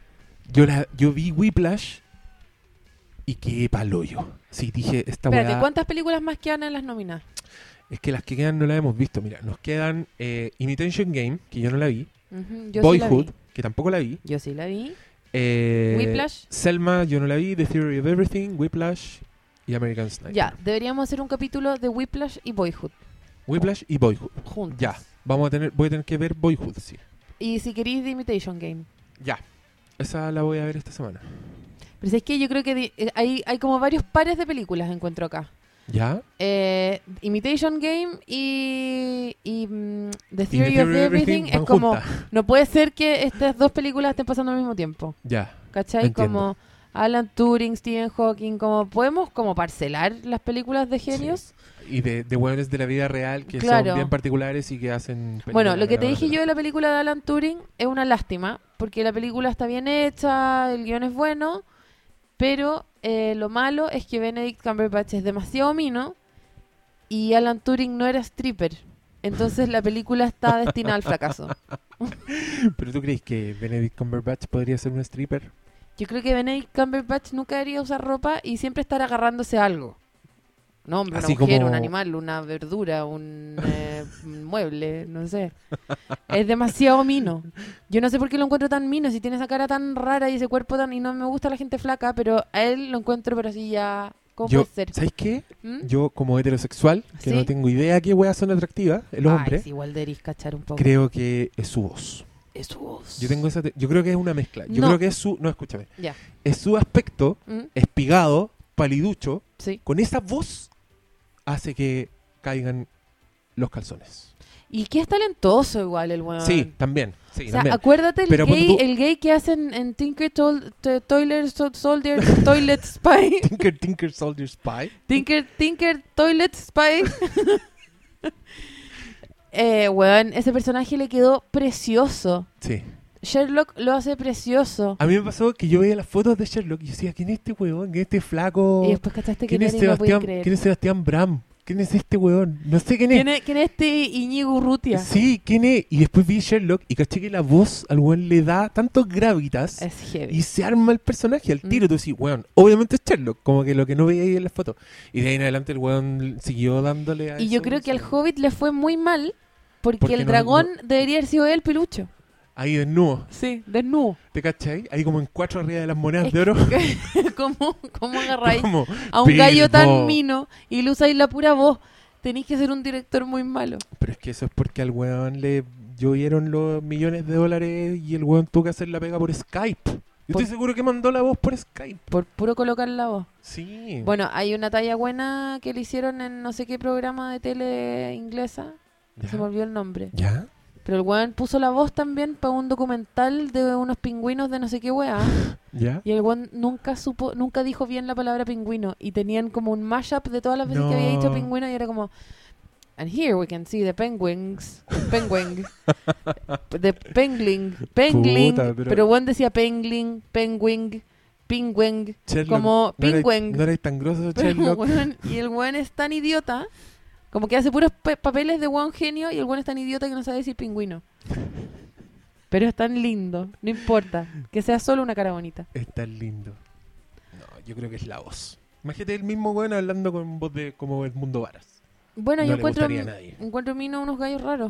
S1: Yo vi Whiplash y qué paloyo. Sí, dije, esta
S2: Espérate,
S1: weá...
S2: ¿cuántas películas más quedan en las nominadas?
S1: Es que las que quedan no las hemos visto. Mira, nos quedan Imitation Game, que yo no la vi.
S2: Ujú, yo
S1: Boyhood,
S2: sí la
S1: que tampoco la vi.
S2: vi. Yo sí la vi.
S1: Whiplash. Selma, yo no la vi. The Theory of Everything, Whiplash y American Sniper.
S2: Ya, deberíamos hacer un capítulo de Whiplash y Boyhood.
S1: Whiplash y Boyhood.
S2: Juntos.
S1: Ya, voy a tener que ver Boyhood, sí.
S2: Y si queréis The Imitation Game.
S1: Ya, esa la voy a ver esta semana.
S2: Pero es que yo creo que hay como varios pares de películas encuentro acá.
S1: ¿Ya?
S2: Imitation Game y The
S1: Y
S2: Theory of Everything es
S1: van
S2: como...
S1: juntas.
S2: No puede ser que estas dos películas estén pasando al mismo tiempo.
S1: Ya,
S2: ¿Cachai?
S1: Entiendo.
S2: Como Alan Turing, Stephen Hawking, como podemos como parcelar las películas de genios.
S1: y de hueones de la vida real que
S2: Claro.
S1: son bien particulares y que hacen...
S2: Bueno, lo que te
S1: películas
S2: dije yo de la película de Alan Turing es una lástima, porque la película está bien hecha, el guión es bueno, pero lo malo es que Benedict Cumberbatch es demasiado mino y Alan Turing no era stripper. Entonces la película está destinada al fracaso.
S1: ¿Pero tú crees que Benedict Cumberbatch podría ser un stripper?
S2: Yo creo que Benedict Cumberbatch nunca debería usar ropa y siempre estar agarrándose a algo. Un hombre, una
S1: Así
S2: mujer,
S1: como-
S2: un animal, una verdura, un mueble, no sé. Es demasiado mino. Yo no sé por qué lo encuentro tan mino, si tiene esa cara tan rara y ese cuerpo tan... Y no me gusta la gente flaca, pero a él lo encuentro, pero así ya... ¿Cómo
S1: Yo,
S2: puede ser?
S1: ¿sabes qué?
S2: ¿Mm?
S1: Yo como heterosexual, que
S2: ¿Sí?
S1: no tengo idea qué weas son atractivas en los
S2: Ay,
S1: hombres,
S2: sí, igual deberías cachar un poco.
S1: creo que es su voz.
S2: Es su voz.
S1: Yo creo que es una mezcla. Yo
S2: No.
S1: creo que es su... No, escúchame.
S2: Ya.
S1: Es su aspecto
S2: ¿Mm?
S1: espigado, paliducho,
S2: Sí.
S1: con esa voz hace que caigan los calzones.
S2: Y que es talentoso igual el weón.
S1: Sí, también. Sí,
S2: O sea,
S1: también.
S2: acuérdate
S1: Pero ponte tú-
S2: el gay que hacen en Tinker Toilet Soldier Toilet Spy.
S1: Tinker Soldier Spy.
S2: Tinker Toilet Spy. Weón, ese personaje le quedó precioso.
S1: Sí.
S2: Sherlock lo hace precioso.
S1: A mí me pasó que yo veía las fotos de Sherlock y decía, ¿quién es este weón? ¿Quién es este flaco?
S2: Y después cachaste que
S1: ¿Quién es
S2: no podía
S1: Sebastián?
S2: creer.
S1: ¿Quién es Sebastián Bram? ¿Quién es este weón? No sé quién es.
S2: ¿Quién es este Íñigo Urrutia?
S1: Sí, ¿quién es? Y después vi Sherlock y caché que la voz al weón le da tantos gravitas
S2: Es heavy.
S1: y se arma el personaje al tiro.
S2: Mm.
S1: Tú decís, weón, obviamente es Sherlock, como que lo que no veía ahí en las fotos. Y de ahí en adelante el weón siguió dándole a
S2: Y
S1: eso,
S2: yo creo que al
S1: sí.
S2: Hobbit le fue muy mal porque
S1: Porque
S2: el
S1: no-
S2: dragón debería haber sido él, pelucho.
S1: Ahí desnudo,
S2: Sí, desnudo.
S1: ¿te cachai? Ahí como en 4 arriba de las monedas
S2: Es
S1: de oro.
S2: ¿Cómo agarráis
S1: Como
S2: a un gallo tan
S1: Bilbo.
S2: mino y le usáis la pura voz? Tenéis que ser un director muy malo.
S1: Pero es que eso es porque al weón le llovieron los millones de dólares y el weón tuvo que hacer la pega por Skype. Yo estoy seguro que mandó la voz por Skype.
S2: Por puro colocar la voz.
S1: Sí.
S2: Bueno, hay una talla buena que le hicieron en no sé qué programa de tele inglesa.
S1: ¿Ya?
S2: Se me olvidó el nombre.
S1: ¿Ya?
S2: Pero el weón puso la voz también para un documental de unos pingüinos de no sé qué weá.
S1: ¿Ya?
S2: Y el weón nunca dijo bien la palabra pingüino. Y tenían como un mashup de todas las veces que había dicho
S1: No.
S2: pingüino y era como... And here we can see the penguins. Penguin. The pengling.
S1: Puta,
S2: Pero
S1: pero-
S2: el weón decía pengling, penguin, pingüing.
S1: Sherlock,
S2: Como
S1: no erais-
S2: pingüen.
S1: No eres tan grosso,
S2: Pero,
S1: Sherlock.
S2: weón, y el weón es tan idiota, como que hace puros papeles de weón genio, y el weón es tan idiota que no sabe decir pingüino. Pero es tan lindo, no importa, que sea solo una cara bonita.
S1: Es tan lindo. No, yo creo que es la voz. Imagínate el mismo weón hablando con voz de como el mundo varas.
S2: Bueno,
S1: No
S2: yo
S1: le gustaría a nadie.
S2: encuentro mino unos gallos raros.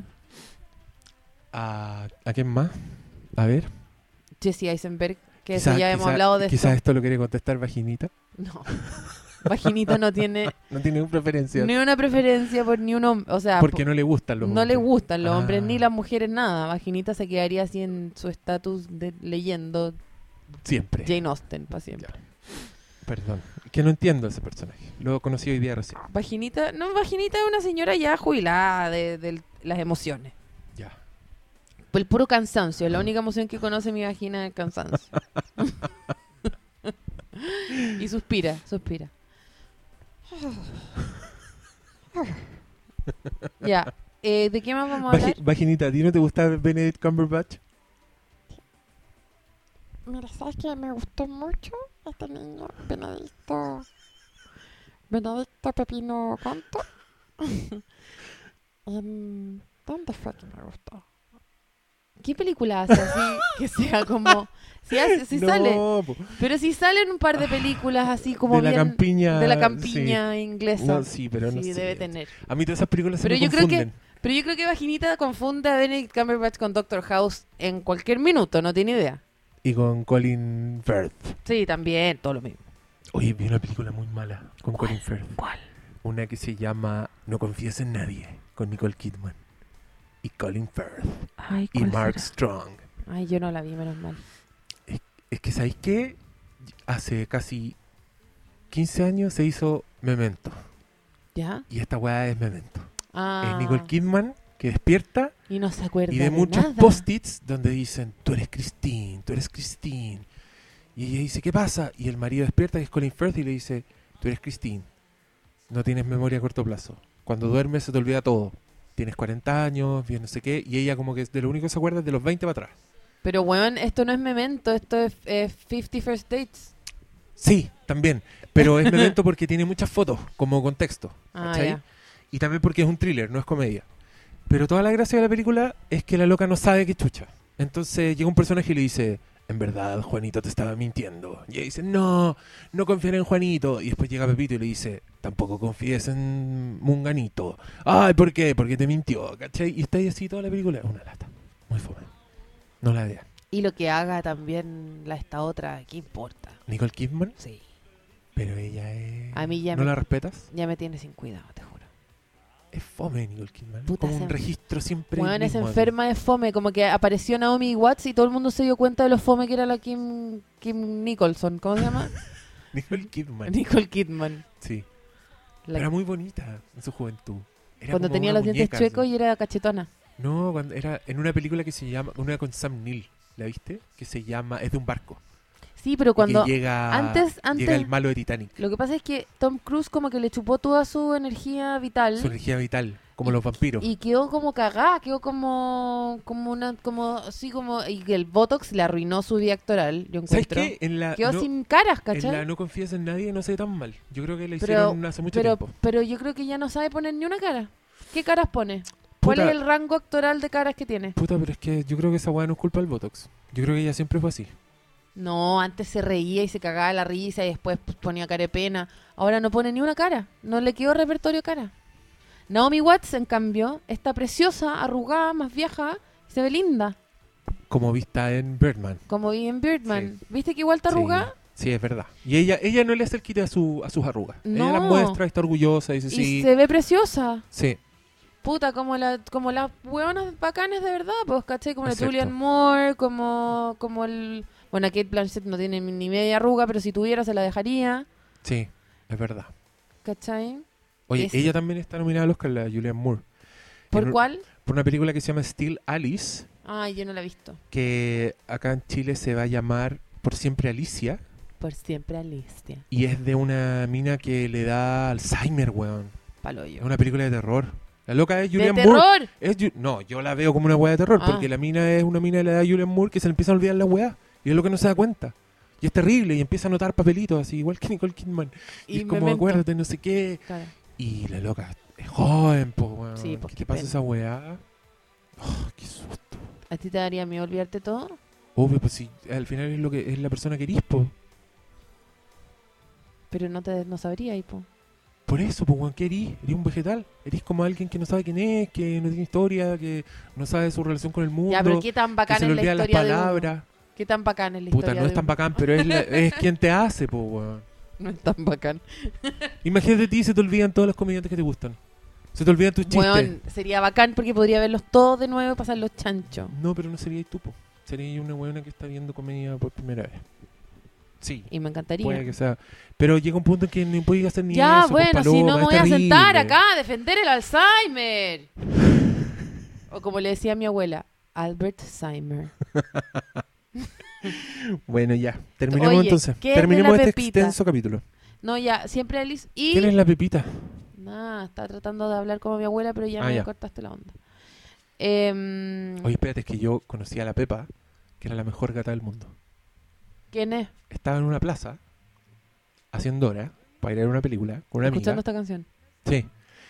S1: ¿A quién más? A ver.
S2: Jesse Eisenberg, que
S1: Quizás-
S2: ya hemos
S1: quizás-
S2: hablado de
S1: Quizás
S2: esto.
S1: esto lo quiere contestar Vaginita.
S2: No. Vaginita no tiene
S1: No tiene preferencia.
S2: ni una preferencia por ni un hombre. O sea,
S1: Porque no le gustan los
S2: no le
S1: hombres.
S2: gustan los
S1: Ah.
S2: hombres ni las mujeres, nada. Vaginita se quedaría así en su estatus de leyendo
S1: Siempre.
S2: Jane Austen para siempre.
S1: Ya. Perdón. Que no entiendo ese personaje. Lo conocí hoy día recién.
S2: Vaginita es una señora ya jubilada de las emociones.
S1: Ya.
S2: El puro cansancio, la única emoción que conoce mi vagina es el cansancio. Y suspira. Ya, ¿de qué más vamos a hablar?
S1: Vaginita, ¿a ti no te gusta Benedict Cumberbatch?
S3: Mira, ¿sabes qué? Me gustó mucho este niño, Benedicto Pepino Canto. ¿Dónde fue que me gustó?
S2: ¿Qué película hace así que sea como... Si
S1: No,
S2: sale,
S1: po.
S2: pero si salen un par de películas así como
S1: de la
S2: bien...
S1: campiña.
S2: de la campiña inglesa.
S1: No, sí, pero no
S2: Sí,
S1: sé.
S2: debe tener.
S1: A mí todas esas películas
S2: Pero
S1: se me
S2: yo creo que-
S1: confunden.
S2: Pero yo creo que Vaginita confunde a Benedict Cumberbatch con Doctor House en cualquier minuto, no tiene idea.
S1: Y con Colin Firth.
S2: Sí, también, todo lo mismo.
S1: Oye, vi una película muy mala con
S2: ¿Cuál?
S1: Colin Firth.
S2: ¿Cuál?
S1: Una que se llama No confíes en nadie, con Nicole Kidman. Y Colin Firth.
S2: Ay,
S1: Y
S2: ¿cuál
S1: Mark
S2: será?
S1: Strong.
S2: Ay, yo no la vi, menos mal.
S1: Es que, ¿sabéis qué? Hace casi 15 años se hizo Memento.
S2: ¿Ya?
S1: Y esta weá es Memento.
S2: Ah,
S1: Es Nicole Kidman que despierta
S2: y no se acuerda
S1: y de muchos
S2: nada.
S1: post-its donde dicen, tú eres Christine, tú eres Christine. Y ella dice, ¿qué pasa? Y el marido despierta, que es Colin Firth, y le dice, tú eres Christine. No tienes memoria a corto plazo. Cuando duermes se te olvida todo. Tienes 40 años, bien no sé qué. Y ella como que de lo único que se acuerda es de los 20 para atrás.
S2: Pero, weón, esto no es Memento, esto es 50 First Dates.
S1: Sí, también. Pero es Memento porque tiene muchas fotos como contexto.
S2: Ah,
S1: ¿cachai?
S2: ya.
S1: Y también porque es un thriller, no es comedia. Pero toda la gracia de la película es que la loca no sabe qué chucha. Entonces llega un personaje y le dice, en verdad Juanito te estaba mintiendo. Y ella dice, no confiar en Juanito. Y después llega Pepito y le dice, tampoco confíes en Munganito. Ay, ¿por qué? Porque te mintió, ¿cachai? Y está ahí así toda la película. Es una lata. Muy fome. No la vean.
S2: Y lo que haga también esta otra, ¿qué importa?
S1: Nicole Kidman,
S2: Sí.
S1: pero ella es...
S2: A mí ya
S1: ¿No
S2: me-
S1: la respetas?
S2: Ya me tiene sin cuidado, te juro.
S1: Es fome Nicole Kidman.
S2: Puta,
S1: Como
S2: se-
S1: un registro siempre.
S2: Weón, es
S1: mismo,
S2: enferma de fome, como que apareció Naomi Watts y todo el mundo se dio cuenta de lo fome que era la Kim Nicholson, ¿cómo se llama?
S1: Nicole Kidman.
S2: Nicole Kidman.
S1: Sí.
S2: La-
S1: Era muy bonita en su juventud. Era
S2: cuando
S1: como
S2: tenía
S1: una
S2: los dientes
S1: muñeca,
S2: chuecos
S1: así.
S2: y era cachetona.
S1: No, cuando era en una película que se llama, una con Sam Neill, ¿la viste? Que se llama, es de un barco.
S2: Sí, pero
S1: Y
S2: cuando...
S1: que llega,
S2: antes-
S1: llega el malo de Titanic.
S2: Lo que pasa es que Tom Cruise como que le chupó toda su energía vital.
S1: Su energía vital, como los vampiros.
S2: Y quedó como cagada, quedó como así como... Y que el Botox le arruinó su vida actoral, yo
S1: ¿Sabes
S2: encuentro.
S1: qué?
S2: Quedó sin caras,
S1: En
S2: ¿cachai?
S1: la No confías en nadie no se ve tan mal. Yo creo que la
S2: Pero-
S1: hicieron hace mucho tiempo.
S2: Pero yo creo que ya no sabe poner ni una cara. ¿Qué caras pone? ¿Cuál
S1: Puta.
S2: es el rango actoral de caras que tiene?
S1: Puta, pero es que yo creo que esa weá no es culpa del Botox. Yo creo que ella siempre fue así.
S2: No, antes se reía y se cagaba de la risa y después pues, ponía cara de pena. Ahora no pone ni una cara. No le quedó repertorio de cara. Naomi Watts, en cambio, está preciosa, arrugada, más vieja, y se ve linda.
S1: Como vista en Birdman.
S2: Como vi en Birdman. ¿Viste que igual está arrugada?
S1: Sí, es verdad. Y ella no le hace el quite a sus arrugas.
S2: No.
S1: Ella las muestra, está orgullosa, dice
S2: Y
S1: sí.
S2: se ve preciosa.
S1: Sí,
S2: Puta, como las hueonas bacanes de verdad, pues, ¿cachai? Como
S1: Es
S2: la
S1: cierto.
S2: Julianne Moore, como el... Bueno, Kate Blanchett no tiene ni media arruga, pero si tuviera se la dejaría,
S1: sí, es verdad.
S2: ¿cachai?
S1: Oye,
S2: Es-
S1: ella también está nominada al Oscar, la Julianne Moore.
S2: ¿Por
S1: En un-
S2: cuál?
S1: Por una película que se llama Still Alice,
S2: Ay, yo no la he visto.
S1: que acá en Chile se va a llamar Por Siempre Alicia.
S2: Por siempre Alicia.
S1: Y es de una mina que le da Alzheimer, weón. Es
S2: Paloyo.
S1: una película de terror. La loca es
S2: ¡De
S1: Julianne Moore.
S2: terror!
S1: No, yo la veo como una weá de terror,
S2: Ah.
S1: porque la mina es una mina de la edad de Julianne Moore que se le empieza a olvidar la weá. Y es lo que no se da cuenta. Y es terrible, y empieza a notar papelitos, así, igual que Nicole Kidman. Y es como,
S2: Memento.
S1: acuérdate, no sé qué.
S2: Claro.
S1: Y la loca es joven, po, weón.
S2: Sí, pues,
S1: ¿Qué
S2: qué
S1: te pasa
S2: pena.
S1: esa weá? Oh, qué susto.
S2: ¿A ti te daría miedo olvidarte todo?
S1: Obvio, pues si al final es lo que es la persona que eres, po.
S2: Pero no sabría, po.
S1: Por eso, pues, weón, ¿qué eres? Eres un vegetal. Eres como alguien que no sabe quién es, que no tiene historia, que no sabe su relación con el mundo,
S2: Ya, pero qué tan
S1: que
S2: bacán
S1: se
S2: es
S1: le
S2: la
S1: olvidan las
S2: historia de uno.
S1: palabras.
S2: Qué tan bacán es la
S1: Puta,
S2: historia
S1: no es
S2: de
S1: tan
S2: uno.
S1: bacán, pero es quien te hace, po, weón.
S2: No es tan bacán.
S1: Imagínate a ti, se te olvidan todos los comediantes que te gustan. Se te olvidan tus chistes.
S2: Weón, sería bacán porque podría verlos todos de nuevo y pasar los chanchos.
S1: No, pero no serías tú, po. Sería una weona que está viendo comedia por primera vez. Sí,
S2: Y me encantaría.
S1: puede que sea. Pero llega un punto en que no puedes hacer ni
S2: Ya,
S1: eso. pues,
S2: bueno, si no
S1: Paloma,
S2: me
S1: es
S2: voy a
S1: terrible.
S2: sentar acá a defender el Alzheimer. O como le decía a mi abuela, Albert Alzheimer.
S1: Bueno, ya. Terminemos
S2: Oye,
S1: entonces.
S2: ¿qué es de
S1: Terminemos
S2: la
S1: este
S2: Pepita?
S1: extenso capítulo.
S2: No, ya, siempre Alice. Y.
S1: ¿Quién es la Pepita?
S2: Nada, estaba tratando de hablar como mi abuela, pero ya
S1: Ah,
S2: me
S1: ya.
S2: cortaste la onda.
S1: Oye, espérate, es que yo conocí a la Pepa, que era la mejor gata del mundo.
S2: ¿Quién es?
S1: Estaba en una plaza, haciendo hora, para ir a ver una película, con una
S2: Escuchando
S1: amiga.
S2: esta canción.
S1: Sí.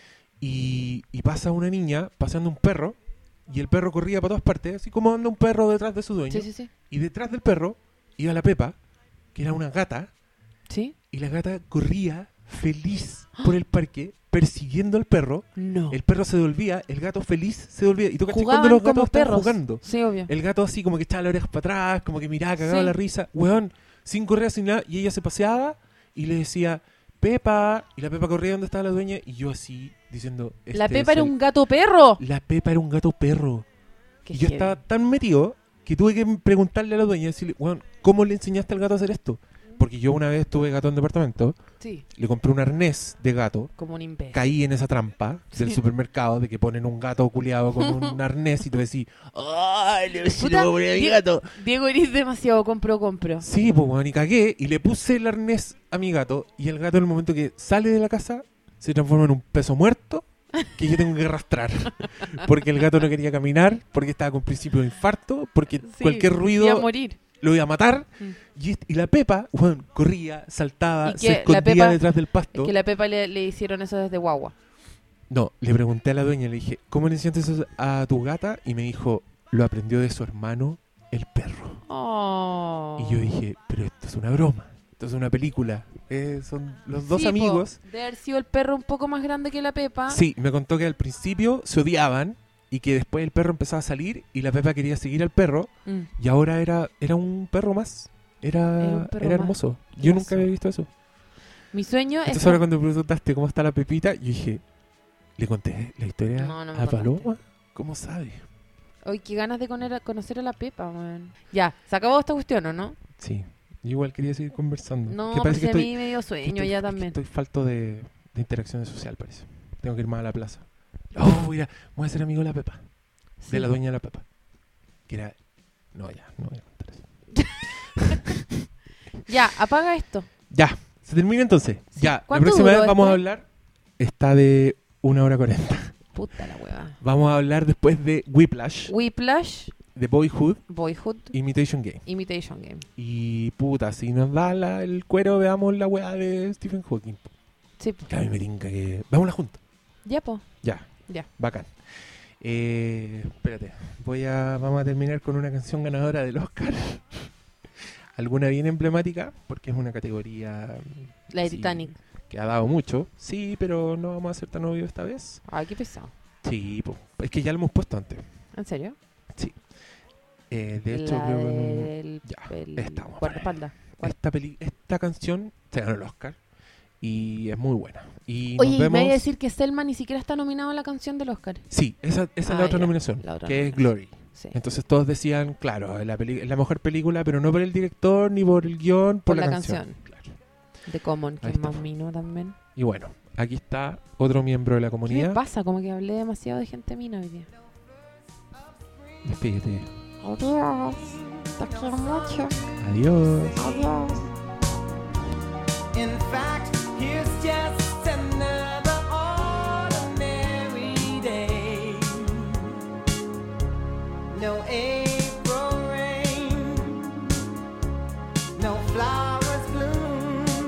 S1: Y pasa una niña paseando un perro, y el perro corría para todas partes, así como anda un perro detrás de su dueño.
S2: Sí, sí, sí.
S1: Y detrás del perro iba la Pepa, que era una gata,
S2: ¿Sí?
S1: y la gata corría feliz por el parque, persiguiendo al perro.
S2: No.
S1: El perro se devolvía, el gato feliz se devolvía. Y tú cachai
S2: Jugaban
S1: cuando los
S2: como
S1: gatos están
S2: perros.
S1: jugando.
S2: Sí, obvio.
S1: El gato así como que echaba las orejas para atrás, como que miraba, cagaba
S2: Sí.
S1: la risa. Weón, sin correr, sin nada. Y ella se paseaba y le decía, Pepa. Y la Pepa corría donde estaba la dueña. Y yo así, diciendo...
S2: La
S1: este
S2: Pepa
S1: es
S2: era
S1: el-
S2: un gato perro.
S1: La Pepa era un gato perro.
S2: Qué
S1: Y yo
S2: heavy.
S1: estaba tan metido que tuve que preguntarle a la dueña, decirle, weón, ¿cómo le enseñaste al gato a hacer esto? Porque yo una vez tuve gato en departamento,
S2: Sí,
S1: le compré un arnés de gato.
S2: como un imbécil.
S1: Caí en esa trampa del
S2: Sí.
S1: supermercado de que ponen un gato culiado con un arnés y tú decís, ¡ay, le
S2: Puta,
S1: voy a poner a mi
S2: Die-
S1: gato!
S2: Diego, eres demasiado compro.
S1: Sí, pues weón, y cagué y le puse el arnés a mi gato y el gato en el momento que sale de la casa se transforma en un peso muerto que yo tengo que arrastrar. Porque el gato no quería caminar, porque estaba con principio de infarto, porque
S2: Sí,
S1: cualquier
S2: iba a
S1: ruido
S2: morir.
S1: lo iba a matar.
S2: Mm.
S1: Y la Pepa, weón, corría, saltaba,
S2: ¿Y
S1: se
S2: qué? La
S1: escondía
S2: Pepa-
S1: detrás del
S2: Es
S1: pasto.
S2: que la Pepa le hicieron eso desde guagua.
S1: No, le pregunté a la dueña, le dije, ¿cómo le enseñaste eso a tu gata? Y me dijo, lo aprendió de su hermano, el perro.
S2: Oh.
S1: Y yo dije, pero esto es una broma, esto es una película. Son los dos
S2: Sí, po.
S1: amigos.
S2: Debe haber sido el perro un poco más grande que la Pepa.
S1: Sí, me contó que al principio se odiaban y que después el perro empezaba a salir y la Pepa quería seguir al perro
S2: Mm.
S1: y ahora era un perro más.
S2: Era un perro
S1: Era
S2: más.
S1: hermoso.
S2: Qué
S1: Yo nunca
S2: oso.
S1: había visto eso.
S2: Mi sueño es...
S1: Entonces ahora cuando me preguntaste cómo está la Pepita, yo dije, ¿le conté la historia
S2: No, no me
S1: a
S2: contaste.
S1: Paloma? ¿Cómo sabe?
S2: Hoy qué ganas de conocer a la Pepa, man. Ya, se acabó esta cuestión, ¿o no?
S1: Sí. Yo igual quería seguir conversando.
S2: No,
S1: Que
S2: pues
S1: parece
S2: a
S1: que
S2: mí me dio sueño ya
S1: es que
S2: también.
S1: estoy falto de interacción social, parece. Tengo que ir más a la plaza. Oh, mira, voy a ser amigo de la Pepa.
S2: Sí.
S1: De la dueña de la Pepa. Que era... No, ya, no voy a contar eso.
S2: Ya, apaga esto.
S1: Ya, se termina entonces.
S2: Sí.
S1: Ya, la
S2: ¿Cuánto
S1: próxima
S2: duró
S1: vez vamos a
S2: este?
S1: hablar. Está de 1:40.
S2: Puta la hueva.
S1: Vamos a hablar después de Whiplash,
S2: Whiplash,
S1: de Boyhood,
S2: Boyhood,
S1: Imitation Game.
S2: Imitation Game.
S1: Y puta, si nos da el cuero, veamos la weá de Stephen Hawking.
S2: Sí,
S1: Que a mí me tinca que... Vámonos juntos.
S2: ya, po.
S1: Ya.
S2: Ya.
S1: Bacán. Espérate. Vamos a terminar con una canción ganadora del Oscar. Alguna bien emblemática, porque es una categoría
S2: La de
S1: sí,
S2: Titanic.
S1: que ha dado mucho. Sí, pero no vamos a ser tan obvios esta vez.
S2: Ay, qué pesado.
S1: Sí, po. Es que ya lo hemos puesto antes.
S2: ¿En serio?
S1: De hecho,
S2: La
S1: creo que
S2: del
S1: Ya,
S2: el
S1: estamos.
S2: guardaespaldas. ¿Cuál?
S1: esta canción se ganó el Oscar y es muy buena. Y
S2: Oye,
S1: nos
S2: y me
S1: vemos...
S2: voy a decir que Selma ni siquiera está nominado a la canción del Oscar.
S1: Sí, esa es
S2: Ah,
S1: la otra
S2: ya,
S1: nominación,
S2: la otra
S1: que es
S2: nominación.
S1: Glory.
S2: Sí.
S1: Entonces todos decían, claro, es la mejor película, pero no por el director, ni por el guión, por la canción. Claro.
S2: De Common, que
S1: Ahí
S2: es
S1: está.
S2: más mino también.
S1: Y bueno, aquí está otro miembro de la
S2: ¿Qué me
S1: comunidad.
S2: pasa? Como que hablé demasiado de gente mina hoy día.
S1: Despídete.
S3: Adiós. Te quiero mucho.
S1: Adiós.
S3: Adiós.
S4: In fact, here's just another ordinary day. No April rain, no flowers bloom,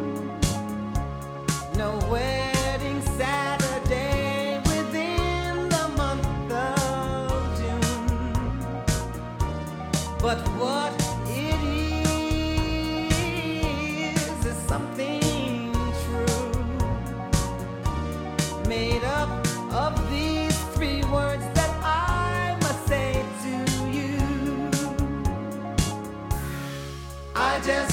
S4: no wedding Saturday within the month of June. But what it is something true, made up of these three words that I must say to you. I just